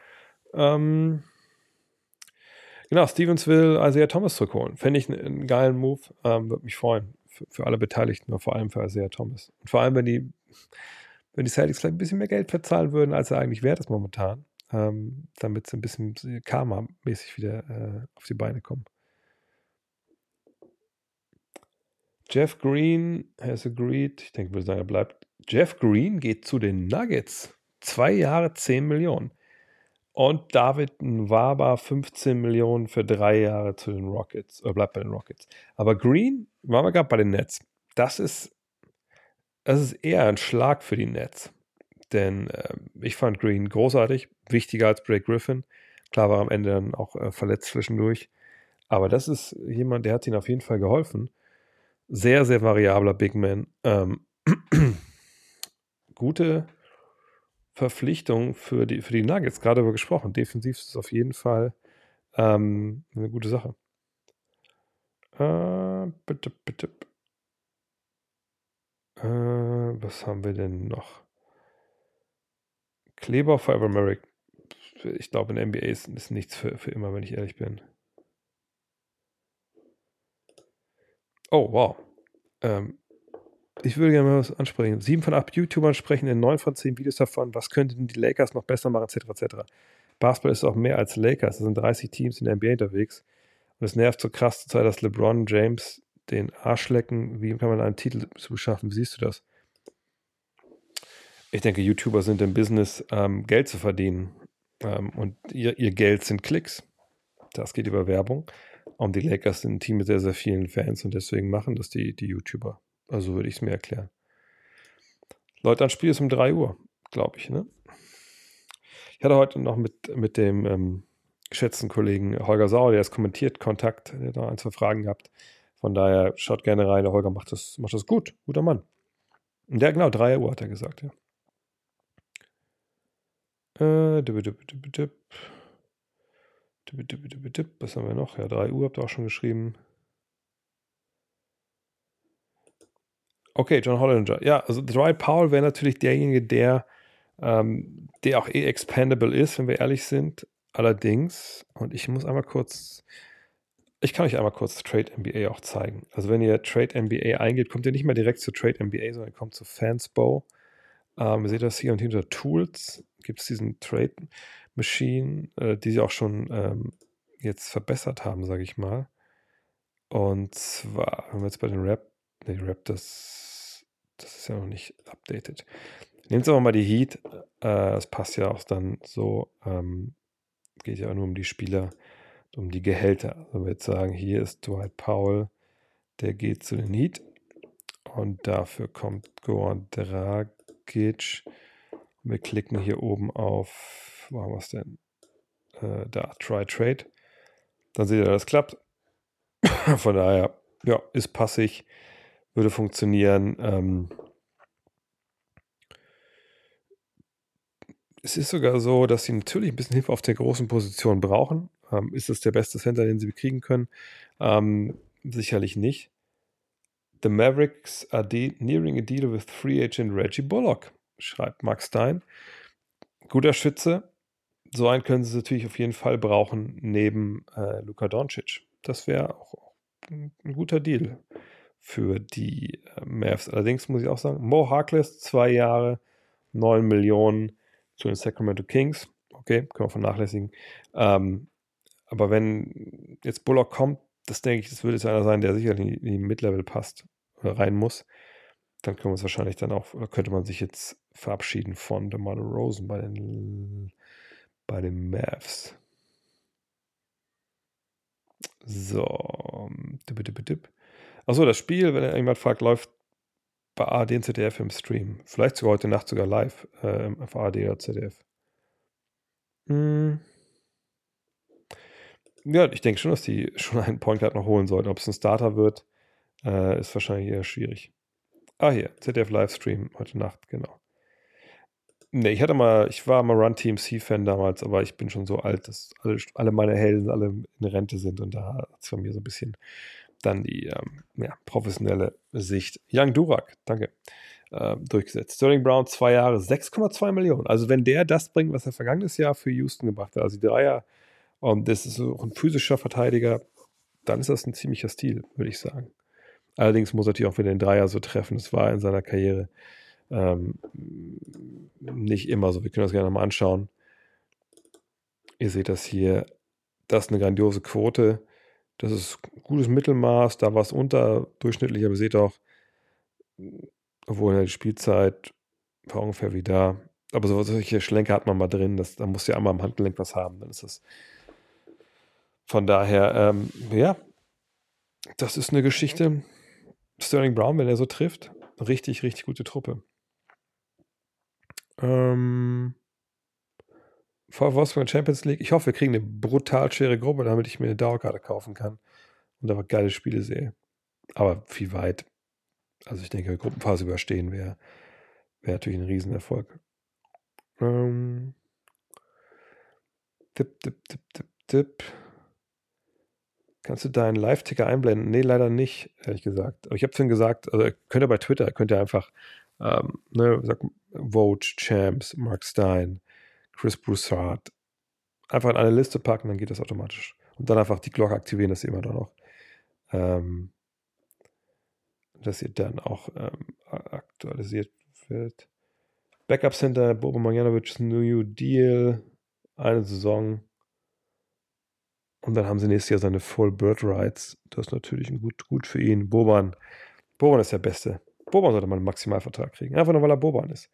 Genau, Stevens will Isaiah Thomas zurückholen. Fände ich einen geilen Move. Würde mich freuen. Für alle Beteiligten, aber vor allem für Isaiah Thomas. Und vor allem, wenn die Celtics vielleicht ein bisschen mehr Geld verzahlen würden, als er eigentlich wert ist momentan, damit sie ein bisschen Karma-mäßig wieder auf die Beine kommen. Jeff Green has agreed. Ich denke, ich würde sagen, er bleibt. Jeff Green geht zu den Nuggets. 2 Jahre, 10 Millionen. Und David Nwaba 15 Millionen für 3 Jahre zu den Rockets. Oder bleibt bei den Rockets. Aber Green, waren wir gerade bei den Nets. Das ist eher ein Schlag für die Nets. Denn ich fand Green großartig, wichtiger als Blake Griffin. Klar war er am Ende dann auch verletzt zwischendurch. Aber das ist jemand, der hat ihnen auf jeden Fall geholfen. Sehr, sehr variabler Big Man. Gute Verpflichtung für die Nuggets, gerade darüber gesprochen. Defensiv ist es auf jeden Fall eine gute Sache. Bitte. Was haben wir denn noch? Kleber Forever Merrick. Ich glaube, in der NBA ist nichts für immer, wenn ich ehrlich bin. Oh, wow. Ich würde gerne mal was ansprechen. 7 von 8 YouTubern sprechen in 9 von 10 Videos davon, was könnten die Lakers noch besser machen, etc. Basketball ist auch mehr als Lakers. Es sind 30 Teams in der NBA unterwegs. Und es nervt so krass zur Zeit, dass LeBron James den Arsch lecken. Wie kann man einen Titel zu schaffen? Wie siehst du das? Ich denke, YouTuber sind im Business, Geld zu verdienen. Und ihr Geld sind Klicks. Das geht über Werbung. Und die Lakers sind ein Team mit sehr, sehr vielen Fans und deswegen machen das die YouTuber. Also würde ich es mir erklären. Leute, ein Spiel ist um 3 Uhr, glaube ich, ne? Ich hatte heute noch mit dem geschätzten Kollegen Holger Sauer, der es kommentiert, Kontakt, der hat noch 1, 2 Fragen gehabt. Von daher schaut gerne rein. Der Holger macht das gut. Guter Mann. Und der, genau, 3 Uhr hat er gesagt, ja. Was haben wir noch? Ja, 3 Uhr habt ihr auch schon geschrieben. Okay, John Hollinger. Ja, also Dwight Powell wäre natürlich derjenige, der auch expandable ist, wenn wir ehrlich sind. Allerdings, und ich kann euch einmal kurz Trade NBA auch zeigen. Also wenn ihr Trade NBA eingebt, kommt ihr nicht mehr direkt zu Trade NBA, sondern ihr kommt zu Fanspo. Ihr seht das hier und hinter Tools gibt es diesen Trade Machine, die sie auch schon jetzt verbessert haben, sage ich mal. Und zwar, wenn wir jetzt bei den Raptors, das ist ja noch nicht updated. Nehmt aber mal die Heat, das passt ja auch dann so, geht ja auch nur um die Spieler, um die Gehälter. Also wenn wir jetzt sagen, hier ist Dwight Powell, der geht zu den Heat und dafür kommt Goran Dragic. Und wir klicken hier oben auf, wo haben wir es denn? Da, Try Trade. Dann seht ihr, das klappt. Von daher, ja, ist passig, würde funktionieren. Es ist sogar so, dass sie natürlich ein bisschen Hilfe auf der großen Position brauchen. Ist es der beste Center, den sie bekriegen können? Sicherlich nicht. The Mavericks are nearing a deal with free agent Reggie Bullock, schreibt Mark Stein. Guter Schütze. So einen können sie natürlich auf jeden Fall brauchen neben Luka Doncic. Das wäre auch ein guter Deal für die Mavs. Allerdings muss ich auch sagen, Mo Harkless, 2 Jahre, 9 Millionen zu den Sacramento Kings. Okay, können wir vernachlässigen. Aber wenn jetzt Bullock kommt, das denke ich, das würde jetzt einer sein, der sicherlich in die Mid-Level passt oder rein muss. Dann können wir es wahrscheinlich dann auch, oder könnte man sich jetzt verabschieden von DeMar DeRozan bei den Mavs. So. Achso, das Spiel, wenn jemand fragt, läuft bei ARD und ZDF im Stream. Vielleicht sogar heute Nacht sogar live auf ARD oder ZDF. Ja, ich denke schon, dass die schon einen Point Guard noch holen sollten. Ob es ein Starter wird, ist wahrscheinlich eher schwierig. Hier, ZDF Livestream heute Nacht, genau. Ne, ich war mal Run TMC-Fan damals, aber ich bin schon so alt, dass alle meine Helden alle in Rente sind und da hat es von mir so ein bisschen dann die professionelle Sicht. Young Durak, danke, durchgesetzt. Sterling Brown, 2 Jahre, 6,2 Millionen. Also wenn der das bringt, was er vergangenes Jahr für Houston gebracht hat, also die Dreier, und das ist auch ein physischer Verteidiger, dann ist das ein ziemlicher Stil, würde ich sagen. Allerdings muss er natürlich auch wieder den Dreier so treffen. Das war in seiner Karriere nicht immer so. Wir können das gerne nochmal anschauen. Ihr seht das hier. Das ist eine grandiose Quote. Das ist gutes Mittelmaß. Da war es unterdurchschnittlich, aber ihr seht auch, obwohl die Spielzeit war ungefähr wie da. Aber solche Schlenker hat man mal drin. Da muss ja einmal am Handgelenk was haben. Dann ist das. Von daher, das ist eine Geschichte. Sterling Brown, wenn er so trifft, richtig, richtig gute Truppe. Von Wolfsburg Champions League. Ich hoffe, wir kriegen eine brutal schwere Gruppe, damit ich mir eine Dauerkarte kaufen kann und einfach geile Spiele sehe. Aber wie weit? Also ich denke, Gruppenphase überstehen wäre natürlich ein Riesenerfolg. Tipp. Kannst du deinen Live-Ticker einblenden? Nee, leider nicht, ehrlich gesagt. Aber ich habe vorhin gesagt, also könnt ihr bei Twitter, könnt ihr einfach Vote, Champs, Mark Stein, Chris Broussard einfach in eine Liste packen, dann geht das automatisch. Und dann einfach die Glocke aktivieren, dass ihr immer dann auch aktualisiert wird. Backup Center, Bobo Marjanovic, New Deal, eine Saison. Und dann haben sie nächstes Jahr seine Full Bird Rights. Das ist natürlich gut für ihn. Boban ist der Beste. Boban sollte man einen Maximalvertrag kriegen. Einfach nur, weil er Boban ist.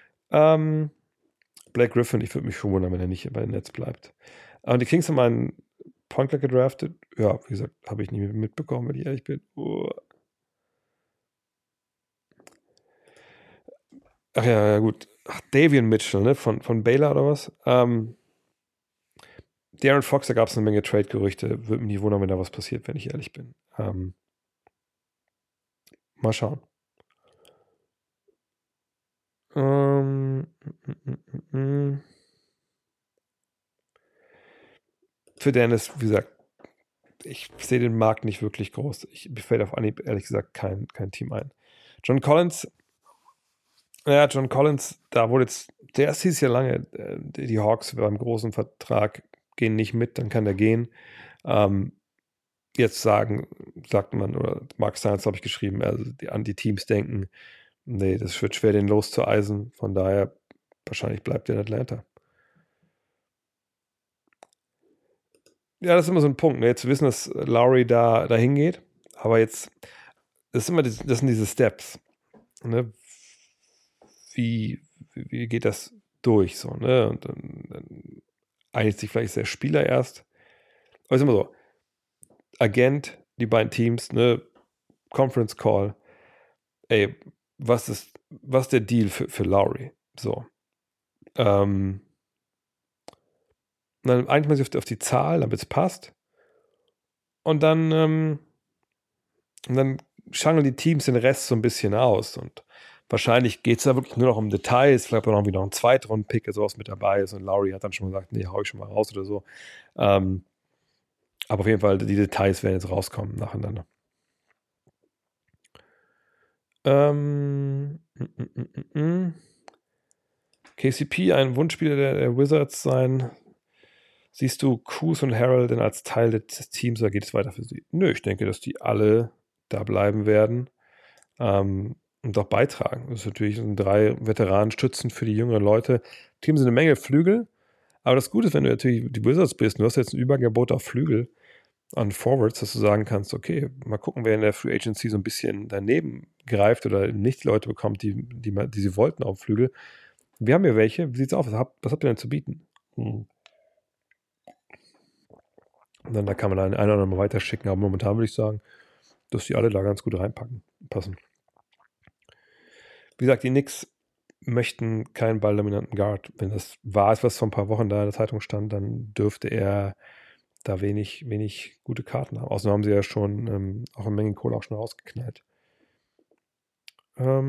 Blake Griffin, ich würde mich schon wundern, wenn er nicht bei den Nets bleibt. Und die Kings haben einen Point Guard gedraftet. Ja, wie gesagt, habe ich nicht mitbekommen, wenn ich ehrlich bin. Ach ja, gut. Davion Mitchell, ne? Von Baylor oder was? De'Aaron Fox, da gab es eine Menge Trade-Gerüchte. Würde mich nicht wundern, wenn da was passiert, wenn ich ehrlich bin. Mal schauen. Für Dennis, wie gesagt, ich sehe den Markt nicht wirklich groß. Mir fällt auf Anhieb ehrlich gesagt kein Team ein. John Collins, da wurde jetzt, der hieß ja lange, die Hawks beim großen Vertrag gehen nicht mit, dann kann der gehen. Jetzt sagt man, oder Mark Steins habe ich geschrieben, also an die Teams denken, nee, das wird schwer, den loszueisen. Von daher, wahrscheinlich bleibt er in Atlanta. Ja, das ist immer so ein Punkt. Ne? Jetzt wissen, dass Lowry da hingeht, aber jetzt, das sind diese Steps. Ne? Wie geht das durch? So, ne? Und dann einigt sich vielleicht der Spieler erst. Aber es ist immer so, Agent, die beiden Teams, ne? Conference Call, ey, was ist der Deal für Lowry? So. Dann einigt man sich auf die Zahl, damit es passt. Und dann schangeln die Teams den Rest so ein bisschen aus. Und wahrscheinlich geht es da wirklich nur noch um Details. Vielleicht auch noch wieder ein Zweitrunden-Pick, der sowas mit dabei ist. Und Lowry hat dann schon gesagt, nee, hau ich schon mal raus oder so. Aber auf jeden Fall, die Details werden jetzt rauskommen nacheinander. KCP, ein Wunschspieler der Wizards sein. Siehst du Kuz und Harrell denn als Teil des Teams oder geht es weiter für sie? Nö, ich denke, dass die alle da bleiben werden und auch beitragen. Das ist natürlich 3 Veteranenstützen für die jüngeren Leute. Teams sind eine Menge Flügel, aber das Gute ist, wenn du natürlich die Wizards bist, du hast jetzt ein Übergebot auf Flügel an Forwards, dass du sagen kannst, okay, mal gucken, wer in der Free Agency so ein bisschen daneben greift oder nicht die Leute bekommt, die sie wollten auf Flügel. Wir haben ja welche. Wie sieht's aus? Was habt ihr denn zu bieten? Und dann da kann man einen oder anderen weiterschicken, aber momentan würde ich sagen, dass die alle da ganz gut passen. Wie gesagt, die Knicks möchten keinen balldominanten Guard. Wenn das wahr ist, was vor ein paar Wochen da in der Zeitung stand, dann dürfte er da wenig gute Karten haben. Außerdem haben sie ja schon auch eine Menge Kohle auch schon rausgeknallt. Ja,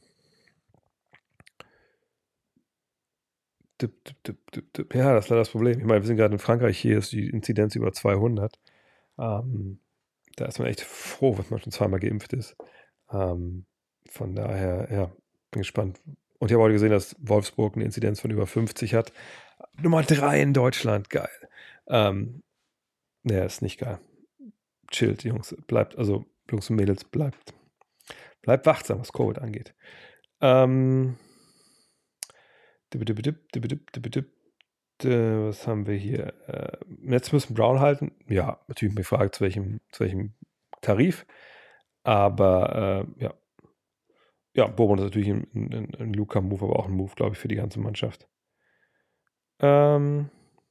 das ist leider das Problem. Ich meine, wir sind gerade in Frankreich, hier ist die Inzidenz über 200. Da ist man echt froh, wenn man schon zweimal geimpft ist. Von daher, ja, bin gespannt. Und ich habe heute gesehen, dass Wolfsburg eine Inzidenz von über 50 hat. Nummer 3 in Deutschland, geil. Nee, ist nicht geil. Chillt, Jungs. Jungs und Mädels, bleibt wachsam, was Covid angeht. Was haben wir hier? Jetzt müssen Brown halten. Ja, natürlich mich fragt, zu welchem Tarif. Aber ja. Ja, Boban ist natürlich ein Luka-Move, aber auch ein Move, glaube ich, für die ganze Mannschaft. Ne,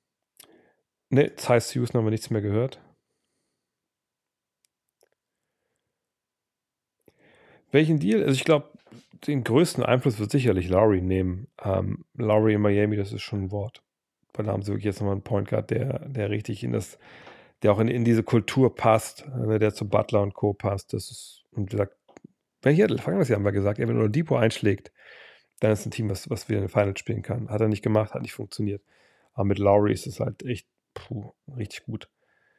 Tyus Houston haben wir nichts mehr gehört. Welchen Deal? Also ich glaube, den größten Einfluss wird sicherlich Lowry nehmen. Lowry in Miami, das ist schon ein Wort. weil da haben sie wirklich jetzt nochmal einen Point Guard, der richtig der auch in diese Kultur passt, der zu Butler und Co. passt. Das ist, und wie gesagt, vergangenes Jahr haben wir gesagt, wenn Oladipo einschlägt, dann ist ein Team, was wieder in den Finals spielen kann. Hat er nicht gemacht, hat nicht funktioniert. Aber mit Lowry ist es halt echt richtig gut.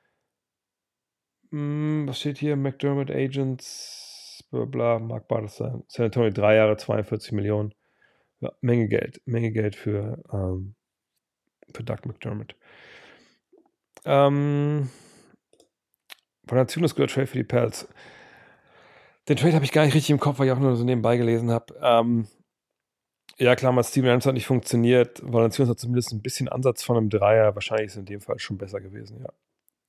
Was steht hier? McDermott Agents, bla bla, Mark Bartelstein. San Antonio 3 Jahre, 42 Millionen. Ja, Menge Geld für Doug McDermott. Valanciunas gehört Trade für die Pels. Den Trade habe ich gar nicht richtig im Kopf, weil ich auch nur so nebenbei gelesen habe. Ja, klar, mal Steven Adams hat nicht funktioniert. Valanciunas hat zumindest ein bisschen Ansatz von einem Dreier. Wahrscheinlich ist es in dem Fall schon besser gewesen, ja.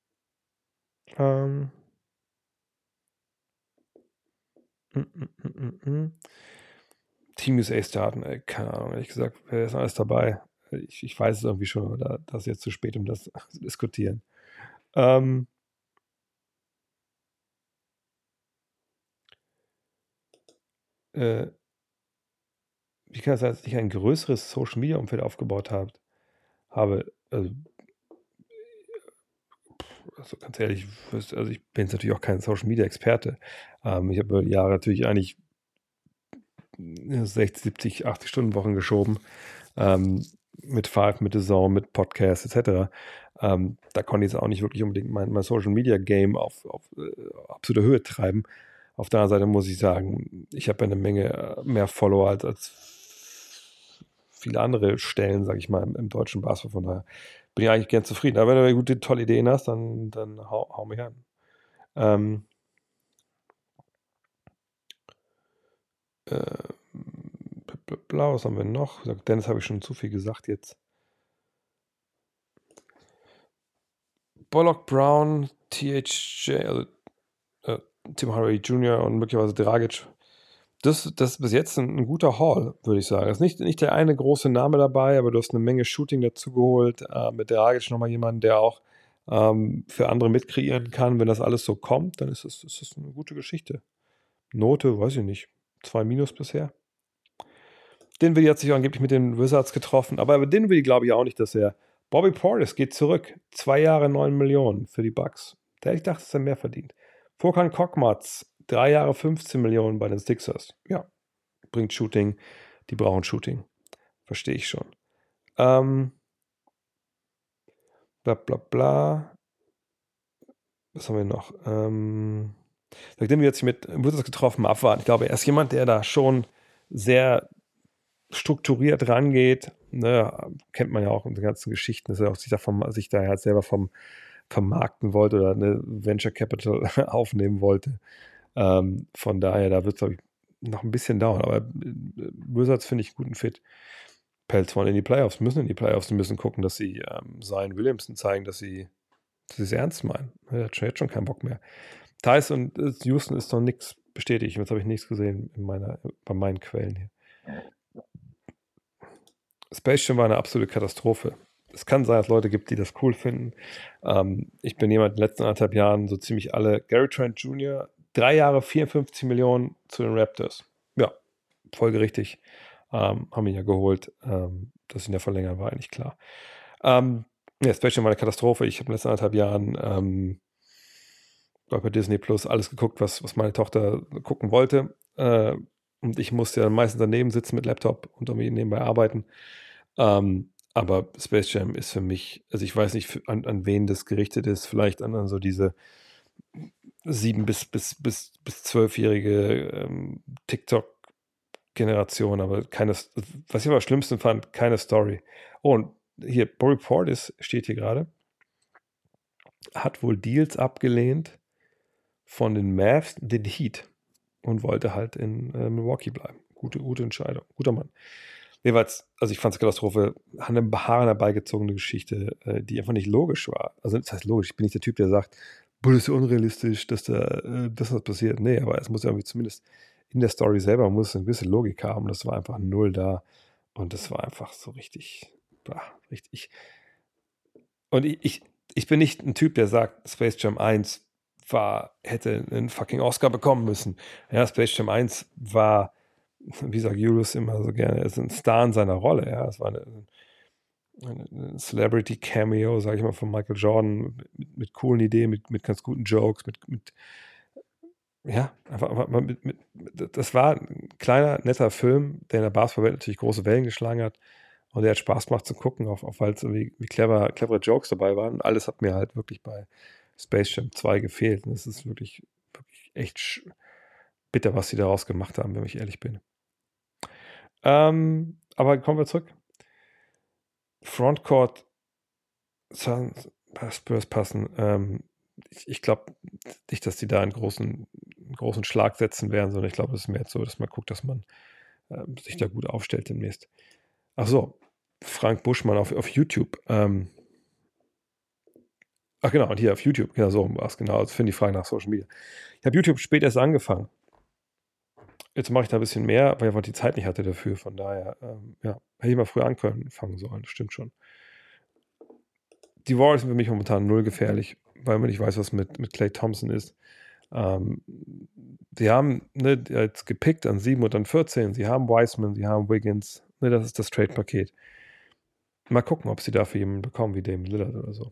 Team USA starten, keine Ahnung, ehrlich gesagt, wer ist alles dabei? Ich weiß es irgendwie schon, aber das ist jetzt zu spät, um das zu diskutieren. Wie kann es sein, dass ich ein größeres Social-Media-Umfeld aufgebaut habe? Also ganz ehrlich, also ich bin jetzt natürlich auch kein Social-Media-Experte. Ich habe über die Jahre natürlich eigentlich 60, 70, 80 Stunden Wochen geschoben. Mit Five, mit The Zone, mit Podcasts etc. Da konnte ich jetzt auch nicht wirklich unbedingt mein Social-Media-Game auf absolute Höhe treiben. Auf der anderen Seite muss ich sagen, ich habe eine Menge mehr Follower als viele andere Stellen, sage ich mal, im deutschen Basketball. Von daher bin ich eigentlich gern zufrieden. Aber wenn du gute, tolle Ideen hast, dann hau mich an. Was haben wir noch? Dennis habe ich schon zu viel gesagt jetzt. Bullock, Brown, THJ, also Tim Hardaway Jr. und möglicherweise Dragic. Das ist bis jetzt ein guter Haul, würde ich sagen. Es ist nicht der eine große Name dabei, aber du hast eine Menge Shooting dazu geholt. Mit Dragic nochmal jemanden, der auch für andere mitkreieren kann. Wenn das alles so kommt, dann ist es eine gute Geschichte. Note, weiß ich nicht. 2- bisher. Dinwiddie hat sich angeblich mit den Wizards getroffen, aber Dinwiddie glaube ich auch nicht, dass er. Bobby Portis geht zurück. 2 Jahre 9 Millionen für die Bucks. Da hätte ich gedacht, dass er mehr verdient. Furkan Korkmaz, 3 Jahre 15 Millionen bei den Sixers. Ja, bringt Shooting. Die brauchen Shooting. Verstehe ich schon. Bla bla bla. Was haben wir noch? Nachdem wir jetzt mit Wizards getroffen abwarten. Ich glaube, er ist jemand, der da schon sehr strukturiert rangeht. Ne, kennt man ja auch in den ganzen Geschichten, dass er auch sich da halt selber vermarkten wollte oder eine Venture Capital aufnehmen wollte. Von daher, da wird es, glaube ich, noch ein bisschen dauern. Aber Wizards finde ich einen guten Fit. Pelz wollen in die Playoffs, müssen in die Playoffs. Die müssen gucken, dass sie Zion Williamson zeigen, dass sie es ernst meinen. Er hat jetzt schon keinen Bock mehr. Thais und Houston ist noch nichts bestätigt. Jetzt habe ich nichts gesehen bei meinen Quellen hier. Space Jam war eine absolute Katastrophe. Es kann sein, dass es Leute gibt, die das cool finden. Ich bin jemand in den letzten 1,5 Jahren so ziemlich alle. Gary Trent Jr., 3 Jahre 54 Millionen zu den Raptors. Ja, folgerichtig. Haben ihn ja geholt. Dass ihn ja verlängern, war eigentlich klar. Space Jam war eine Katastrophe. Ich habe in den letzten 1,5 Jahren bei Disney Plus alles geguckt, was meine Tochter gucken wollte. Und ich musste ja meistens daneben sitzen mit Laptop und irgendwie nebenbei arbeiten. Aber Space Jam ist für mich, also ich weiß nicht, an wen das gerichtet ist, vielleicht an so diese 7- bis 12-jährige TikTok-Generation, aber was ich aber am schlimmsten fand, keine Story. Oh, und hier, Bobby Portis steht hier gerade, hat wohl Deals abgelehnt von den Mavs, den Heat, und wollte halt in Milwaukee bleiben. Gute Entscheidung. Guter Mann. Jeweils, also ich fand es Katastrophe, eine Haaren herbeigezogene Geschichte, die einfach nicht logisch war. Also das heißt logisch, ich bin nicht der Typ, der sagt, das ist ja unrealistisch, dass das passiert. Nee, aber es muss ja irgendwie zumindest in der Story selber muss eine gewisse Logik haben. Das war einfach null da. Und das war einfach so richtig. Und ich bin nicht ein Typ, der sagt, Space Jam 1 hätte einen fucking Oscar bekommen müssen. Ja, Space Jam 1 war, wie sagt Julius immer so gerne, ist ein Star in seiner Rolle. Ja, es war ein Celebrity-Cameo, sage ich mal, von Michael Jordan mit coolen Ideen, mit ganz guten Jokes, ja, einfach mal das war ein kleiner, netter Film, der in der Basketballwelt natürlich große Wellen geschlagen hat und der hat Spaß gemacht zu gucken, auch weil es irgendwie wie clevere Jokes dabei waren. Und alles hat mir halt wirklich bei Space Jam 2 gefehlt. Und es ist wirklich echt bitter, was sie daraus gemacht haben, wenn ich ehrlich bin. Aber kommen wir zurück. Frontcourt Spurs passen. Ich glaube nicht, dass die da einen großen Schlag setzen werden, sondern ich glaube, es ist mehr so, dass man guckt, dass man sich da gut aufstellt demnächst. Ach so, Frank Buschmann auf YouTube. Ach genau, und hier auf YouTube, genau so war es, genau. Also finde die Frage nach Social Media. Ich habe YouTube spät erst angefangen. Jetzt mache ich da ein bisschen mehr, weil ich einfach die Zeit nicht hatte dafür. Von daher, ja, hätte ich mal früher anfangen sollen, das stimmt schon. Die Warriors sind für mich momentan null gefährlich, weil man nicht weiß, was mit Klay Thompson ist. Sie haben jetzt gepickt an 7 und an 14. Sie haben Wiseman, sie haben Wiggins. Das ist das Trade-Paket. Mal gucken, ob sie dafür jemanden bekommen, wie Damian Lillard oder so.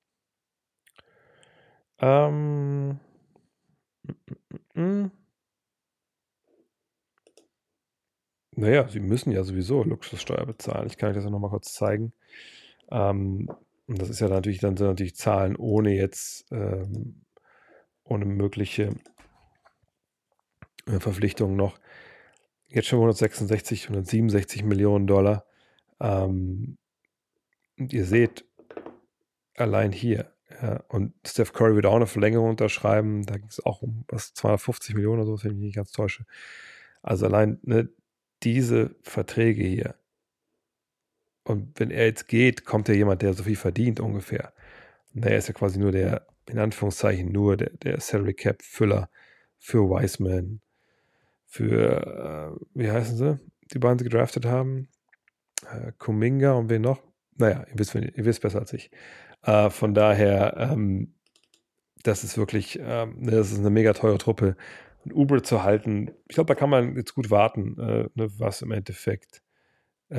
Naja, sie müssen ja sowieso Luxussteuer bezahlen. Ich kann euch das ja nochmal kurz zeigen. Und das ist ja natürlich, dann sind natürlich Zahlen ohne jetzt, ohne mögliche Verpflichtungen noch. Jetzt schon 167 Millionen Dollar. Und ihr seht, allein hier, und Steph Curry wird auch eine Verlängerung unterschreiben. Da ging es auch um 250 Millionen oder so, wenn ich mich nicht ganz täusche. Also allein diese Verträge hier. Und wenn er jetzt geht, kommt ja jemand, der so viel verdient ungefähr. Und er ist ja quasi nur der, in Anführungszeichen, nur der Salary Cap Füller für Wiseman, für, wie heißen sie, die beiden sie gedraftet haben? Kuminga und wen noch? Naja, ihr wisst besser als ich. Von daher, das ist wirklich, das ist eine mega teure Truppe. Und Oubre zu halten, ich glaube, da kann man jetzt gut warten, was im Endeffekt so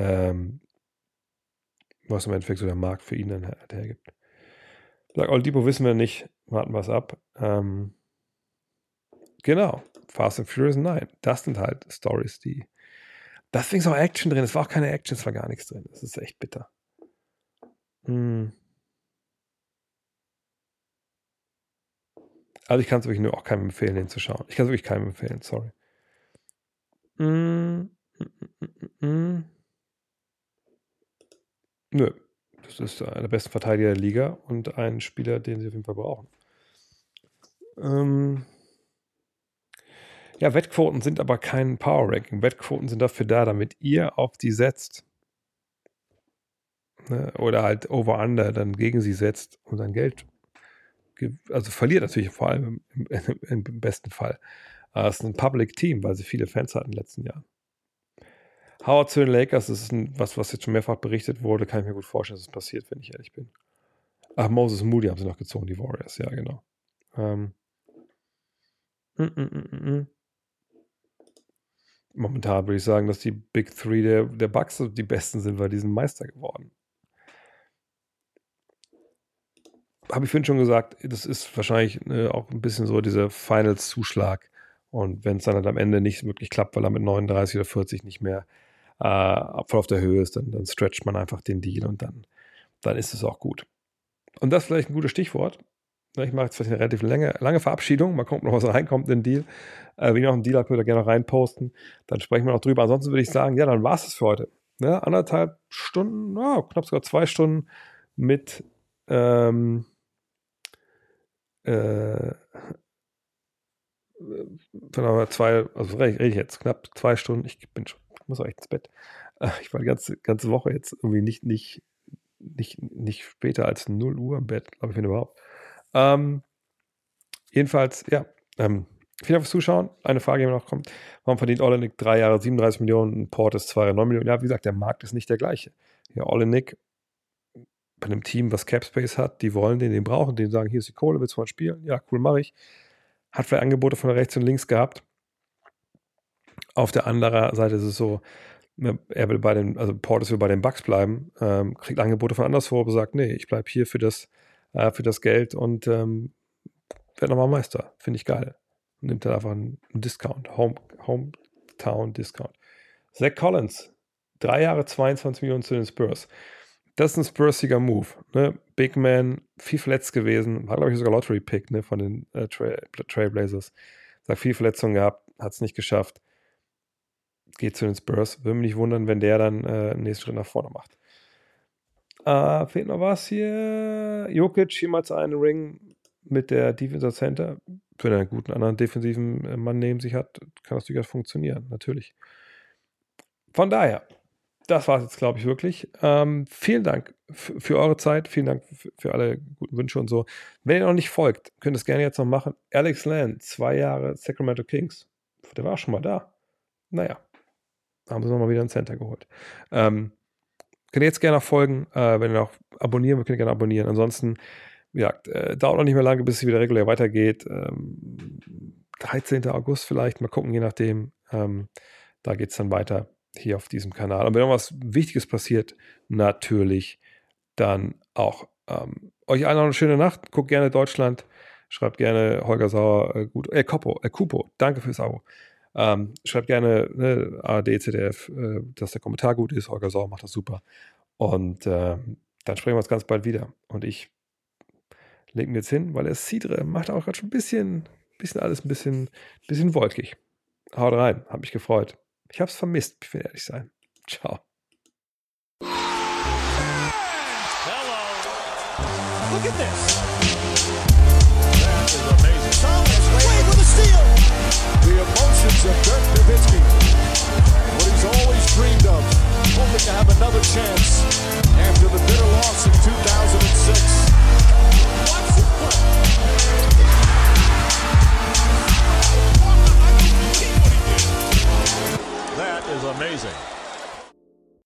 der Markt für ihn dann hergibt. Oladipo wissen wir nicht, warten wir es ab. Genau, Fast and Furious 9, das sind halt Stories, deswegen ist auch Action drin, es war auch keine Action, es war gar nichts drin, das ist echt bitter. Also ich kann es wirklich nur auch keinem empfehlen, den zu schauen. Ich kann es wirklich keinem empfehlen, sorry. Nö, das ist einer der besten Verteidiger der Liga und ein Spieler, den sie auf jeden Fall brauchen. Ja, Wettquoten sind aber kein Power-Ranking. Wettquoten sind dafür da, damit ihr auf die setzt. Ne? Oder halt Over-Under dann gegen sie setzt und dann Geld. Also verliert natürlich vor allem im besten Fall. Aber es ist ein Public-Team, weil sie viele Fans hatten in den letzten Jahren. Howard zu den Lakers, das ist was jetzt schon mehrfach berichtet wurde, kann ich mir gut vorstellen, dass es passiert, wenn ich ehrlich bin. Ach, Moses Moody haben sie noch gezogen, die Warriors, ja, genau. Momentan würde ich sagen, dass die Big Three der Bucks die besten sind, weil die sind Meister geworden. Habe ich vorhin schon gesagt, das ist wahrscheinlich auch ein bisschen so dieser Finals-Zuschlag. Und wenn es dann halt am Ende nicht wirklich klappt, weil er mit 39 oder 40 nicht mehr voll auf der Höhe ist, dann stretcht man einfach den Deal und dann ist es auch gut. Und das ist vielleicht ein gutes Stichwort. Ich mache jetzt vielleicht eine relativ lange Verabschiedung. Mal gucken, ob noch was reinkommt in den Deal. Wenn ich noch einen Deal habe, würde ich gerne noch reinposten. Dann sprechen wir noch drüber. Ansonsten würde ich sagen, ja, dann war es für heute. Ja, 1,5 Stunden, knapp sogar 2 Stunden mit also rede ich jetzt knapp 2 Stunden. Ich muss auch echt ins Bett. Ich war die ganze Woche jetzt irgendwie nicht später als 0 Uhr im Bett, glaube ich, wenn überhaupt. Jedenfalls, ja, vielen Dank fürs Zuschauen. Eine Frage, die mir noch kommt. Warum verdient Olynyk 3 Jahre 37 Millionen, Portis 2 Jahre 9 Millionen? Ja, wie gesagt, der Markt ist nicht der gleiche. Ja, Olynyk bei einem Team, was Capspace hat, die wollen den brauchen, den sagen, hier ist die Kohle, willst du mal spielen? Ja, cool, mache ich. Hat vielleicht Angebote von rechts und links gehabt. Auf der anderen Seite ist es so, Er will Portis will bei den Bucks bleiben, kriegt Angebote von anderswo, aber sagt, nee, ich bleibe hier für das Geld und werde nochmal Meister. Finde ich geil. Nimmt dann einfach einen Discount, Hometown-Discount. Zach Collins, 3 Jahre, 22 Millionen zu den Spurs. Das ist ein spursiger Move. Ne? Big Man, viel verletzt gewesen, war, glaube ich, sogar Lottery-Pick, ne, von den Trailblazers. Hat viel Verletzungen gehabt, hat es nicht geschafft. Geht zu den Spurs. Würde mich nicht wundern, wenn der dann einen nächsten Schritt nach vorne macht. Fehlt noch was hier? Jokic, jemals einen Ring mit der Defensive Center. Wenn er einen guten anderen defensiven Mann neben sich hat, kann das durchaus funktionieren, natürlich. Von daher, das war es jetzt, glaube ich, wirklich. Vielen Dank für eure Zeit. Vielen Dank für alle guten Wünsche und so. Wenn ihr noch nicht folgt, könnt ihr es gerne jetzt noch machen. Alex Len, 2 Jahre Sacramento Kings. Der war schon mal da. Naja, haben sie nochmal wieder einen Center geholt. Könnt ihr jetzt gerne noch folgen. Wenn ihr noch abonnieren wollt, könnt ihr gerne abonnieren. Ansonsten, wie gesagt, dauert noch nicht mehr lange, bis es wieder regulär weitergeht. 13. August vielleicht. Mal gucken, je nachdem. Da geht es dann weiter hier auf diesem Kanal. Und wenn noch was Wichtiges passiert, natürlich dann auch. Euch allen noch eine schöne Nacht. Guckt gerne Deutschland. Schreibt gerne Holger Sauer. Kupo. Danke fürs Abo. Schreibt gerne, ne, ARD, ZDF, dass der Kommentar gut ist. Holger Sauer macht das super. Und dann sprechen wir uns ganz bald wieder. Und ich lege mir jetzt hin, weil es Cidre macht auch gerade schon ein bisschen alles ein bisschen wolkig. Haut rein, hab mich gefreut. Ich hab's vermisst, ich will ehrlich sein. Ciao. Hello. Look at this. That is amazing. Thomas, Wade with a steal. The emotions of Dirk Nowitzki.